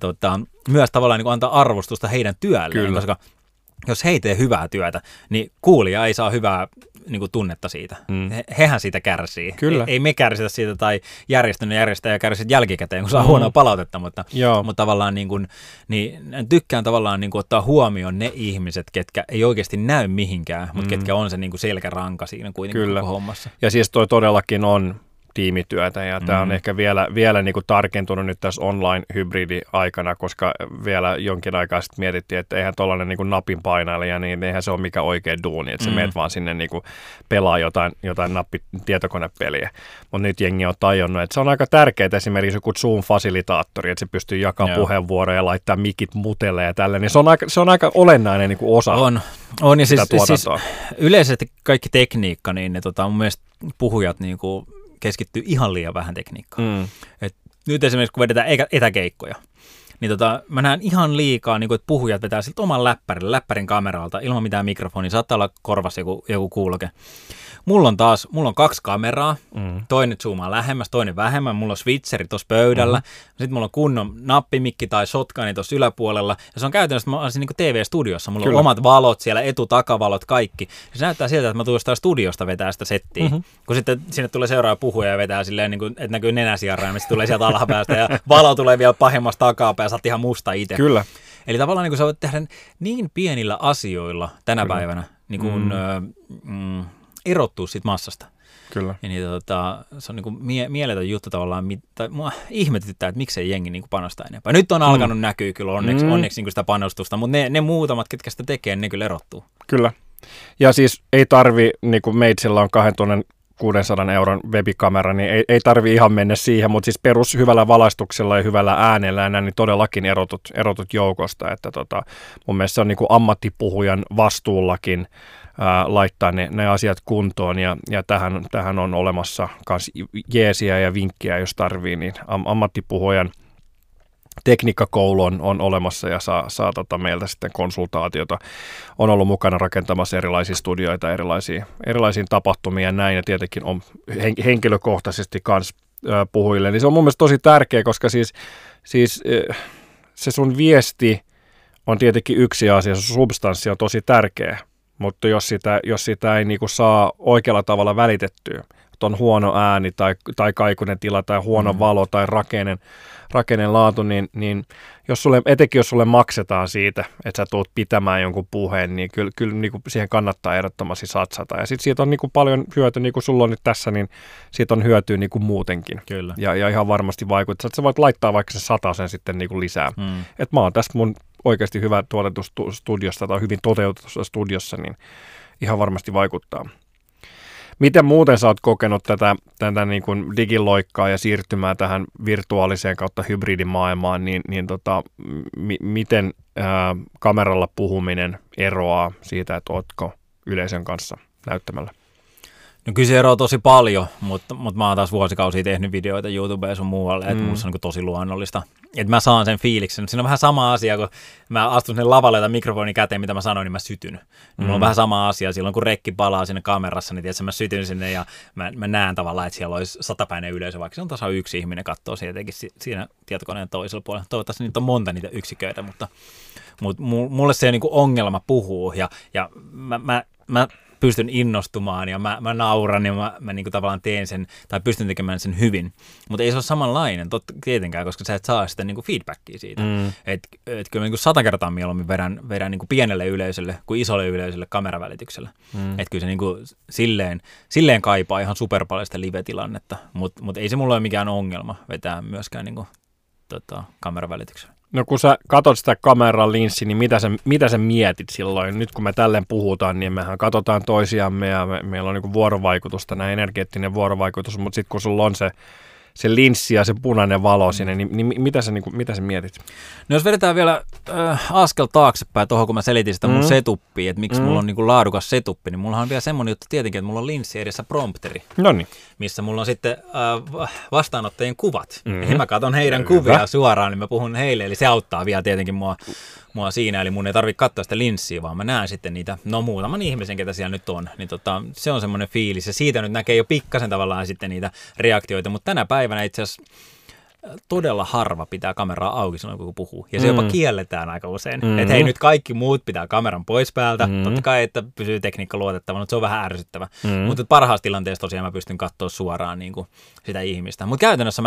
myös tavallaan niinku antaa arvostusta heidän työlleen, koska jos he ei tee hyvää työtä, niin kuulija ei saa hyvää niin kuin tunnetta siitä. Hehän siitä kärsii. Kyllä. Ei me kärsitä siitä tai järjestäjä kärsii jälkikäteen, kun saa huonoa palautetta, mutta tavallaan niin tykkään tavallaan niin kuin ottaa huomioon ne ihmiset, ketkä ei oikeasti näy mihinkään, mutta ketkä on se niin kuin selkäranka siinä kuitenkin koko hommassa. Ja siis toi todellakin on tiimityötä ja tämä on ehkä vielä niin kuin tarkentunut nyt tässä online-hybridi-aikana, koska vielä jonkin aikaa sitten mietittiin, että eihän tuollainen niin kuin napin painailija, niin eihän se ole mikä oikea duuni, että sä meet vaan sinne niin kuin pelaa jotain tietokonepeliä. Mutta nyt jengi on tajunnut, että se on aika tärkeää esimerkiksi joku Zoom-fasilitaattori, että se pystyy jakamaan puheenvuoroja ja laittaa mikit mutelle ja tällä, niin se on aika olennainen niin kuin osa on ja siis yleisesti kaikki tekniikka, niin ne mun mielestä puhujat niin kuin keskittyy ihan liian vähän tekniikkaan. nyt esimerkiksi kun vedetään etäkeikkoja, niin mä näen ihan liikaa, niin kuin, että puhujat vetää siltä oman läppärin kameralta ilman mitään mikrofonia. Saattaa olla korvassa joku kuuloke. Mulla on 2 kameraa, toinen zoomaa lähemmäs, toinen vähemmän, mulla on switcheri tuossa pöydällä, sitten mulla on kunnon nappimikki tai sotkani tuossa yläpuolella, ja se on käytännössä, mä olisin niin kuin TV-studiossa, mulla on omat valot siellä, takavavalot, kaikki. Ja se näyttää siltä, että mä tulen sitä studiosta vetää sitä settiä, kun sitten sinne tulee seuraava puhuja ja vetää silleen, niin kuin, että näkyy nenäsijarra, ja sitten tulee sieltä alhapäästä, ja valo tulee vielä pahemmasta takapää, ja sä oot ihan musta itse. Kyllä. Eli tavallaan niin kuin sä voit tehdä niin pienillä asioilla tänä päivänä, niin kuin, erottua siitä massasta. Kyllä. Ja niin, se on niin mieletön juttu tavallaan, mua ihmetyttää, että miksei jengi niin panostaa enempää. Nyt on alkanut näkyä kyllä onneksi niin sitä panostusta, mutta ne muutamat, ketkä sitä tekee, ne kyllä erottuu. Kyllä. Ja siis ei tarvi, niin kuin meitsillä on 2600 euron webikamera, niin ei tarvi ihan mennä siihen, mutta siis perus hyvällä valaistuksella ja hyvällä äänellä ja näin, niin todellakin erotut joukosta. Että mun mielestä se on niin kuin ammattipuhujan vastuullakin laittaa ne asiat kuntoon ja tähän on olemassa myös jeesiä ja vinkkiä, jos tarvii, niin ammattipuhujan tekniikkakoulu on olemassa ja saa meiltä sitten konsultaatiota. On ollut mukana rakentamassa erilaisia studioita, erilaisiin tapahtumia ja näin, ja tietenkin on henkilökohtaisesti myös puhujille. Niin se on mun mielestä tosi tärkeä, koska siis se sun viesti on tietenkin yksi asia, se substanssi on tosi tärkeä. Mutta jos sitä ei niinku saa oikealla tavalla välitettyä, että on huono ääni tai kaikunen tila tai huono valo tai rakenen laatu, niin etenkin jos sulle maksetaan siitä, että sä tulet pitämään jonkun puheen, niin kyllä niinku siihen kannattaa ehdottomasti satsata. Ja sitten siitä on niinku paljon hyötyä, niin kuin sulla on nyt tässä, niin siitä on hyötyä niinku muutenkin. Kyllä. Ja ihan varmasti vaikuttaa. Sä voit laittaa vaikka se 100 sitten niinku lisää. Että mä oon tässä mun oikeasti hyvä tuotetusta studiosta tai hyvin toteutetusta studiossa, niin ihan varmasti vaikuttaa. Miten muuten sä oot kokenut tätä niin kuin digiloikkaa ja siirtymää tähän virtuaaliseen kautta hybridimaailmaan, miten kameralla puhuminen eroaa siitä, että ootko yleisön kanssa näyttämällä? No kyllä se eroaa tosi paljon, mutta mä oon taas vuosikausia tehnyt videoita YouTubeen sun muualle, että musta on niin tosi luonnollista. Että mä saan sen fiiliksen. Siinä on vähän sama asia, kun mä astun sinne lavalle ja mikrofoni käteen, mitä mä sanoin, niin mä sytyn. Mulla on vähän sama asia silloin, kun rekki palaa sinne kamerassa, niin tiedätkö, mä sytyn sinne ja mä näen tavallaan, että siellä olisi 100-päinen yleisö, vaikka se on tasan yksi ihminen katsoo tietenkin siinä tietokoneen toisella puolella. Toivottavasti niitä on monta niitä yksiköitä, mutta mulle se on niin kuin ongelma puhuu ja mä pystyn innostumaan ja mä nauran ja mä niin kuin tavallaan teen sen tai pystyn tekemään sen hyvin. Mutta ei se ole samanlainen tietenkään, koska sä et saa sitä niin kuin feedbackia siitä. Et kyllä mä niin kuin 100 kertaa mieluummin vedän niin kuin pienelle yleisölle kuin isolle yleisölle kameravälityksellä. Että kyllä se niin kuin silleen kaipaa ihan superpaljoa sitä live-tilannetta, mutta ei se mulla ole mikään ongelma vetää myöskään niin kuin, kameravälityksellä. No kun sä katot sitä kameran linssiä, niin mitä sä mietit silloin? Nyt kun me tälleen puhutaan, niin mehän katsotaan toisiamme ja meillä on niin vuorovaikutusta, näin energeettinen vuorovaikutus, mutta sitten kun sulla on se linssi ja se punainen valo sinne, niin mitä sä mietit? No jos vedetään vielä askel taaksepäin tuohon, kun mä selitin sitä mun setupia, että miksi mulla on niin kuin laadukas setuppi, niin mulla on vielä semmoinen juttu tietenkin, että mulla on linssi edessä prompteri, missä mulla on sitten vastaanottajien kuvat. Ja mä katson heidän kuvia suoraan, niin mä puhun heille, eli se auttaa vielä tietenkin mua siinä, eli mun ei tarvitse katsoa sitä linssiä, vaan mä näen sitten niitä, muutaman ihmisen, ketä siellä nyt on, niin se on semmoinen fiilis, ja siitä nyt näkee jo pikkasen tavallaan sitten niitä reaktioita, mutta tänä päivänä itse asiassa todella harva pitää kameraa auki silloin, kun puhuu. Ja se jopa kielletään aika usein. Että hei, nyt kaikki muut pitää kameran pois päältä. Totta kai, että pysyy tekniikka luotettava, mutta se on vähän ärsyttävä. Mutta parhaassa tilanteessa tosiaan mä pystyn katsoa suoraan niin kuin sitä ihmistä. Mutta käytännössä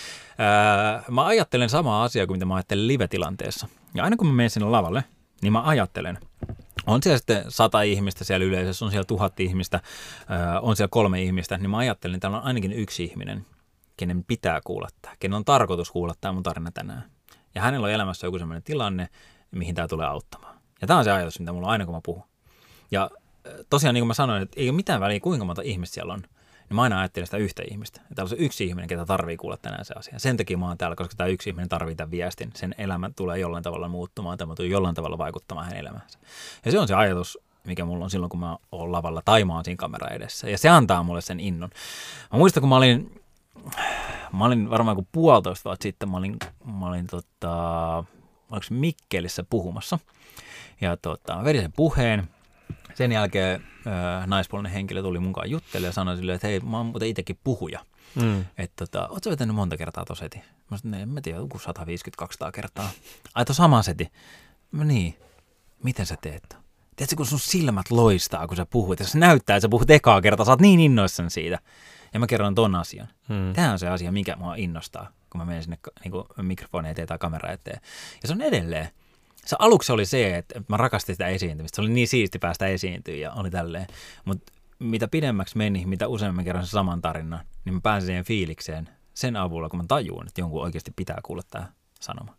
mä ajattelen samaa asiaa kuin mitä mä ajattelen live-tilanteessa. Ja aina kun mä menen sinne lavalle, niin mä ajattelen. On siellä sitten 100 ihmistä siellä yleisössä, on siellä 1000 ihmistä, on siellä 3 ihmistä, niin mä ajattelen, että täällä on ainakin yksi ihminen, kenen pitää kuulla tämä, kenen on tarkoitus kuulla tämä mun tarina tänään. Ja hänellä on elämässä joku sellainen tilanne, mihin tämä tulee auttamaan. Ja tämä on se ajatus, mitä mulla on aina, kun mä puhun. Ja tosiaan, niin kuin mä sanoin, että ei ole mitään väliä, kuinka monta ihmistä siellä on. Niin mä aina ajattelen sitä yhtä ihmistä. Ja täällä on se yksi ihminen, ketä tarvii kuulla tänään se asia. Sen takia mä oon täällä, koska tämä yksi ihminen tarvii tämän viestin. Sen elämä tulee jollain tavalla muuttumaan, tämä tulee jollain tavalla vaikuttamaan hänen elämäänsä. Ja se on se ajatus, mikä mulla on silloin, kun mä oon lavalla tai mä oon siinä kamera edessä. Ja se antaa mulle sen innon. Mä muistan, kun mä olin mä olin varmaan kuin 1,5 vuotta sitten, mä olin oliko Mikkelissä puhumassa. Ja vedin sen puheen. Sen jälkeen naispuolinen henkilö tuli mukaan juttelemaan ja sanoi silleen, että hei, mä oon muuten itsekin puhuja. Että oot sä vetänyt monta kertaa tuossa heti? Mä sanoin, en mä tiedä, joku 150-200 kertaa. Ai tuo sama seti. Mä niin, miten sä teet? Tiedätkö, kun sun silmät loistaa, kun sä puhut, ja se näyttää, että sä puhut ekaa kertaa, sä oot niin innoissaan siitä. Ja mä kerron ton asian. Tämä on se asia, mikä mua innostaa, kun mä menen sinne niin mikrofoni eteen tai kamera eteen. Ja se on edelleen. Se aluksi oli se, että mä rakastin sitä esiintymistä. Se oli niin siisti päästä esiintyä ja oli tälleen. Mutta mitä pidemmäksi meni, mitä useammin kerran sen saman tarinan, niin mä pääsin siihen fiilikseen sen avulla, kun mä tajuun, että jonkun oikeasti pitää kuulla tämä sanoma.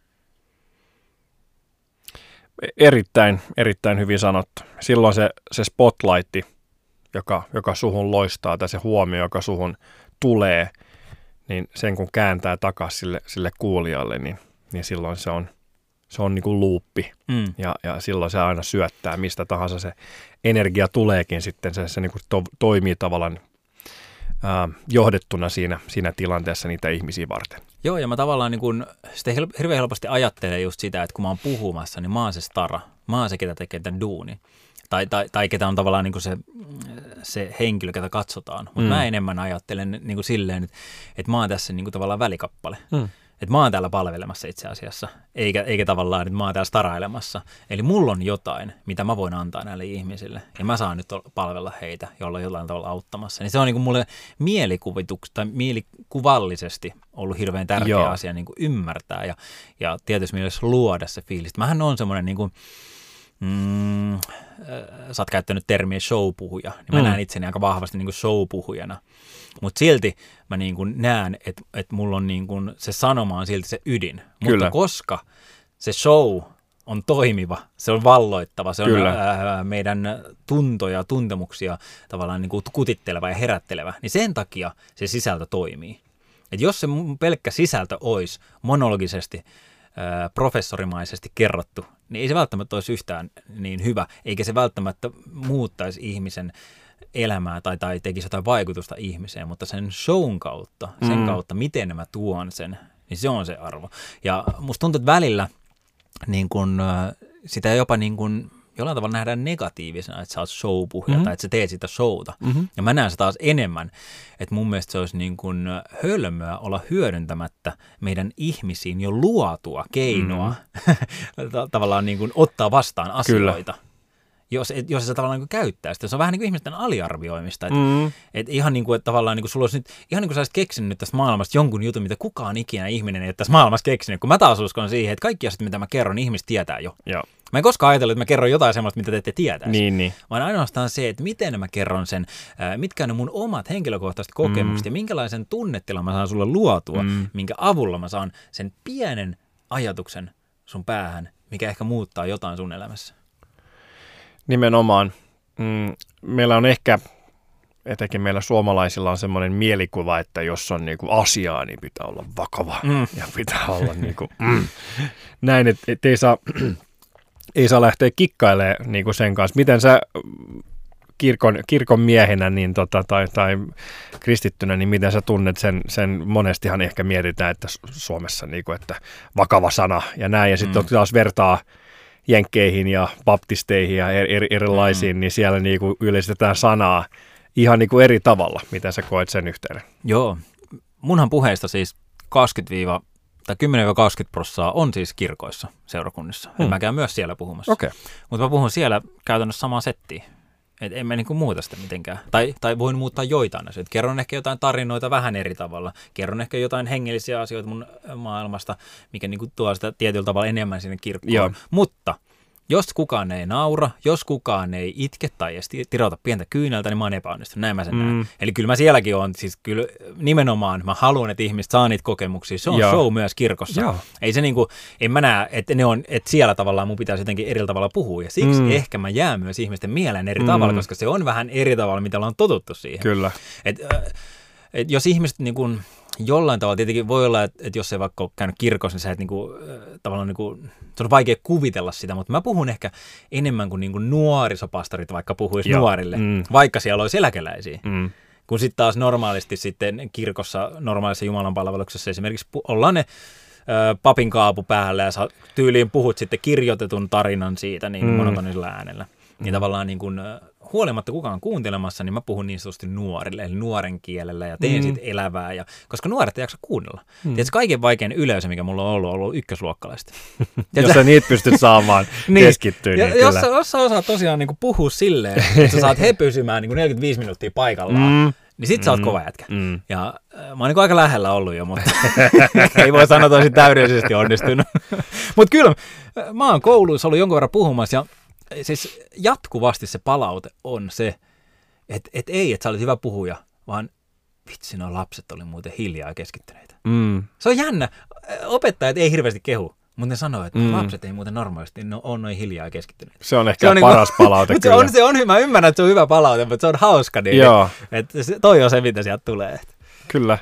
Erittäin hyvin sanottu. Silloin se spotlighti, joka suhun loistaa, tai se huomio, joka suhun tulee, niin sen kun kääntää takaisin sille kuulijalle, niin silloin se on niin kuin luuppi. Ja silloin se aina syöttää, mistä tahansa se energia tuleekin sitten. Se niin kuin toimii tavallaan johdettuna siinä tilanteessa niitä ihmisiä varten. Joo, ja mä tavallaan niin kun, sitten hirveän helposti ajattelen just sitä, että kun mä oon puhumassa, niin mä oon se stara. Mä oon se, ketä tekee tämän duuni. Tai ketä on tavallaan niin kuin se henkilö, ketä katsotaan. Mutta mä enemmän ajattelen niin kuin silleen, että mä oon tässä niin kuin tavallaan välikappale. Että mä oon täällä palvelemassa itse asiassa, eikä tavallaan, että mä oon täällä starailemassa. Eli mulla on jotain, mitä mä voin antaa näille ihmisille, ja mä saan nyt palvella heitä, jolla on jollain tavalla auttamassa. Niin se on niin kuin mulle mielikuvallisesti ollut hirveän tärkeä asia niin kuin ymmärtää ja tietysti mielessä luoda se fiilis. Mähän on semmoinen, niin kuin, sä oot käyttänyt termiä show-puhuja, niin mä näen itseni aika vahvasti niin kuin show-puhujana. Mutta silti mä niin kuin näen, että mulla on niin kuin se sanoma on silti se ydin. Kyllä. Mutta koska se show on toimiva, se on valloittava, se on meidän tuntoja, tuntemuksia tavallaan niin kuin kutitteleva ja herättelevä, niin sen takia se sisältö toimii. Et jos se pelkkä sisältö olisi monologisesti, professorimaisesti kerrottu, niin ei se välttämättä olisi yhtään niin hyvä, eikä se välttämättä muuttaisi ihmisen elämää tai tekisi jotain vaikutusta ihmiseen, mutta sen shown kautta, sen kautta, miten mä tuon sen, niin se on se arvo. Ja musta tuntuu, että välillä niin kun, sitä jopa niin kun, jollain tavalla nähdään negatiivisena, että sä oot show-puhuja tai että sä teet sitä showta. Ja mä näen se taas enemmän, että mun mielestä se olisi niin kun hölmöä olla hyödyntämättä meidän ihmisiin jo luotua keinoa tavallaan niin kun ottaa vastaan asioita. Kyllä. Jos se tavallaan niin käyttää sitä. Se on vähän niin kuin ihmisten aliarvioimista. Että ihan niin kuin, että tavallaan niin kuin sulla olisi nyt, ihan niin kuin sä olisit keksinyt nyt tästä maailmasta jonkun jutun, mitä kukaan ikinä ihminen ei ole tässä maailmassa keksinyt. Kun mä taas uskon siihen, että kaikki asiat, mitä mä kerron, niin ihmiset tietää jo. Joo. Mä en koskaan ajatellut, että mä kerron jotain sellaista, mitä te ette tietäisi. Niin. Vaan ainoastaan se, että miten mä kerron sen, mitkä on ne mun omat henkilökohtaiset kokemukset ja minkälaisen tunnetilan mä saan sulle luotua, minkä avulla mä saan sen pienen ajatuksen sun päähän, mikä ehkä muuttaa jotain sun elämässä. Nimenomaan. Meillä on ehkä, etenkin meillä suomalaisilla on semmoinen mielikuva, että jos on niinku asiaa, niin pitää olla vakava ja pitää olla niinku, näin, että ei saa lähteä kikkailemaan niinku sen kanssa. Miten sä kirkon miehenä niin tai kristittynä, niin miten sä tunnet sen monestihan ehkä mietitään, että Suomessa niinku, että vakava sana ja näin, ja sitten taas vertaa jenkkeihin ja baptisteihin ja erilaisiin, niin siellä niinku yleistetään sanaa ihan niinku eri tavalla. Miten sä koet sen yhteyden? Joo, munhan puheista siis 10-20% on siis kirkoissa, seurakunnissa. Mä käyn myös siellä puhumassa. Okay. Mutta mä puhun siellä käytännössä samaa settiä. Että en mä niinku muuta sitä mitenkään. Tai voin muuttaa joitain asioita. Kerron ehkä jotain tarinoita vähän eri tavalla. Kerron ehkä jotain hengellisiä asioita mun maailmasta, mikä niinku tuo sitä tietyllä tavalla enemmän sinne kirkkoon. Joo. Mutta jos kukaan ei naura, jos kukaan ei itke tai edes tirauta pientä kyyneltä, niin mä oon epäonnistunut. Näin mä sen näen. Eli kyllä mä sielläkin on, siis kyllä nimenomaan mä haluan, että ihmiset saa niitä kokemuksia. Se on show myös kirkossa. Joo. Ei se niinku, en mä näe, että ne on, että siellä tavallaan mun pitäisi jotenkin eri tavalla puhua. Ja siksi ehkä mä jään myös ihmisten mieleen eri tavalla, koska se on vähän eri tavalla, mitä ollaan totuttu siihen. Kyllä. Et jos ihmiset niinku jollain tavalla, tietenkin voi olla, että jos ei vaikka ole käynyt kirkossa, niin sä et tavallaan se on vaikea kuvitella sitä, mutta mä puhun ehkä enemmän kuin nuorisopastorit vaikka puhuisi nuorille, vaikka siellä olisi eläkeläisiä. Kun sitten taas normaalisti sitten kirkossa, normaalissa jumalanpalveluksessa esimerkiksi ollaan ne papin kaapu päällä ja sä tyyliin puhut sitten kirjoitetun tarinan siitä niin monotonisella äänellä. Niin tavallaan niin kuin, huolimatta kukaan kuuntelemassa, niin mä puhun niin sanotusti nuorille, eli nuoren kielellä ja teen siitä elävää. Koska nuoret ei jaksa kuunnella. Tiedätkö, kaiken vaikein yleisö, mikä mulla on ollut ykkösluokkalaista. Jos sä niitä pystyt saamaan keskittyä, niin kyllä. Jos sä osaat tosiaan niin kuin puhua silleen, että sä saat pysymään niin kuin 45 minuuttia paikallaan, niin sit sä oot kova jätkä. Ja mä oon niin aika lähellä ollut jo, mutta ei voi sanoa, että olisin täydellisesti onnistunut. Mutta kyllä, mä oon kouluissa ollut jonkun verran puhumassa ja siis jatkuvasti se palaute on se, että ei, että sä olit hyvä puhuja, vaan vitsi, nuo lapset oli muuten hiljaa ja keskittyneitä. Se on jännä. Opettajat ei hirveästi kehu, mutta ne sanoo, että lapset ei muuten normaalisti ole noin hiljaa ja keskittyneitä. Se on ehkä paras palaute kyllä. Se on, mä ymmärrän, että se on hyvä palaute, mutta se on hauska. Niin, että toi on se, mitä sieltä tulee. Kyllä.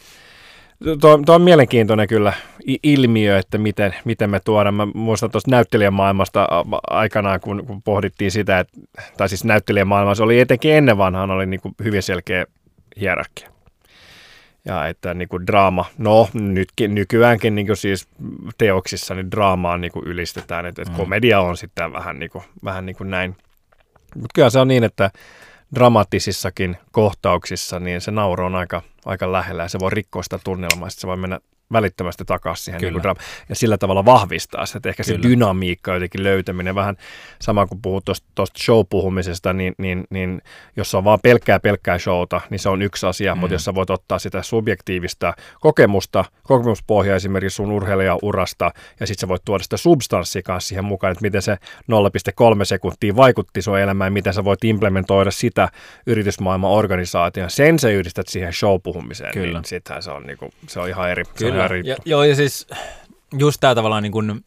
Tuo on mielenkiintoinen kyllä ilmiö, että miten me tuodaan. Mä muistan tuosta näyttelijämaailmasta aikanaan, kun pohdittiin sitä, tai siis näyttelijämaailmassa oli etenkin ennen vanhaan oli niin kuin hyvin selkeä hierarkia. Ja että niin kuin draama, no nykyäänkin niin kuin siis teoksissa niin draamaa niin kuin ylistetään, että komedia on sitten vähän niin kuin näin. Mutta kyllä se on niin, että dramaattisissakin kohtauksissa niin se nauru on aika lähellä ja se voi rikkoa sitä tunnelmaa, sitten se voi mennä välittömästi takaisin siihen niin ja sillä tavalla vahvistaa sitä, että ehkä se dynamiikka jotenkin löytäminen, vähän sama kuin puhut tuosta show-puhumisesta, niin jos on vaan pelkkää showta, niin se on yksi asia, mutta jos sä voit ottaa sitä subjektiivista kokemuspohjaa esimerkiksi sun urheilijaurasta, ja sitten sä voit tuoda sitä substanssia kanssa siihen mukaan, että miten se 0,3 sekuntia vaikutti sun elämään, miten sä voit implementoida sitä yritysmaailman organisaation, sen sä yhdistät siihen show-puhumiseen, niin sittenhän se on, niinku, se on ihan eri. Kyllä. Joo, ja siis just tämä tavallaan niin kuin,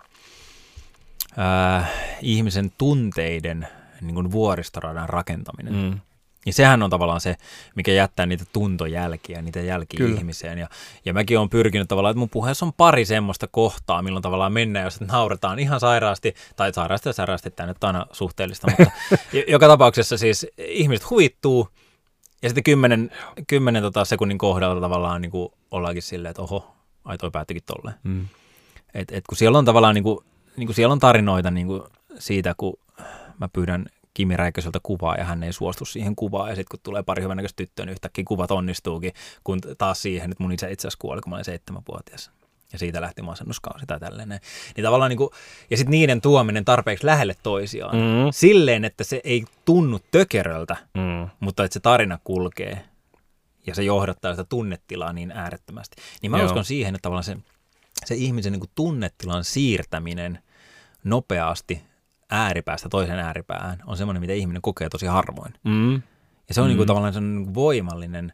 ihmisen tunteiden niin kuin vuoristoradan rakentaminen. Ja sehän on tavallaan se, mikä jättää niitä tuntojälkiä, niitä jälkiä ihmiseen. Ja mäkin olen pyrkinyt tavallaan, että mun puheessa on pari semmoista kohtaa, milloin tavallaan mennään, jos nauretaan ihan sairaasti, tai sairaasti ja sairaasti, tämä nyt on aina suhteellista, mutta joka tapauksessa siis ihmiset huvittuu, ja sitten 10 sekunnin kohdalla tavallaan niin kuin ollaankin silleen, että oho, ai toi päättyikin tolleen. Et kun siellä on tavallaan, niin kuin siellä on tarinoita niin kuin siitä, kun mä pyydän Kimi Räikköseltä kuvaa ja hän ei suostu siihen kuvaan ja sitten kun tulee pari hyvänäköistä tyttöä, niin yhtäkkiä kuvat onnistuukin, kun taas siihen, että mun isä itse asiassa kuoli, kun mä olin 7-vuotias. Ja siitä lähti masennuskausi tai tälleen. Niin tavallaan niin kuin, ja sitten niiden tuominen tarpeeksi lähelle toisiaan. Silleen, että se ei tunnu tökeröltä, mutta että se tarina kulkee ja se johdattaa sitä tunnetilaa niin äärettömästi. Niin mä uskon siihen, että tavallaan se ihmisen niin kuin tunnetilan siirtäminen nopeasti ääripäästä toisen ääripäähän on semmoinen, mitä ihminen kokee tosi harvoin. Ja se on niin kuin, tavallaan se on voimallinen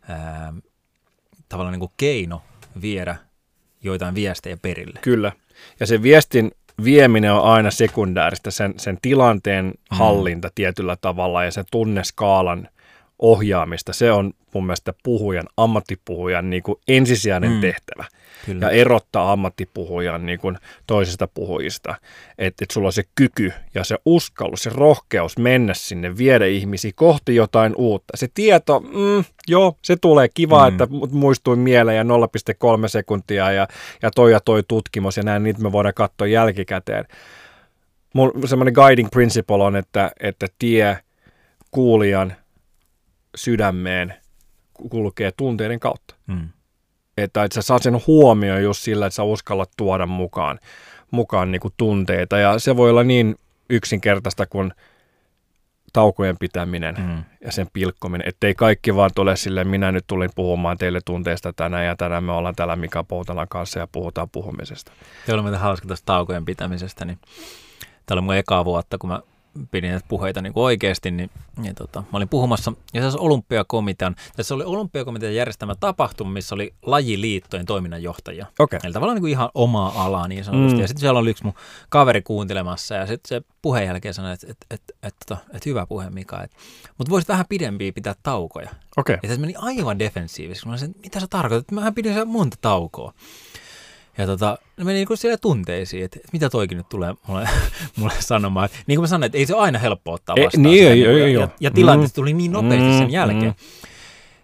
tavallaan niin kuin keino viedä joitain viestejä perille. Kyllä. Ja se viestin vieminen on aina sekundääristä, sen tilanteen hallinta tietyllä tavalla ja sen tunneskaalan ohjaamista. Se on mun mielestä ammattipuhujan niin kuin ensisijainen tehtävä. Kyllä. Ja erottaa ammattipuhujan niin kuin toisesta puhujista. Että sulla on se kyky ja se uskallus, se rohkeus mennä sinne, viedä ihmisiä kohti jotain uutta. Se tieto, joo, se tulee kiva, että muistuin mieleen ja 0,3 sekuntia ja toi tutkimus ja näin, niitä me voidaan katsoa jälkikäteen. Mun semmoinen guiding principle on, että tie kuulijan sydämeen kulkee tunteiden kautta. Että sä saat sen huomioon just sillä, että sä uskallat tuoda mukaan niin kuin tunteita. Ja se voi olla niin yksinkertaista kuin taukojen pitäminen ja sen pilkkominen. Että ei kaikki vaan tule silleen, minä nyt tulin puhumaan teille tunteista tänään ja tänään me ollaan täällä Mika Poutalan kanssa ja puhutaan puhumisesta. Se oli muuten hauska tästä taukojen pitämisestä. Niin tämä oli mun ekaa vuotta, kun mä pidin näitä puheita niin kuin oikeasti, niin mä olin puhumassa, ja tässä oli olympiakomitean järjestämä tapahtuma, missä oli lajiliittojen toiminnanjohtajia. Okay. Eli tavallaan niin kuin ihan omaa alaa niin sanotusti. Ja sitten siellä oli yksi mun kaveri kuuntelemassa, ja sitten se puheen jälkeen sanoi, että hyvä puhe Mika, mutta voisit vähän pidempiä pitää taukoja. Okay. Ja se meni aivan defensiivisesti. Mä sanoin, mitä sä tarkoitat? Mähän pidin sen monta taukoa. Ja ne meni niin siellä tunteisiin, että mitä toikin nyt tulee mulle sanomaan. Niin kuin mä sanoin, että ei se ole aina helppo ottaa vastaan. Niin, ja tilanteesta tuli niin nopeasti sen jälkeen.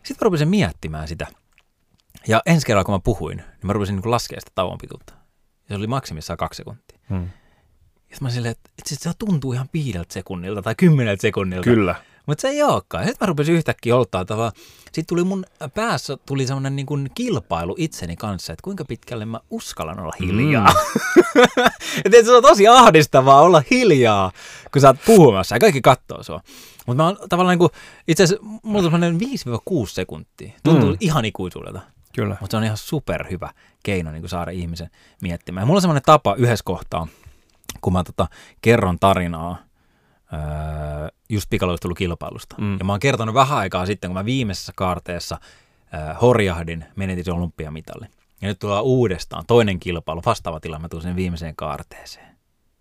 Sitten mä rupesin miettimään sitä. Ja ensi kerralla, kun mä puhuin, niin mä rupesin niin laskea sitä tauon pituutta. Ja se oli maksimissaan 2 sekuntia. Ja mä silleen, että se tuntuu ihan 5 sekunnilta tai 10 sekunnilta. Kyllä. Mutta se ei olekaan. Ja sitten mä rupesin yhtäkkiä oltaa tavallaan. Sitten tuli mun päässä semmoinen niin kuin kilpailu itseni kanssa, että kuinka pitkälle mä uskallan olla hiljaa. Että se on tosi ahdistavaa olla hiljaa, kun sä oot puhumassa ja kaikki katsoo sua. Mutta mä oon tavallaan niin kuin, itse asiassa mulla on semmoinen 5-6 sekuntia. Tuntuu ihan ikuisuudelta. Kyllä. Mutta se on ihan superhyvä keino niin kuin saada ihmisen miettimään. Ja mulla on semmoinen tapa yhdessä kohtaa, kun mä kerron tarinaa just pikaluistelukilpailusta. Ja mä oon kertonut vähän aikaa sitten, kun mä viimeisessä kaarteessa horjahdin, menetin sen olympiamitalli. Ja nyt tullaan uudestaan toinen kilpailu, vastaava tila, mä tulen sen viimeiseen kaarteeseen.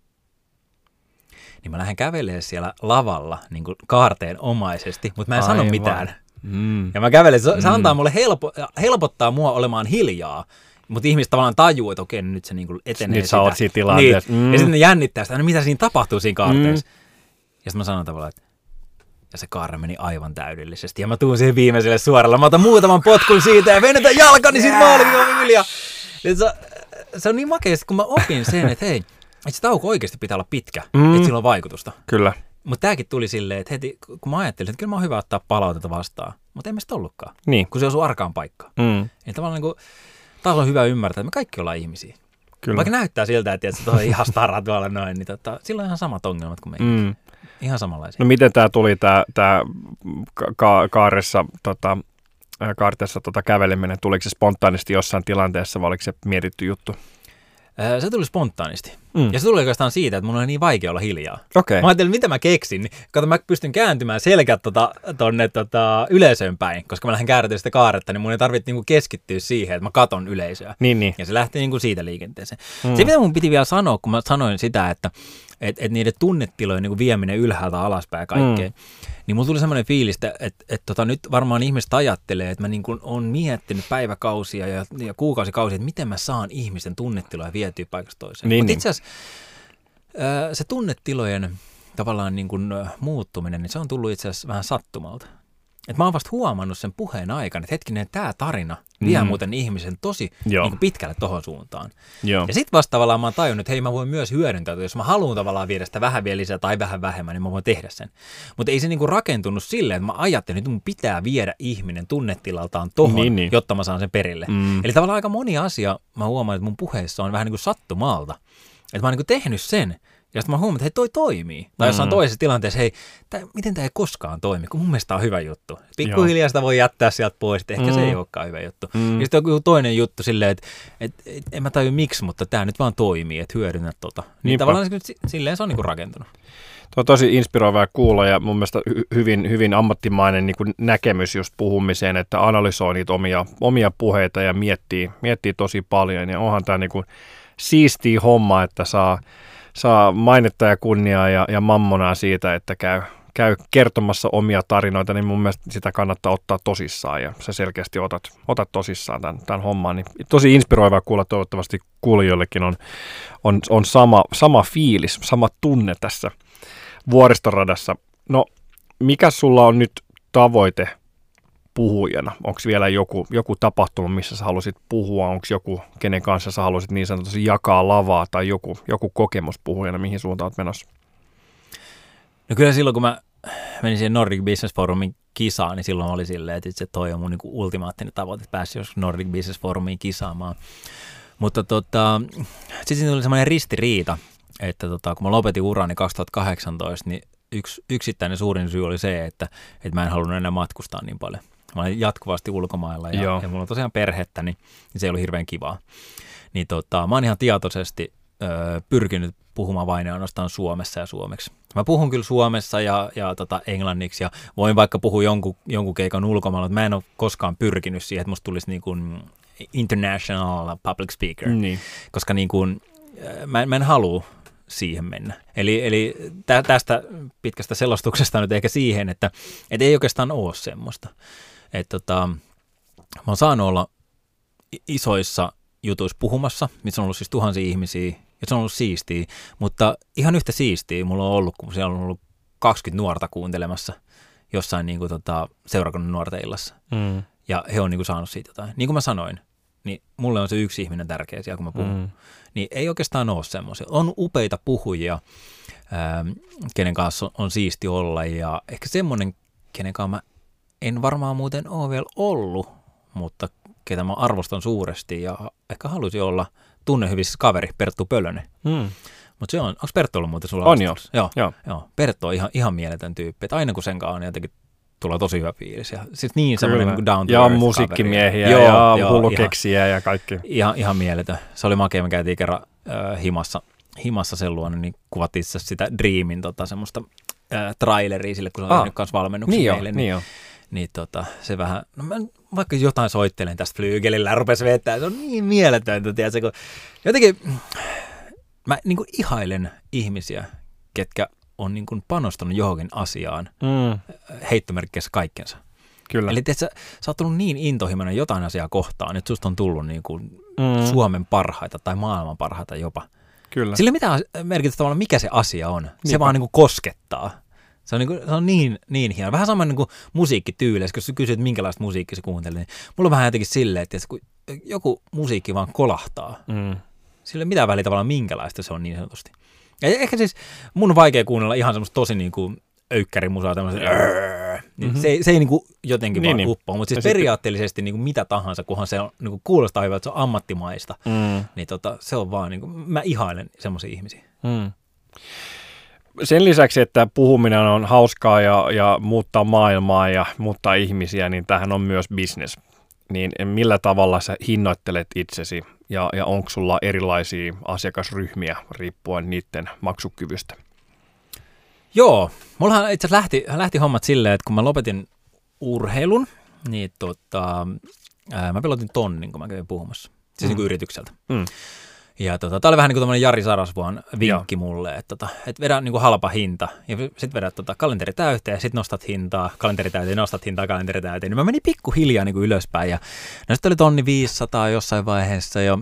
Niin mä lähden kävelemään siellä lavalla niin kuin kaarteen omaisesti, mutta mä en sano mitään. Ja mä kävelen, se antaa mulle helpottaa mua olemaan hiljaa. Mutta ihmiset tavallaan tajuu, että okei, nyt se niinku etenee nyt sä oot siinä tilanteessa. Niin. Ja sitten ne jännittää sitä, mitä siinä tapahtuu siinä kaarteessa. Ja sitten mä sanon tavallaan, että ja se kaarre meni aivan täydellisesti. Ja mä tuun siihen viimeiselle suoralla. Mä otan muutaman potkun siitä ja venytän jalkani siitä maaliviivan yli. Ja se on niin makea, kun mä opin sen, että hei, että se tauko oikeasti pitää olla pitkä, että sillä on vaikutusta. Kyllä. Mutta tämäkin tuli silleen, että heti, kun mä ajattelin, että kyllä mä oon hyvä ottaa palautetta vastaan. Mutta ei me sitä ollutkaan, kun se osuu arkaan paikkaan. Niin tavallaan niin kuin, taas on hyvä ymmärtää, että me kaikki ollaan ihmisiä. Kyllä. Vaikka näyttää siltä, että tuo on ihan stara tuolla noin, niin sillä on ihan samat ongelmat kuin meidän. Ihan samanlaisia. No miten tämä tuli, tämä kaarteessa käveleminen, tuliko se spontaanisti jossain tilanteessa vai oliko se mietitty juttu? Se tuli spontaanisti. Ja se tuli oikeastaan siitä, että mun oli niin vaikea olla hiljaa. Okay. Mä ajattelin, mitä mä keksin. Kato, mä pystyn kääntymään selkät tonne yleisöön päin, koska mä lähden käärätä sitä kaaretta, niin mun ei tarvitse niinku keskittyä siihen, että mä katon yleisöä. Niin. Ja se lähti niinku siitä liikenteeseen. Se, mitä mun piti vielä sanoa, kun mä sanoin sitä, että niiden tunnetilojen niinku vieminen ylhäältä alaspäin kaikkeen, niin mulla tuli semmoinen fiilis, että nyt varmaan ihmiset ajattelee, että mä niinku on miettinyt päiväkausia ja kuukausikausia, että miten mä saan ihmisten tunnetiloja vietyä paikasta toiseen. Mutta itse asiassa se tunnetilojen tavallaan niin kuin muuttuminen, niin se on tullut itse asiassa vähän sattumalta. Et mä oon vasta huomannut sen puheen aikana, että hetkinen, tämä tarina vie muuten ihmisen tosi niin kuin pitkälle tohon suuntaan. Ja sitten vasta tavallaan mä oon tajunnut, että hei, mä voin myös hyödyntää, jos mä haluan tavallaan viedä sitä vähän vielä lisää tai vähän vähemmän, niin mä voin tehdä sen. Mutta ei se niin kuin rakentunut silleen, että mä ajattelin, että mun pitää viedä ihminen tunnetilaltaan tohon, jotta mä saan sen perille. Eli tavallaan aika moni asia, mä huomaan, että mun puheessa on vähän niin kuin sattumalta. Että mä oon niin kuin tehnyt sen. Ja sitten mä huomaan, että hei, toi toimii. Tai jossain toisessa tilanteessa, hei, miten tämä ei koskaan toimi, kun mun mielestä on hyvä juttu. Pikkuhiljaa sitä voi jättää sieltä pois, että ehkä se ei olekaan hyvä juttu. Ja sitten on toinen juttu silleen, että en mä tajua miksi, mutta tämä nyt vaan toimii, että hyödynnä tota. Niin tavallaan silleen se on niinku rakentunut. Tuo on tosi inspiroivaa kuulla ja mun mielestä hyvin ammattimainen niin kuin näkemys just puhumiseen, että analysoi niitä omia puheita ja miettii tosi paljon. Ja onhan tämä niin kuin siistiä homma, että saa mainetta ja kunniaa ja mammonaa siitä, että käy kertomassa omia tarinoita, niin mun mielestä sitä kannattaa ottaa tosissaan ja sä selkeästi otat tosissaan tämän homman. Niin tosi inspiroivaa kuulla, toivottavasti kuulijoillekin on sama fiilis, sama tunne tässä vuoristoradassa. No, mikä sulla on nyt tavoite puhujana? Onko vielä joku tapahtuma, missä sä haluaisit puhua? Onko joku, kenen kanssa sä haluaisit niin sanotusti jakaa lavaa tai joku kokemus puhujana, mihin suuntaan olet menossa? No kyllä silloin, kun mä menin siihen Nordic Business Forumin kisaan, niin silloin oli silleen, että se toi on mun niinku ultimaattinen tavoite, että pääsi jos Nordic Business Forumiin kisaamaan. Mutta sitten siinä tuli semmoinen ristiriita, että kun mä lopetin urani 2018, niin yksittäinen suurin syy oli se, että mä en halunnut enää matkustaa niin paljon. Mä olin jatkuvasti ulkomailla ja mulla on tosiaan perhettä, niin se ei ollut hirveän kivaa. Niin mä oon ihan tietoisesti pyrkinyt puhumaan vain ja ainoastaan Suomessa ja suomeksi. Mä puhun kyllä suomessa ja englanniksi ja voin vaikka puhua jonkun keikan ulkomailla, mutta mä en ole koskaan pyrkinyt siihen, että musta tulisi niin kuin international public speaker, koska niin kuin, mä en halua siihen mennä. Eli tästä pitkästä selostuksesta nyt ehkä siihen, että ei oikeastaan ole semmoista. Että mä oon saanut olla isoissa jutuissa puhumassa, missä on ollut siis tuhansia ihmisiä, ja se on ollut siistiä, mutta ihan yhtä siistiä mulla on ollut, kun siellä on ollut 20 nuorta kuuntelemassa, jossain niin kuin, seurakunnan nuorten illassa. Ja he on niin kuin, saanut siitä jotain. Niin kuin mä sanoin, niin mulle on se yksi ihminen tärkeä siellä, kun mä puhun. Niin ei oikeastaan ole semmoisia. On upeita puhujia, kenen kanssa on siisti olla, ja ehkä semmoinen, kenen kanssa mä en varmaan muuten ole vielä ollut, mutta ketä mä arvostan suuresti, ja ehkä haluaisin olla tunnehyvissä kaveri, Perttu Pölönen. Mutta se on, onko Perttu ollut muuten sulla? On jo. Joo. Perttu on ihan mieletön tyyppi, että aina kun sen kanssa on jotenkin tulee tosi hyvä fiilis. Ja siis niin semmoinen niin down to ja earth musiikkimiehiä kaveri. ja hullukeksiä ja kaikki. Ihan mieletön. Se oli makea, me käytiin kerran himassa sen luona, niin kuvattiin sitä Dreamin semmoista traileria sille, kun se on tehnyt kanssa valmennuksen meille. Niin se vähän, no mä vaikka jotain soittelen tästä flyygelillä ja rupesi vettää, se on niin mieletöntä, tiedätkö, kun jotenkin mä niin kuin ihailen ihmisiä, ketkä on niin kuin panostanut johonkin asiaan heittomerkkissä kaikkensa. Kyllä. Eli tiedätkö, sä oot tullut niin intohimoinen jotain asiaa kohtaan, että susta on tullut niin kuin Suomen parhaita tai maailman parhaita jopa. Kyllä. Sillä mitä merkitystä tavallaan, mikä se asia on. Se vaan niin kuin koskettaa. Se on niin hieno. Vähän sama niin kuin musiikkityyli. Jos kysyt, minkälaista musiikkia sä kuuntelet, niin mulla on vähän jotenkin silleen, että kun joku musiikki vaan kolahtaa, sillä ei mitään väliä tavallaan minkälaista se on niin sanotusti. Ja ehkä siis mun on vaikea kuunnella ihan semmoista tosi niin kuin öykkärimusaa, tämmöistä se ei niin kuin jotenkin vaan uppoa, mutta siis periaatteellisesti niin kuin mitä tahansa, kunhan se on, niin kuin kuulostaa hyvältä, että se on ammattimaista, niin se on vaan, niin kuin, mä ihailen semmoisia ihmisiä. Sen lisäksi, että puhuminen on hauskaa ja muuttaa maailmaa ja muuttaa ihmisiä, niin tämähän on myös business. Niin millä tavalla sä hinnoittelet itsesi ja onko sulla erilaisia asiakasryhmiä riippuen niiden maksukyvystä? Joo, mullahan itse asiassa lähti hommat silleen, että kun mä lopetin urheilun, niin mä pelotin tonnin, kun mä kävin puhumassa, siis niin kuin yritykseltä. Ja tää oli vähän niin kuin tämmöinen Jari Sarasvuon vinkki mulle, että vedä niin kuin halpa hinta ja sit vedät kalenteri täyteen ja sit nostat hintaa, kalenteri täyteen, nostat hintaa, kalenteri täyteen. Niin mä menin pikkuhiljaa niin kuin ylöspäin ja no sitten oli 1,500 jossain vaiheessa ja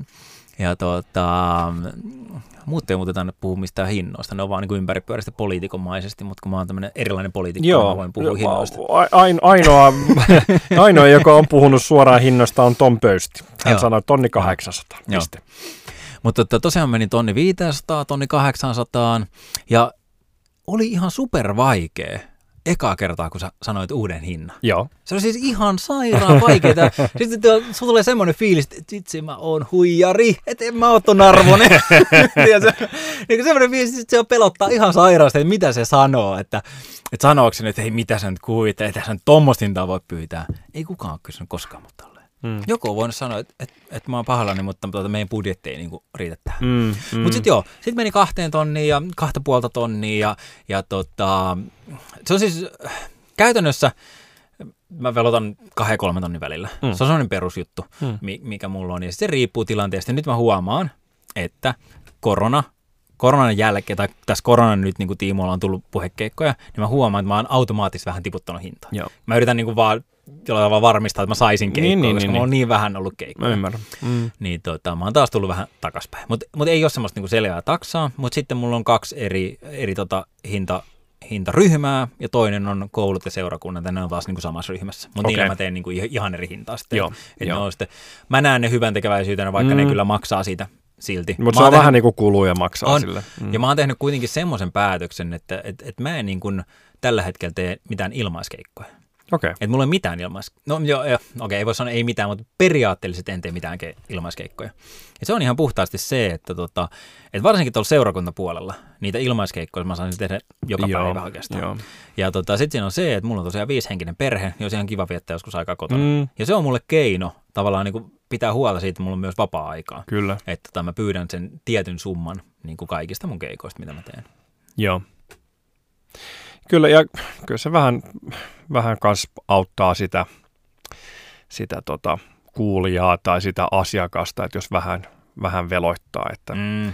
muut ei muuten tänne puhu mistään hinnoista, ne on vaan niin kuin ympäripyöristä poliitikomaisesti, mutta kun mä oon tämmöinen erilainen poliitikko, mä voin puhua hinnoista. Ainoa, joka on puhunut suoraan hinnoista on Tom Pöysti. Hän sanoi 1,800. Mutta tosiaan meni 1,500, 1,800 ja oli ihan super vaikea ekaa kertaa, kun sä sanoit uuden hinnan. Joo. Se oli siis ihan sairaan vaikeaa. Sitten sulla tulee semmoinen fiilis, että itse mä oon huijari, että en mä oo ton arvoinen. Niin semmoinen fiilis, että se pelottaa ihan sairaasti, että mitä se sanoo. Että sanooko se, että hei, mitä sä nyt kuvitte, että sä nyt tommoista hintaa voi pyytää. Ei kukaan ole kysynyt koskaan mut tolleen. Joku on voinut sanoa, että mä oon pahallani, mutta meidän budjetti ei niinku riitä tähän. Mutta sitten meni 2 tonnia ja 2,5 tonnia ja se on siis käytännössä, mä velotan 2-3 tonnin välillä. Se on sellainen perusjuttu, mikä mulla on ja se riippuu tilanteesta. Nyt mä huomaan, että koronan jälkeen, tai tässä koronan nyt niin tiimoilla on tullut puhekeikkoja, niin mä huomaan, että mä oon automaattisesti vähän tiputtanut hintaa. Joo. Mä yritän niin kuin vaan jollain tavalla varmistaa, että mä saisin keikkoja, koska mulla on niin vähän ollut keikkoja. Mä ymmärrän. Niin mä oon taas tullut vähän takaspäin. Mut ei ole semmoista niin selvää taksaa, mutta sitten mulla on 2 eri hintaryhmää, ja toinen on koulut ja seurakunnat, ja ne on taas niin kuin samassa ryhmässä. Mutta niillä mä teen niin kuin ihan eri hintaa sitten. Mä näen ne hyvän tekeväisyytenä, vaikka ne kyllä maksaa siitä silti. Mutta se on vähän niin kuin kuluja maksaa sille. Ja mä oon tehnyt kuitenkin semmoisen päätöksen, että mä en niin kuin tällä hetkellä tee mitään ilmaiskeikkoja. Okay. Että mulla ei mitään ei voi sanoa ei mitään, mutta periaatteellisesti en tee mitään ilmaiskeikkoja. Ja se on ihan puhtaasti se, että varsinkin tuolla seurakuntapuolella niitä ilmaiskeikkoja mä saan tehdä joka päivä oikeastaan. Joo. Ja sitten siinä on se, että mulla on tosiaan 5-henkinen perhe, niin olisi ihan kiva viettää joskus aikaa kotona. Ja se on mulle keino tavallaan niin kuin pitää huolta siitä, että mulla on myös vapaa-aikaa. Kyllä. Että mä pyydän sen tietyn summan niin kuin kaikista mun keikoista, mitä mä teen. Joo. Kyllä, ja kyllä se vähän kans auttaa sitä kuulijaa tai sitä asiakasta, että jos vähän veloittaa, että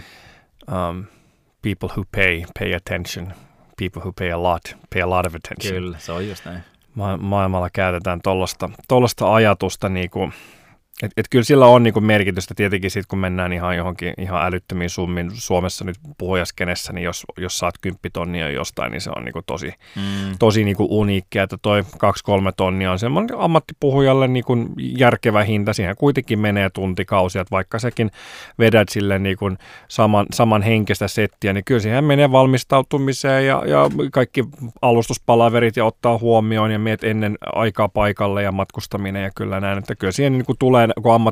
people who pay attention, people who pay a lot of attention. Kyllä, se on just näin. Maailmalla käytetään tollaista ajatusta, niin kuin, Et kyllä sillä on niinku merkitystä tietenkin sit, kun mennään ihan johonkin ihan älyttömiin summin. Suomessa nyt puhujaskenessä, niin jos saat 10 tonnia jostain, niin se on niinku tosi niinku uniikkia, että toi 2-3 tonnia on semmoinen ammattipuhujalle niinku järkevä hinta. Siihen kuitenkin menee tuntikausia, että vaikka säkin vedät sille niinku saman henkistä settiä, niin kyllä siihen menee valmistautumiseen ja kaikki alustuspalaverit ja ottaa huomioon ja meet ennen aikaa paikalle ja matkustaminen ja kyllä näin, että kyllä siihen niinku tulee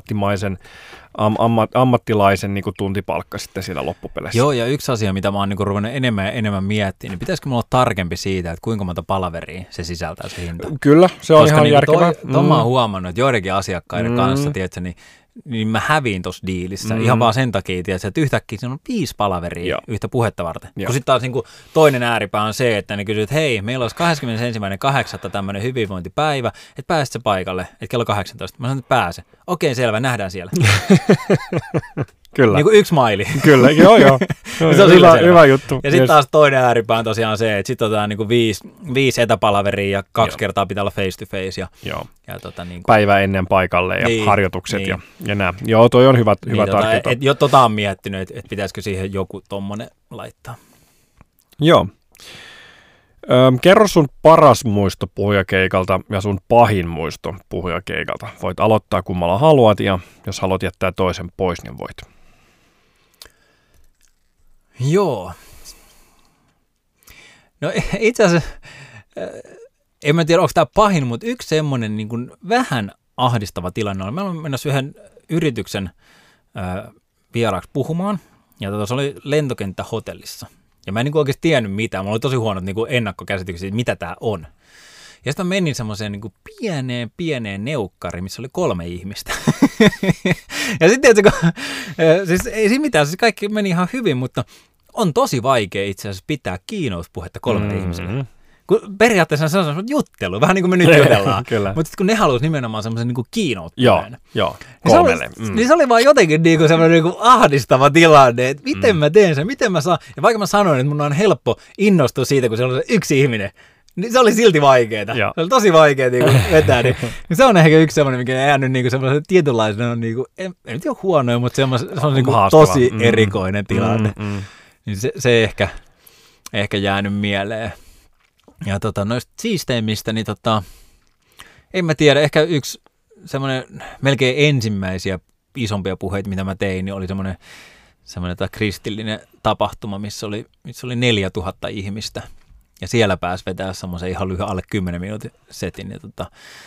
ammattilaisen niin kuin tuntipalkka sitten siinä loppupeleissä. Joo, ja yksi asia, mitä mä oon niin ruvennut enemmän ja enemmän miettimään, niin pitäisikö mulla olla tarkempi siitä, että kuinka monta palaveria se sisältää se hinta? Kyllä, se on koska ihan niin järkevää. Mä oon huomannut, että joidenkin asiakkaiden kanssa, tiedätkö, niin mä häviin tuossa diilissä ihan vaan sen takia, tiedätkö, että yhtäkkiä siinä on 5 palaveria yhtä puhetta varten. Kun sitten taas niin kuin toinen ääripää on se, että ne kysyy, että hei, meillä olisi 21.8. tämmöinen hyvinvointipäivä, että pääset se paikalle, että kello 18. Mä sanon, että pääse. Okei, selvä, nähdään siellä. Kyllä. Niin kuin yksi maili. Kyllä, joo. Se on hyvä juttu. Ja sitten taas toinen ääripää on tosiaan se, että sitten otetaan niin 5 etäpalaveria ja 2 kertaa pitää olla face to face. Ja niin kuin päivä ennen paikalle ja harjoitukset ja nämä. Joo, toi on hyvä tarkka. Jo on miettinyt, että pitäisikö siihen joku tommonen laittaa. Joo. Kerro sun paras muisto puhujakeikalta ja sun pahin muisto puhujakeikalta. Voit aloittaa kummalla haluat ja jos haluat jättää toisen pois, niin voit. Joo. No itse asiassa, en mä tiedä onko tämä pahin, mutta yksi semmoinen niin kuin vähän ahdistava tilanne oli. Mä olin menossa yhden yrityksen vieraaksi puhumaan ja se oli lentokenttähotellissa. Ja mä en niin kuin oikeasti tiennyt mitään. Mulla oli tosi huonot niin kuin ennakkokäsityksiä siitä, mitä tää on. Ja sitten mä menin semmoiseen niin kuin pieneen neukkariin, missä oli 3 ihmistä. Ja sitten tiedätkö, siis ei siinä mitään, siis kaikki meni ihan hyvin, mutta on tosi vaikea itse asiassa pitää keynote-puhetta 3 ihmiselle. Kun periaatteessa se on semmoinen juttelu, vähän niin kuin me nyt jutellaan. Mutta sitten kun ne halusi nimenomaan semmoisen niin kuin keynote-puheen. Joo, 3. Niin se oli vaan jotenkin niin kuin semmoinen niin kuin ahdistava tilanne, että miten mä teen sen, miten mä saan. Ja vaikka mä sanoin, että mun on helppo innostua siitä, kun se on se yksi ihminen, niin se oli silti vaikeeta. Se oli tosi vaikea niin vetää. Niin se on ehkä yksi semmoinen, mikä on jäänyt niin semmoisen tietynlaisena, niin kuin, en tiedä huonoja, mutta se on niin kuin tosi erikoinen tilanne. Niin se ehkä jäänyt mieleen. Ja noista siisteimmistä, niin en mä tiedä, ehkä yksi semmoinen melkein ensimmäisiä isompia puheita, mitä mä tein, niin oli semmoinen kristillinen tapahtuma, missä oli 4000 ihmistä. Ja siellä pääsi vetää semmoisen ihan lyhyen alle 10 minuutin setin. Ja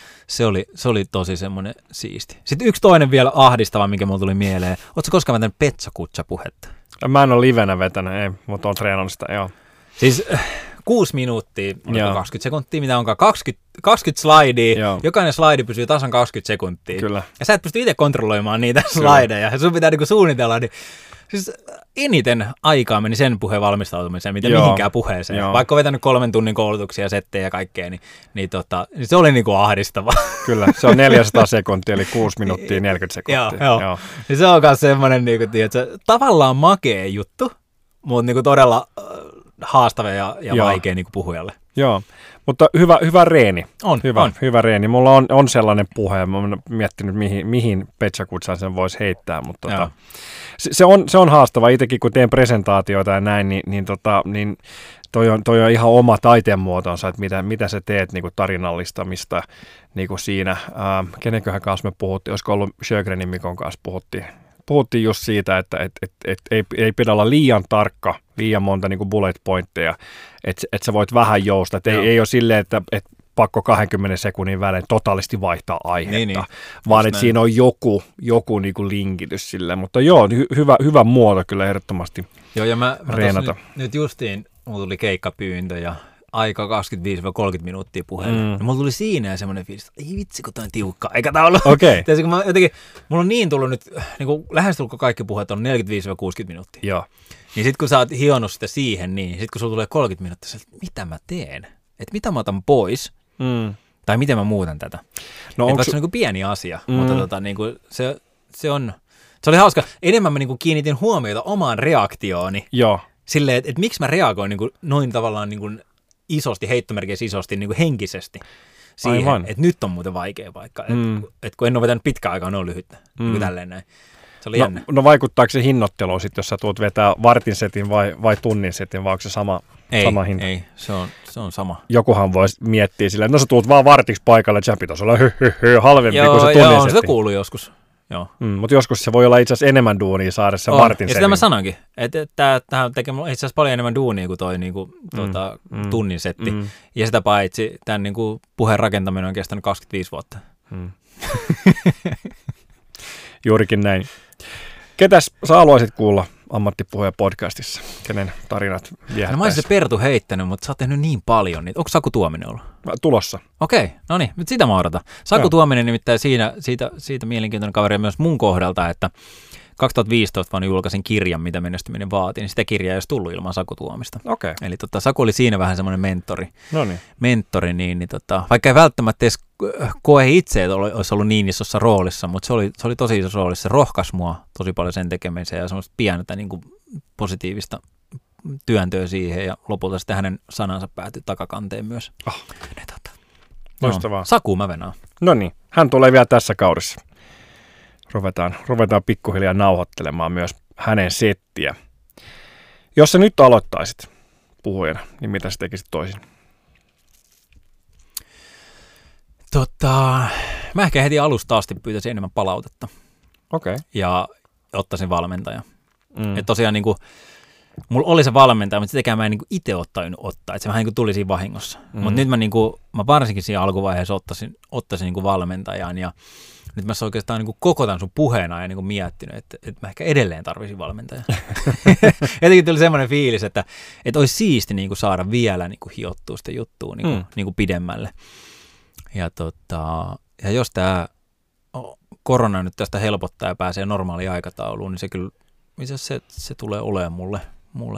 se oli tosi semmoinen siisti. Sitten yksi toinen vielä ahdistava, mikä mulle tuli mieleen. Ootko koskaan vetänyt Petsakutsa-puhetta? Mä en ole livenä vetänyt, ei, mutta oon treenannut sitä, joo. Siis 6 minuuttia, 20 sekuntia, mitä onkaan, 20 slaidia, jokainen slaidi pysyy tasan 20 sekuntia. Kyllä. Ja sä et pysty itse kontrolloimaan niitä slaideja, ja sun pitää niinku suunnitella, niin siis eniten aikaa meni sen puheen valmistautumiseen, mitä mihinkään puheeseen. Joo. Vaikka on vetänyt 3 tunnin koulutuksia, settejä ja kaikkea, niin se oli niinku ahdistava. Kyllä, se on 400 sekuntia, eli 6 minuuttia 40 sekuntia. Joo. Niin se on myös semmoinen, niinku, tiedätkö, tavallaan makea juttu, mutta niinku todella haastava ja vaikea niinku puhujalle. Joo, mutta hyvä reeni. On. Hyvä reeni. Mulla on sellainen puhe, mä oon miettinyt, mihin Petsakutsan sen voisi heittää, mutta se on haastava. Itsekin kun teen presentaatioita ja näin, niin toi on ihan oma taiteen muotonsa, että mitä sä teet niin kuin tarinallistamista niin kuin siinä. Kenenköhän kanssa me puhuttiin, olisiko ollut Sjögrenin Mikon kanssa puhuttiin just siitä, että ei pidä olla liian tarkka, liian monta niin kuin bullet pointteja, että sä voit vähän jousta. Ei ole silleen, että pakko 20 sekunnin välein totaalisti vaihtaa aihetta, vaan että siinä on joku niin kuin linkitys silleen. Mutta joo, hyvä muoto kyllä ehdottomasti. Joo, ja mä nyt justiin, mulla tuli keikkapyyntö ja aika 25-30 minuuttia puheelle. Ja mulla tuli siinä semmoinen fiilis, että ei vitsi, kun toi on tiukka aikataulu. Okei. Mulla on niin tullut nyt, niin kuin lähestulko kaikki puheet on 45-60 minuuttia. Joo. Niin sit kun sä oot hionnut sitä siihen, niin sit kun sulla tulee 30 minuuttia, sä oot, mitä mä teen? Että mitä mä otan pois? Tai miten mä muutan tätä? No onko se on niin kuin pieni asia, mutta niin kuin se oli hauska. Enemmän mä niin kuin kiinnitin huomiota omaan reaktiooni. Joo. Silleen, että miksi mä reagoin niin kuin noin tavallaan niin kuin isosti, heittomerkeissä isosti, niin kuin henkisesti. siihen, että nyt on muuten vaikea paikka. Että kun en ole vetänyt pitkään aikaa, on lyhyttä. Niin tälleen näin. Se oli jännä. No vaikuttaako se hinnoitteluun sitten, jos sä tulet vetää vartin setin vai tunnin setin, vai onko se sama hinta? Ei, se on sama. Jokuhan voisi miettiä silleen, että no sä tulet vaan vartiksi paikalle, että sehän pitäisi olla halvempi kuin se tunnin setti. Joo, sitä kuuluu joskus. Mutta joskus se voi olla itse asiassa enemmän duunia saada se vartin setin. Ja sitä mä sanoinkin, että tämähän tekee itse asiassa paljon enemmän duunia kuin toi tunnin setti. Ja sitä paitsi tämän niinku puheen rakentaminen on kestänyt 25 vuotta. Juurikin näin. Ketäs sä haluaisit kuulla Ammattipuhuja podcastissa? Kenen tarinat viehättäisi? No mä olisin se Pertu heittänyt, mutta sä oot tehnyt niin paljon niitä. Onko Saku Tuominen ollut? Tulossa. Okei, no niin, nyt sitä mä odotan. Saku Tuominen nimittäin siitä mielenkiintoinen kaveri myös mun kohdalta, että 2015 vaan julkaisin kirjan, mitä menestyminen vaatii, niin sitä kirjaa ei olisi tullut ilman Saku Tuomista. Okay. Eli Saku oli siinä vähän semmoinen mentori, niin, vaikka ei välttämättä edes koe itse, että olisi ollut niin isossa roolissa, mutta se oli tosi isossa roolissa. Se rohkaisi mua tosi paljon sen tekemiseen ja semmoista pientä niin kuin positiivista työntöä siihen ja lopulta sitten hänen sanansa päätyi takakanteen myös. Loistavaa. Saku mä venaan. No niin, hän tulee vielä tässä kaudessa. Ruvetaan pikkuhiljaa nauhoittelemaan myös hänen settiä. Jos sä nyt aloittaisit puhujana, niin mitä sä tekisit toisin? Mä ehkä heti alusta asti pyytäisin enemmän palautetta. Okei. Ja ottaisin valmentajan. Että tosiaan niinku, mulla oli se valmentaja, mutta sitäkään mä en niinku itse ottaa. Että se vähän niinku tuli siinä vahingossa. Mutta nyt mä varsinkin siinä alkuvaiheessa ottaisin niinku valmentajan ja nyt mä oikeastaan niin koko tämän sun puheena ja niin miettinyt, että mä ehkä edelleen tarvisin valmentajaa. Jotenkin tuli semmoinen fiilis, että olisi siisti niin saada vielä niin hiottua sitä juttua niin pidemmälle. Ja jos tämä korona nyt tästä helpottaa ja pääsee normaaliin aikatauluun, niin se kyllä se tulee olemaan mulle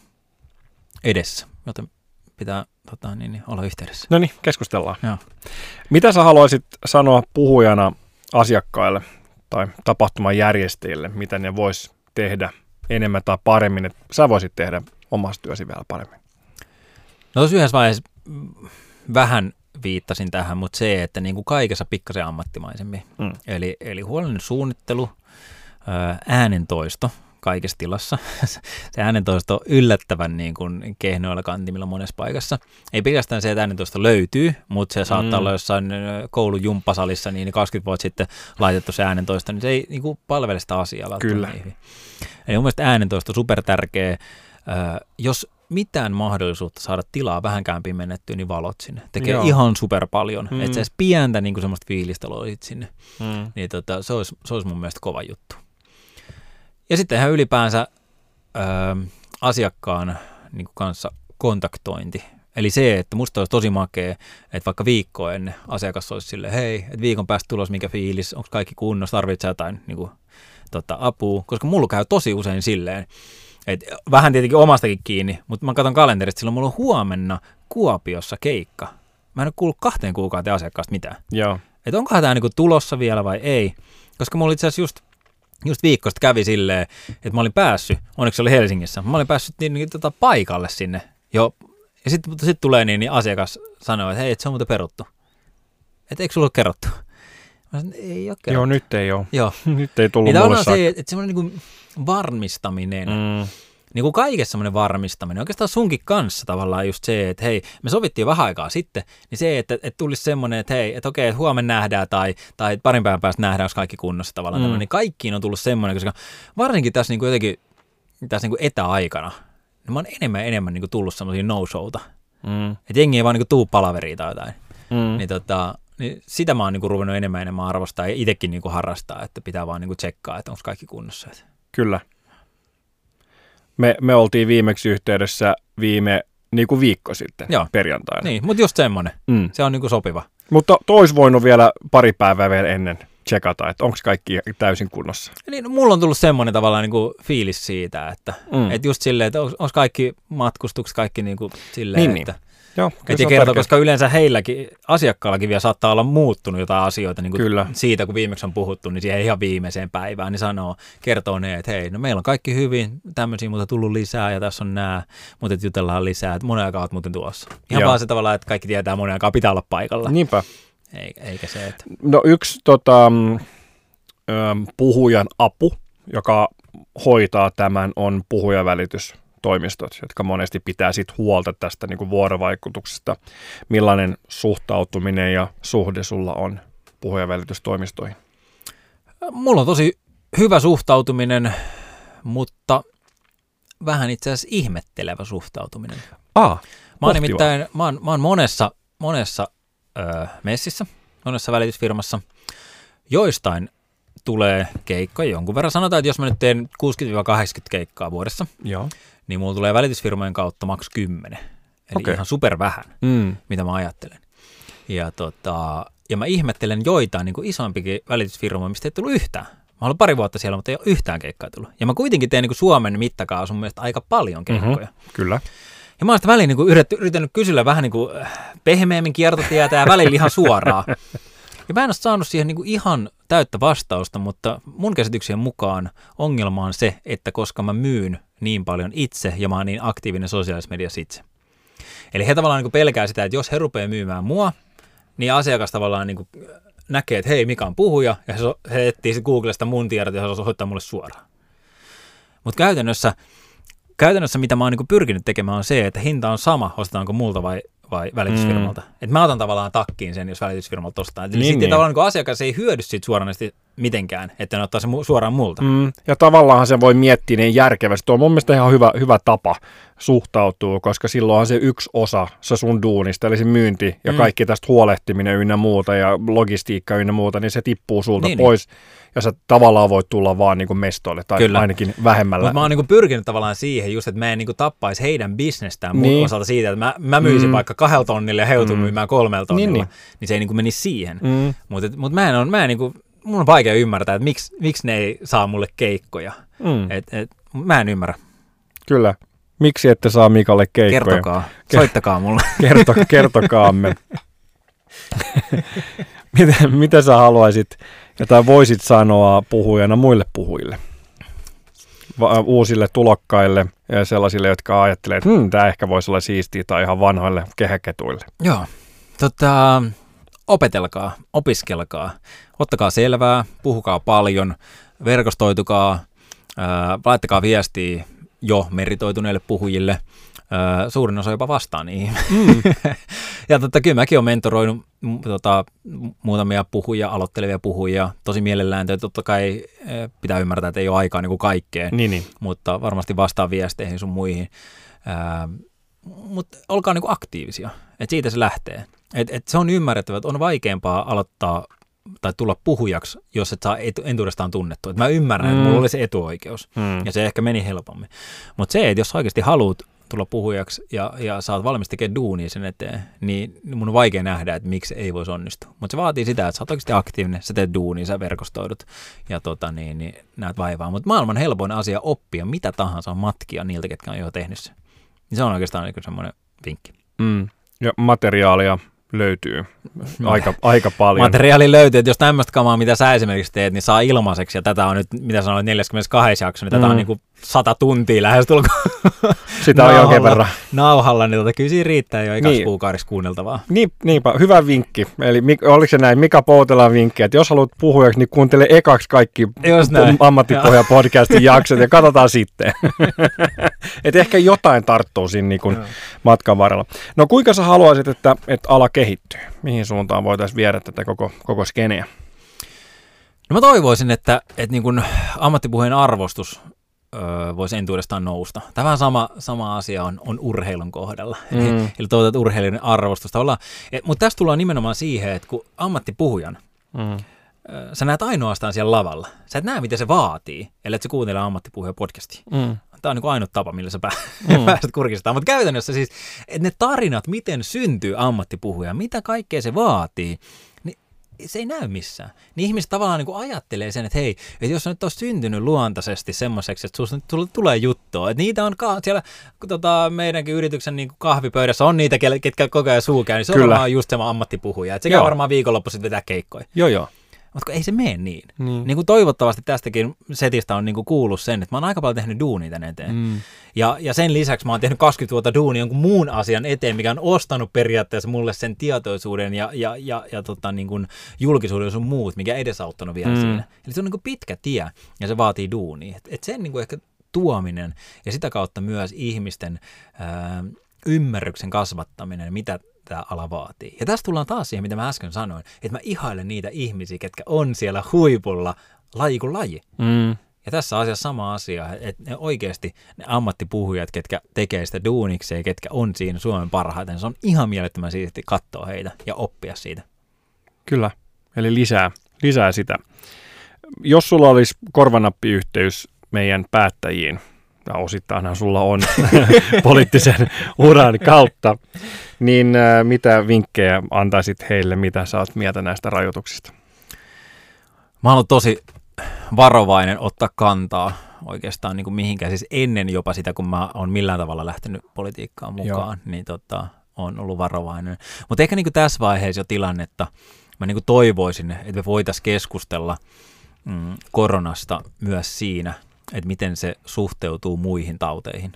edessä, joten pitää olla yhteydessä. No niin, keskustellaan. Joo. Mitä sä haluaisit sanoa puhujana asiakkaille tai tapahtuman järjestäjille, mitä ne vois tehdä enemmän tai paremmin, että sä voisit tehdä omassa työsi vielä paremmin? No tuossa yhdessä vaiheessa vähän viittasin tähän, mutta se, että niin kuin kaikessa pikkasen ammattimaisemmin. Eli huolellinen suunnittelu, äänentoisto kaikessa tilassa. Se äänentoisto on yllättävän niin kuin kehnoilla kantimilla monessa paikassa. Ei pelkästään se, että äänentoisto löytyy, mutta se saattaa olla jossain koulun jumppasalissa, niin 20 vuotta sitten laitettu se äänentoisto, niin se ei niin kuin palvele sitä asiaa välttämättä. Kyllä. Eli mun mielestä äänentoisto on supertärkeä. Jos mitään mahdollisuutta saada tilaa vähänkään pimennettyä, niin valot sinne. Tekee ihan super paljon. Että se edes pientä niin kuin semmoista fiilistä loisit sinne. Niin se olisi mun mielestä kova juttu. Ja sitten ihan ylipäänsä asiakkaan niin kuin kanssa kontaktointi. Eli se, että musta olisi tosi makea, että vaikka viikkoa ennen asiakas olisi silleen, hei, että viikon päästä tulos, mikä fiilis, onko kaikki kunnossa, tarvitsetko jotain niin kuin, apua. Koska mulla käy tosi usein silleen, että vähän tietenkin omastakin kiinni, mutta mä katson kalenterista, silloin mulla on huomenna Kuopiossa keikka. Mä en ole kuullut 2 kuukauteen asiakkaasta mitään. Joo. Että onkohan tämä niin kuin tulossa vielä vai ei. Koska mulla itse asiassa just viikosta kävi silleen, että mä olin päässyt, onneksi se oli Helsingissä, mä olin päässyt paikalle sinne jo. Ja sitten tulee niin asiakas sanoo, että hei, että se on muuten peruttu. Että eikö sulla ole kerrottu? Mä sanoin, ei ole kerrottu. Joo, nyt ei ole. Joo. Nyt ei tullut mulle saakka. Se, että semmoinen niin kuin varmistaminen, niin kuin kaikessa semmoinen varmistaminen, oikeastaan sunkin kanssa tavallaan just se, että hei, me sovittiin vähän aikaa sitten, niin se, että tulisi semmoinen, että hei, että okei, että huomenna nähdään tai parin päivän päästä nähdään, onko kaikki kunnossa tavallaan, niin kaikkiin on tullut semmoinen, koska varsinkin tässä niin kuin jotenkin, tässä niin kuin etäaikana, niin mä oon enemmän niin kuin tullut semmoisia no-showta, että jengi ei vaan niin kuin tuu palaveriin tai jotain, niin sitä mä oon niin kuin ruvennut enemmän arvostaa ja itsekin niin kuin harrastaa, että pitää vaan niin kuin tsekkaa, että onko kaikki kunnossa. Kyllä. Me oltiin viimeksi yhteydessä niin kuin viikko sitten, perjantaina. Niin, mutta just semmoinen. Se on niin kuin sopiva. Mutta olisi voinut vielä pari päivää vielä ennen tsekata, että onko kaikki täysin kunnossa. Niin, no, mulla on tullut semmoinen tavallaan niin kuin fiilis siitä, että just silleen, että onko kaikki matkustukset, kaikki niin kuin silleen, niin, että Joo, Et kertoo, koska yleensä heilläkin, asiakkaallakin vielä saattaa olla muuttunut jotain asioita niin kuin siitä, kun viimeksi on puhuttu, niin siihen ihan viimeiseen päivään, niin kertoo ne, että hei, no meillä on kaikki hyvin, tämmöisiä muuta tullut lisää ja tässä on nämä, mutta jutellaan lisää, että monen aikaa olet muuten tuossa. Ihan vaan se tavallaan, että kaikki tietää, monen aikaa pitää olla paikalla. Niinpä. Eikä se, että... No yksi puhujan apu, joka hoitaa tämän, on puhujavälitystoimistot, jotka monesti pitää sit huolta tästä niin kuin vuorovaikutuksesta. Millainen suhtautuminen ja suhde sulla on puhujavälitystoimistoihin? Mulla on tosi hyvä suhtautuminen, mutta vähän itse asiassa ihmettelevä suhtautuminen. Mä oon monessa messissä, monessa välitysfirmassa. Joistain tulee keikkoja jonkun verran. Sanotaan, että jos mä nyt teen 60-80 keikkaa vuodessa, niin mulla tulee välitysfirmojen kautta maks 10. Eli ihan super vähän, mitä mä ajattelen. Ja mä ihmettelen joitain niin kuin isompikin välitysfirmoja, mistä ei tullut yhtään. Mä olen 2 vuotta siellä, mutta ei ole yhtään keikkaa tullut. Ja mä kuitenkin teen niin kuin Suomen mittakaavassa mun mielestä aika paljon keikkoja. Kyllä. Ja mä oon sitä väliin niin kuin yrittänyt kysyä vähän niin kuin pehmeämmin kiertotietä ja välillä ihan suoraan. Ja mä en ole saanut siihen niin kuin ihan täyttä vastausta, mutta mun käsityksien mukaan ongelma on se, että koska mä myyn niin paljon itse ja mä oon niin aktiivinen sosiaalisessa mediassa itse. Eli he tavallaan niin kuin pelkää sitä, että jos he rupeaa myymään mua, niin asiakas tavallaan niin kuin näkee, että hei, mikä on puhuja, ja he etsii sitten Googlesta mun tiedot ja se osoittaa mulle suoraan. Mutta käytännössä mitä mä oon niin pyrkinyt tekemään on se, että hinta on sama, ostetaanko multa vai välitysfirmalta. Että mä otan tavallaan takkiin sen, jos välitysfirmalta ostaa. Eli sitten tavallaan niin asiakas ei hyödy siitä suoranaisesti mitenkään, että ne ottaa se suoraan multa. Ja tavallaan se voi miettiä niin järkevästi. Tuo on mun mielestä ihan hyvä tapa suhtautua, koska silloinhan se yksi osa se sun duunista, eli se myynti ja kaikki tästä huolehtiminen ynnä muuta ja logistiikka ynnä muuta, niin se tippuu sulta pois. Ja sä tavallaan voit tulla vaan niin kuin mestoille tai ainakin vähemmällä. Mutta mä oon niin kuin pyrkinyt tavallaan siihen just, että mä en niin kuin tappaisi heidän bisnestään mun osalta siitä, että mä myisin vaikka 2 tonnille ja he joutuu myymään 3 tonnilla, niin se ei niin kuin menisi siihen. Mutta mä en niin kuin, mun on vaikea ymmärtää, että miksi ne ei saa mulle keikkoja. Mä en ymmärrä. Kyllä. Miksi ette saa Mikalle keikkoja? Kertokaa. Soittakaa mulle. Kertokaamme. Mitä sä haluaisit, tai voisit sanoa puhujana muille puhujille? Uusille tulokkaille ja sellaisille, jotka ajattelee, että tämä ehkä voisi olla siistiä, tai ihan vanhoille kehäketuille. Joo. Opetelkaa, opiskelkaa, ottakaa selvää, puhukaa paljon, verkostoitukaa, laittakaa viestiä jo meritoituneille puhujille. Suurin osa jopa vastaa niihin. Ja kyllä mäkin olen mentoroinut muutamia puhujia, aloittelevia puhujia, tosi mielellään. Totta kai pitää ymmärtää, että ei ole aikaa niin kuin kaikkeen, mutta varmasti vastaa viesteihin sun muihin. Mutta olkaa niin kuin aktiivisia, että siitä se lähtee. Et se on ymmärrettävä, että on vaikeampaa aloittaa tai tulla puhujaksi, jos et saa entuudestaan tunnettua. Et mä ymmärrän, että mulla oli se etuoikeus, ja se ehkä meni helpommin. Mutta se, että jos oikeasti haluat tulla puhujaksi ja sä oot valmis tekemään duunia sen eteen, niin mun on vaikea nähdä, että miksi ei voisi onnistua. Mutta se vaatii sitä, että sä oot oikeasti aktiivinen, sä teet duunia, sä verkostoidut ja niin näet vaivaa. Mutta maailman helpoin asia oppia mitä tahansa matkia niiltä, ketkä on jo tehnyt se. Niin se on oikeastaan niin semmoinen vinkki. Ja materiaalia löytyy aika paljon. Materiaali löytyy, että jos tämmöistä kamaa, mitä sä esimerkiksi teet, niin saa ilmaiseksi, ja tätä on nyt, mitä sanoit, 42 jakso, niin tätä on niin kuin 100 tuntia lähestulkoon. Sitä on jonkin verran. Nauhalla, niin kyllä siinä riittää jo ekaksi kuukaudessa kuunneltavaa. Niinpä, hyvä vinkki. Eli oliko se näin, Mika Poutelan vinkki, että jos haluat puhujaksi, niin kuuntele ekaksi kaikki Ammattipohja-podcastin jaksot ja katsotaan sitten. Että ehkä jotain tarttuu siinä niin kuin matkan varrella. No kuinka sä haluaisit, että ala kehittyy? Mihin suuntaan voitaisiin viedä tätä koko skeneä? No mä toivoisin, että niin kuin ammattipuheen arvostus voisi entuudestaan nousta. Tämä sama asia on urheilun kohdalla. Eli toivotaan urheilijoiden arvostusta. Mutta tässä tullaan nimenomaan siihen, että kun ammattipuhujan, sä näet ainoastaan siellä lavalla. Sä et näe, mitä se vaatii, ellei sä kuuntele ammattipuhujan podcastia. Tämä on niin kuin ainut tapa, millä sä pääset kurkistamaan. Mutta käytännössä siis, että ne tarinat, miten syntyy ammattipuhuja, mitä kaikkea se vaatii, niin se ei näy missään. Niin ihmiset tavallaan niin kuin ajattelee sen, että hei, että jos sä nyt oot syntynyt luontaisesti semmoiseksi, että sulla tulee juttua, että niitä on siellä meidänkin yrityksen niin kuin kahvipöydässä on niitä, ketkä koko ajan suu käy, niin se on varmaan just semmoinen ammattipuhuja, että se käy varmaan viikonloppuisin vetää keikkoja. Joo. Mutta ei se mene niin. Niin kuin toivottavasti tästäkin setistä on niin kuin kuullut sen, että mä oon aika paljon tehnyt duunia tän eteen. Ja sen lisäksi mä oon tehnyt 20 vuotta duunia jonkun muun asian eteen, mikä on ostanut periaatteessa mulle sen tietoisuuden ja niin kuin julkisuuden sun muut, mikä edesauttanut vielä siinä. Eli se on niin kuin pitkä tie ja se vaatii duunia. Et sen niin kuin ehkä tuominen ja sitä kautta myös ihmisten ymmärryksen kasvattaminen, mitä tämä ala vaatii. Ja tässä tullaan taas siihen, mitä mä äsken sanoin, että mä ihailen niitä ihmisiä, ketkä on siellä huipulla laji kuin laji. Ja tässä asiassa sama asia, että ne oikeasti ne ammattipuhujat, ketkä tekee sitä duunikseen, ketkä on siinä Suomen parhaiten, se on ihan mielettömän siisti katsoa heitä ja oppia siitä. Kyllä, eli lisää sitä. Jos sulla olisi korvanappiyhteys meidän päättäjiin, ja osittainhan sulla on poliittisen uran kautta, niin mitä vinkkejä antaisit heille, mitä sä oot mieltä näistä rajoituksista? Mä oon ollut tosi varovainen ottaa kantaa oikeastaan niin kuin mihinkään, siis ennen jopa sitä, kun mä oon millään tavalla lähtenyt politiikkaan mukaan, niin on ollut varovainen. Mutta ehkä niin kuin tässä vaiheessa jo tilannetta, mä niin kuin toivoisin, että me voitaisiin keskustella koronasta myös siinä, että miten se suhteutuu muihin tauteihin.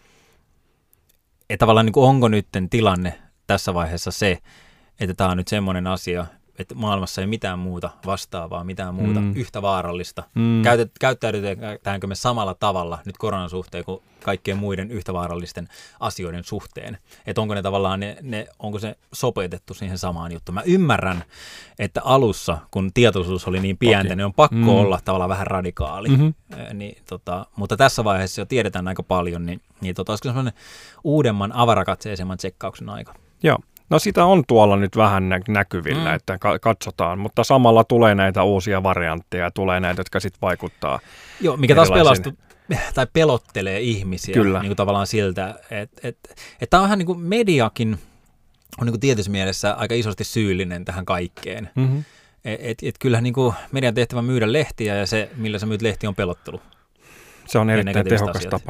Että tavallaan niin kuin onko nyt tilanne tässä vaiheessa se, että tämä on nyt semmoinen asia, että maailmassa ei mitään muuta vastaavaa, mitään muuta yhtä vaarallista. Käyttäydytäänkö me samalla tavalla nyt koronan suhteen kuin kaikkien muiden yhtä vaarallisten asioiden suhteen? Että onko ne tavallaan, onko se sopeutettu siihen samaan juttuun? Mä ymmärrän, että alussa, kun tietoisuus oli niin pientä, niin on pakko olla tavallaan vähän radikaali. Mutta tässä vaiheessa jo tiedetään aika paljon, niin olisiko semmoinen uudemman avarakatseisemman tsekkauksen aika? Joo. No sitä on tuolla nyt vähän näkyvillä, että katsotaan, mutta samalla tulee näitä uusia variantteja, tulee näitä, jotka sitten vaikuttaa. Joo, mikä taas pelottelee ihmisiä. Kyllä. Niin kuin tavallaan siltä, että tämä on vähän niin kuin mediakin on niin kuin tietyssä mielessä aika isosti syyllinen tähän kaikkeen. Et kyllähän niin kuin median tehtävä myydä lehtiä ja se, millä sä myyt lehtiä, on pelottelu. Se on erittäin tehokas tapa.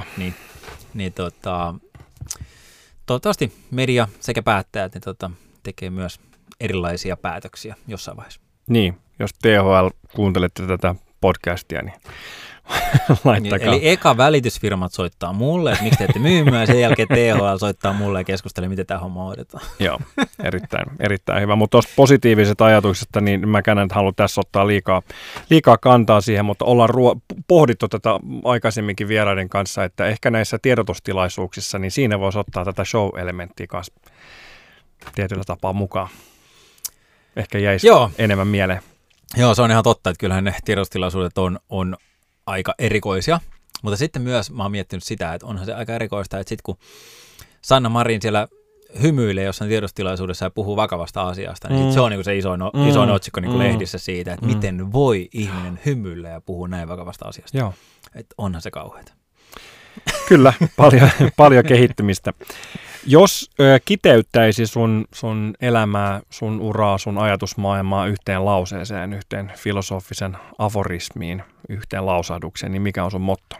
Toivottavasti media sekä päättäjät tekee myös erilaisia päätöksiä jossain vaiheessa. Niin, jos THL kuuntelette tätä podcastia, niin laittakaa. Eli eka välitysfirmat soittaa mulle, että miksi te ette myymään, ja sen jälkeen THL soittaa mulle ja keskustelee, miten tämä homma hoidetaan. Joo, erittäin hyvä. Mutta tuosta positiivisesta ajatuksesta, niin mäkään en halua tässä ottaa liikaa kantaa siihen, mutta ollaan pohdittu tätä aikaisemminkin vieraiden kanssa, että ehkä näissä tiedotustilaisuuksissa, niin siinä voisi ottaa tätä show-elementtiä kanssa tietyllä tapaa mukaan. Ehkä jäisi enemmän mieleen. Joo, se on ihan totta, että kyllähän ne tiedotustilaisuudet on aika erikoisia, mutta sitten myös mä oon miettinyt sitä, että onhan se aika erikoista, että sitten kun Sanna Marin siellä hymyilee jossain tiedotustilaisuudessa ja puhuu vakavasta asiasta, niin sit se on niinku se isoin otsikko niinku lehdissä siitä, että miten voi ihminen hymyillä ja puhua näin vakavasta asiasta. Joo. Että onhan se kauheata. Kyllä, paljon kehittymistä. Jos kiteyttäisi sun elämää, sun uraa, sun ajatusmaailmaa yhteen lauseeseen, yhteen filosofisen aforismiin, yhteen lausahdukseen, niin mikä on sun motto?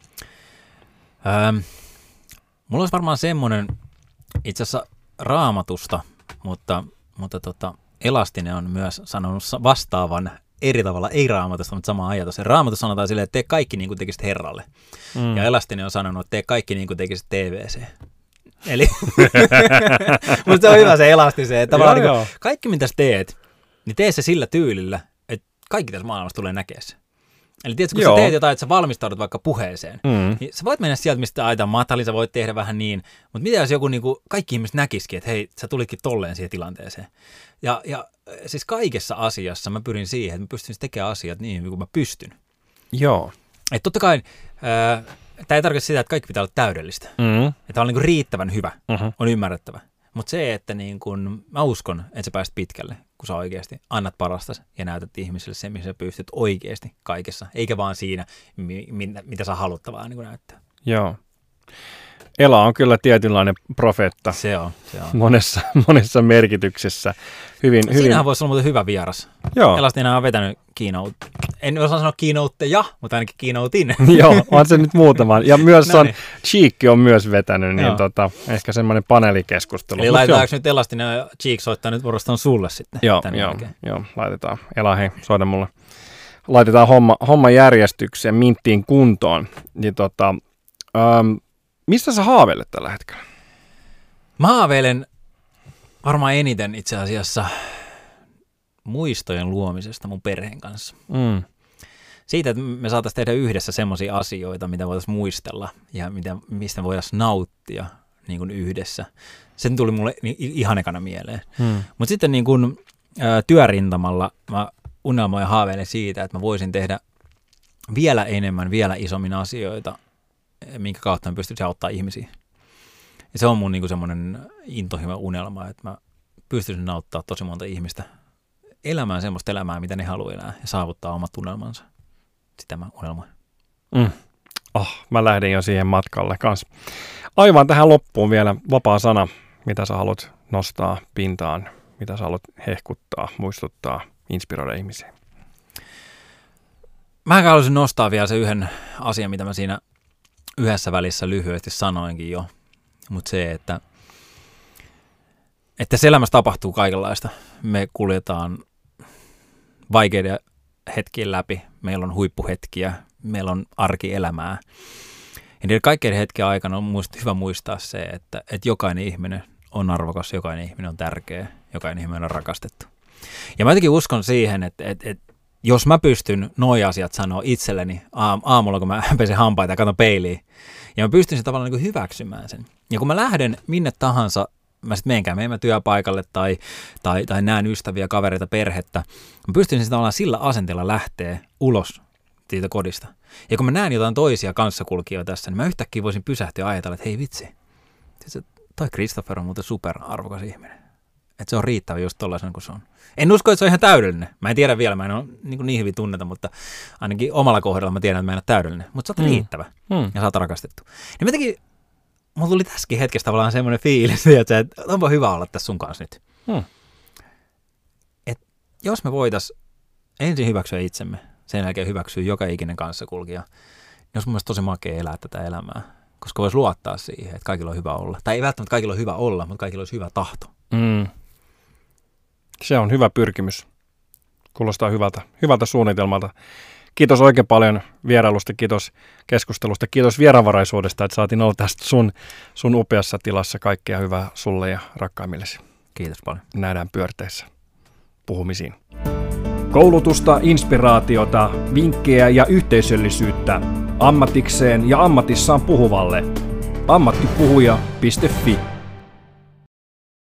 Mulla olisi varmaan semmoinen itse asiassa Raamatusta, mutta Elastinen on myös sanonut vastaavan eri tavalla, ei Raamatusta, mutta sama ajatus. Ja Raamatussa sanotaan silleen, että tee kaikki niin kuin tekisit Herralle. Ja Elastinen on sanonut, että tee kaikki niin kuin tekisit TVC. Eli musta se on hyvä se Elastisen, että tavallaan niin kaikki mitä sä teet, niin tee se sillä tyylillä, että kaikki tässä maailmassa tulee näkee se. Eli tiedätkö, kun sä teet jotain, että sä valmistaudut vaikka puheeseen, niin sä voit mennä sieltä, mistä aitaan matalin, sä voit tehdä vähän niin, mutta mitä jos joku niin kuin, kaikki ihmiset näkisikin, että hei, sä tulitkin tolleen siihen tilanteeseen. Ja siis kaikessa asiassa mä pyrin siihen, että mä pystyn tekemään asiat niin hyvin kuin mä pystyn. Joo. Että totta kai, tämä ei tarkoita sitä, että kaikki pitää olla täydellistä. Että on niin kuin riittävän hyvä, on ymmärrettävä. Mutta se, että niin kun, mä uskon, että sä pääset pitkälle, kun sä oikeasti annat parastasi ja näytät ihmisille sen, missä sä pystyt oikeasti kaikessa, eikä vaan siinä, mitä sä haluat vaan niin näyttää. Joo. Ela on kyllä tietynlainen profeetta. Se on. Monessa merkityksessä. Hyvin. Siinähän voisi olla muuten hyvä vieras. Joo. Elastinahan on vetänyt keynote. En osaa sanoa keynoteja, mutta ainakin keynotein. Joo, on se nyt muutaman. Ja myös Cheek on myös vetänyt, niin ehkä semmoinen paneelikeskustelu. Eli laitetaanko nyt Elastina ja Cheek soittaa nyt vuorostaan sulle sitten? Joo, laitetaan. Ela, hei, soita mulle. Laitetaan homma järjestykseen, minttiin kuntoon. Niin mistä sä haaveilet tällä hetkellä? Mä haaveilen varmaan eniten itse asiassa muistojen luomisesta mun perheen kanssa. Siitä, että me saataisiin tehdä yhdessä semmoisia asioita, mitä voitaisiin muistella ja mistä voitaisiin nauttia niin kuin yhdessä. Sen tuli mulle ihan ekana mieleen. Mutta sitten niin kuin, työrintamalla mä unelmoin ja haaveilen siitä, että mä voisin tehdä vielä enemmän, vielä isommin asioita, minkä kautta mä pystyisin auttaa ihmisiä. Ja se on mun niin kuin semmoinen intohimo unelma, että mä pystyisin auttaa tosi monta ihmistä elämään semmoista elämää, mitä ne haluaa elää ja saavuttaa omat unelmansa. Sitä mä unelmoin. Mä lähdin jo siihen matkalle kanssa. Aivan tähän loppuun vielä vapaa sana, mitä sä haluat nostaa pintaan, mitä sä haluat hehkuttaa, muistuttaa, inspiroida ihmisiä. Mä haluaisin nostaa vielä se yhden asian, mitä mä siinä yhdessä välissä lyhyesti sanoinkin jo, mutta se, että tässä elämässä tapahtuu kaikenlaista. Me kuljetaan vaikeiden hetkien läpi, meillä on huippuhetkiä, meillä on arkielämää. Ja niiden kaikkein hetken aikana on hyvä muistaa se, että jokainen ihminen on arvokas, jokainen ihminen on tärkeä, jokainen ihminen on rakastettu. Ja mä jotenkin uskon siihen, että jos mä pystyn noi asiat sanoa itselleni aamulla, kun mä pesen hampaita ja katson peiliin, ja mä pystyn sen tavallaan niin kuin hyväksymään sen. Ja kun mä lähden minne tahansa, mä sitten menen työpaikalle tai näen ystäviä, kavereita, perhettä, mä pystyn sen tavallaan sillä asenteella lähteä ulos siitä kodista. Ja kun mä näen jotain toisia kanssakulkijoita tässä, niin mä yhtäkkiä voisin pysähtyä ja ajatella, että hei vitsi, toi Christopher on muuten superarvokas ihminen. Että se on riittävä just tollaisen kuin se on. En usko, että se on ihan täydellinen. Mä en tiedä vielä, mä en ole niin hyvin tunneta, mutta ainakin omalla kohdalla mä tiedän, että mä en ole täydellinen. Mutta sä oot riittävä ja sä oot rakastettu. Niin jotenkin, mulla tuli tässäkin hetkessä tavallaan semmoinen fiilis, että onpa hyvä olla tässä sun kanssa nyt. Et jos me voitais ensin hyväksyä itsemme, sen jälkeen hyväksyä joka ikinen kanssakulkija, niin olisi mun mielestä tosi makea elää tätä elämää. Koska voisi luottaa siihen, että kaikilla on hyvä olla. Tai ei välttämättä kaikilla ole hyvä olla, mutta kaikilla olisi hyvä tahto. Se on hyvä pyrkimys. Kuulostaa hyvältä suunnitelmalta. Kiitos oikein paljon vierailusta, kiitos keskustelusta, kiitos vieraanvaraisuudesta, että saatiin olla tästä sun upeassa tilassa. Kaikkea hyvää sulle ja rakkaimmillesi. Kiitos paljon. Nähdään pyörteissä. Puhumisiin. Koulutusta, inspiraatiota, vinkkejä ja yhteisöllisyyttä ammatikseen ja ammatissaan puhuvalle. ammattipuhuja.fi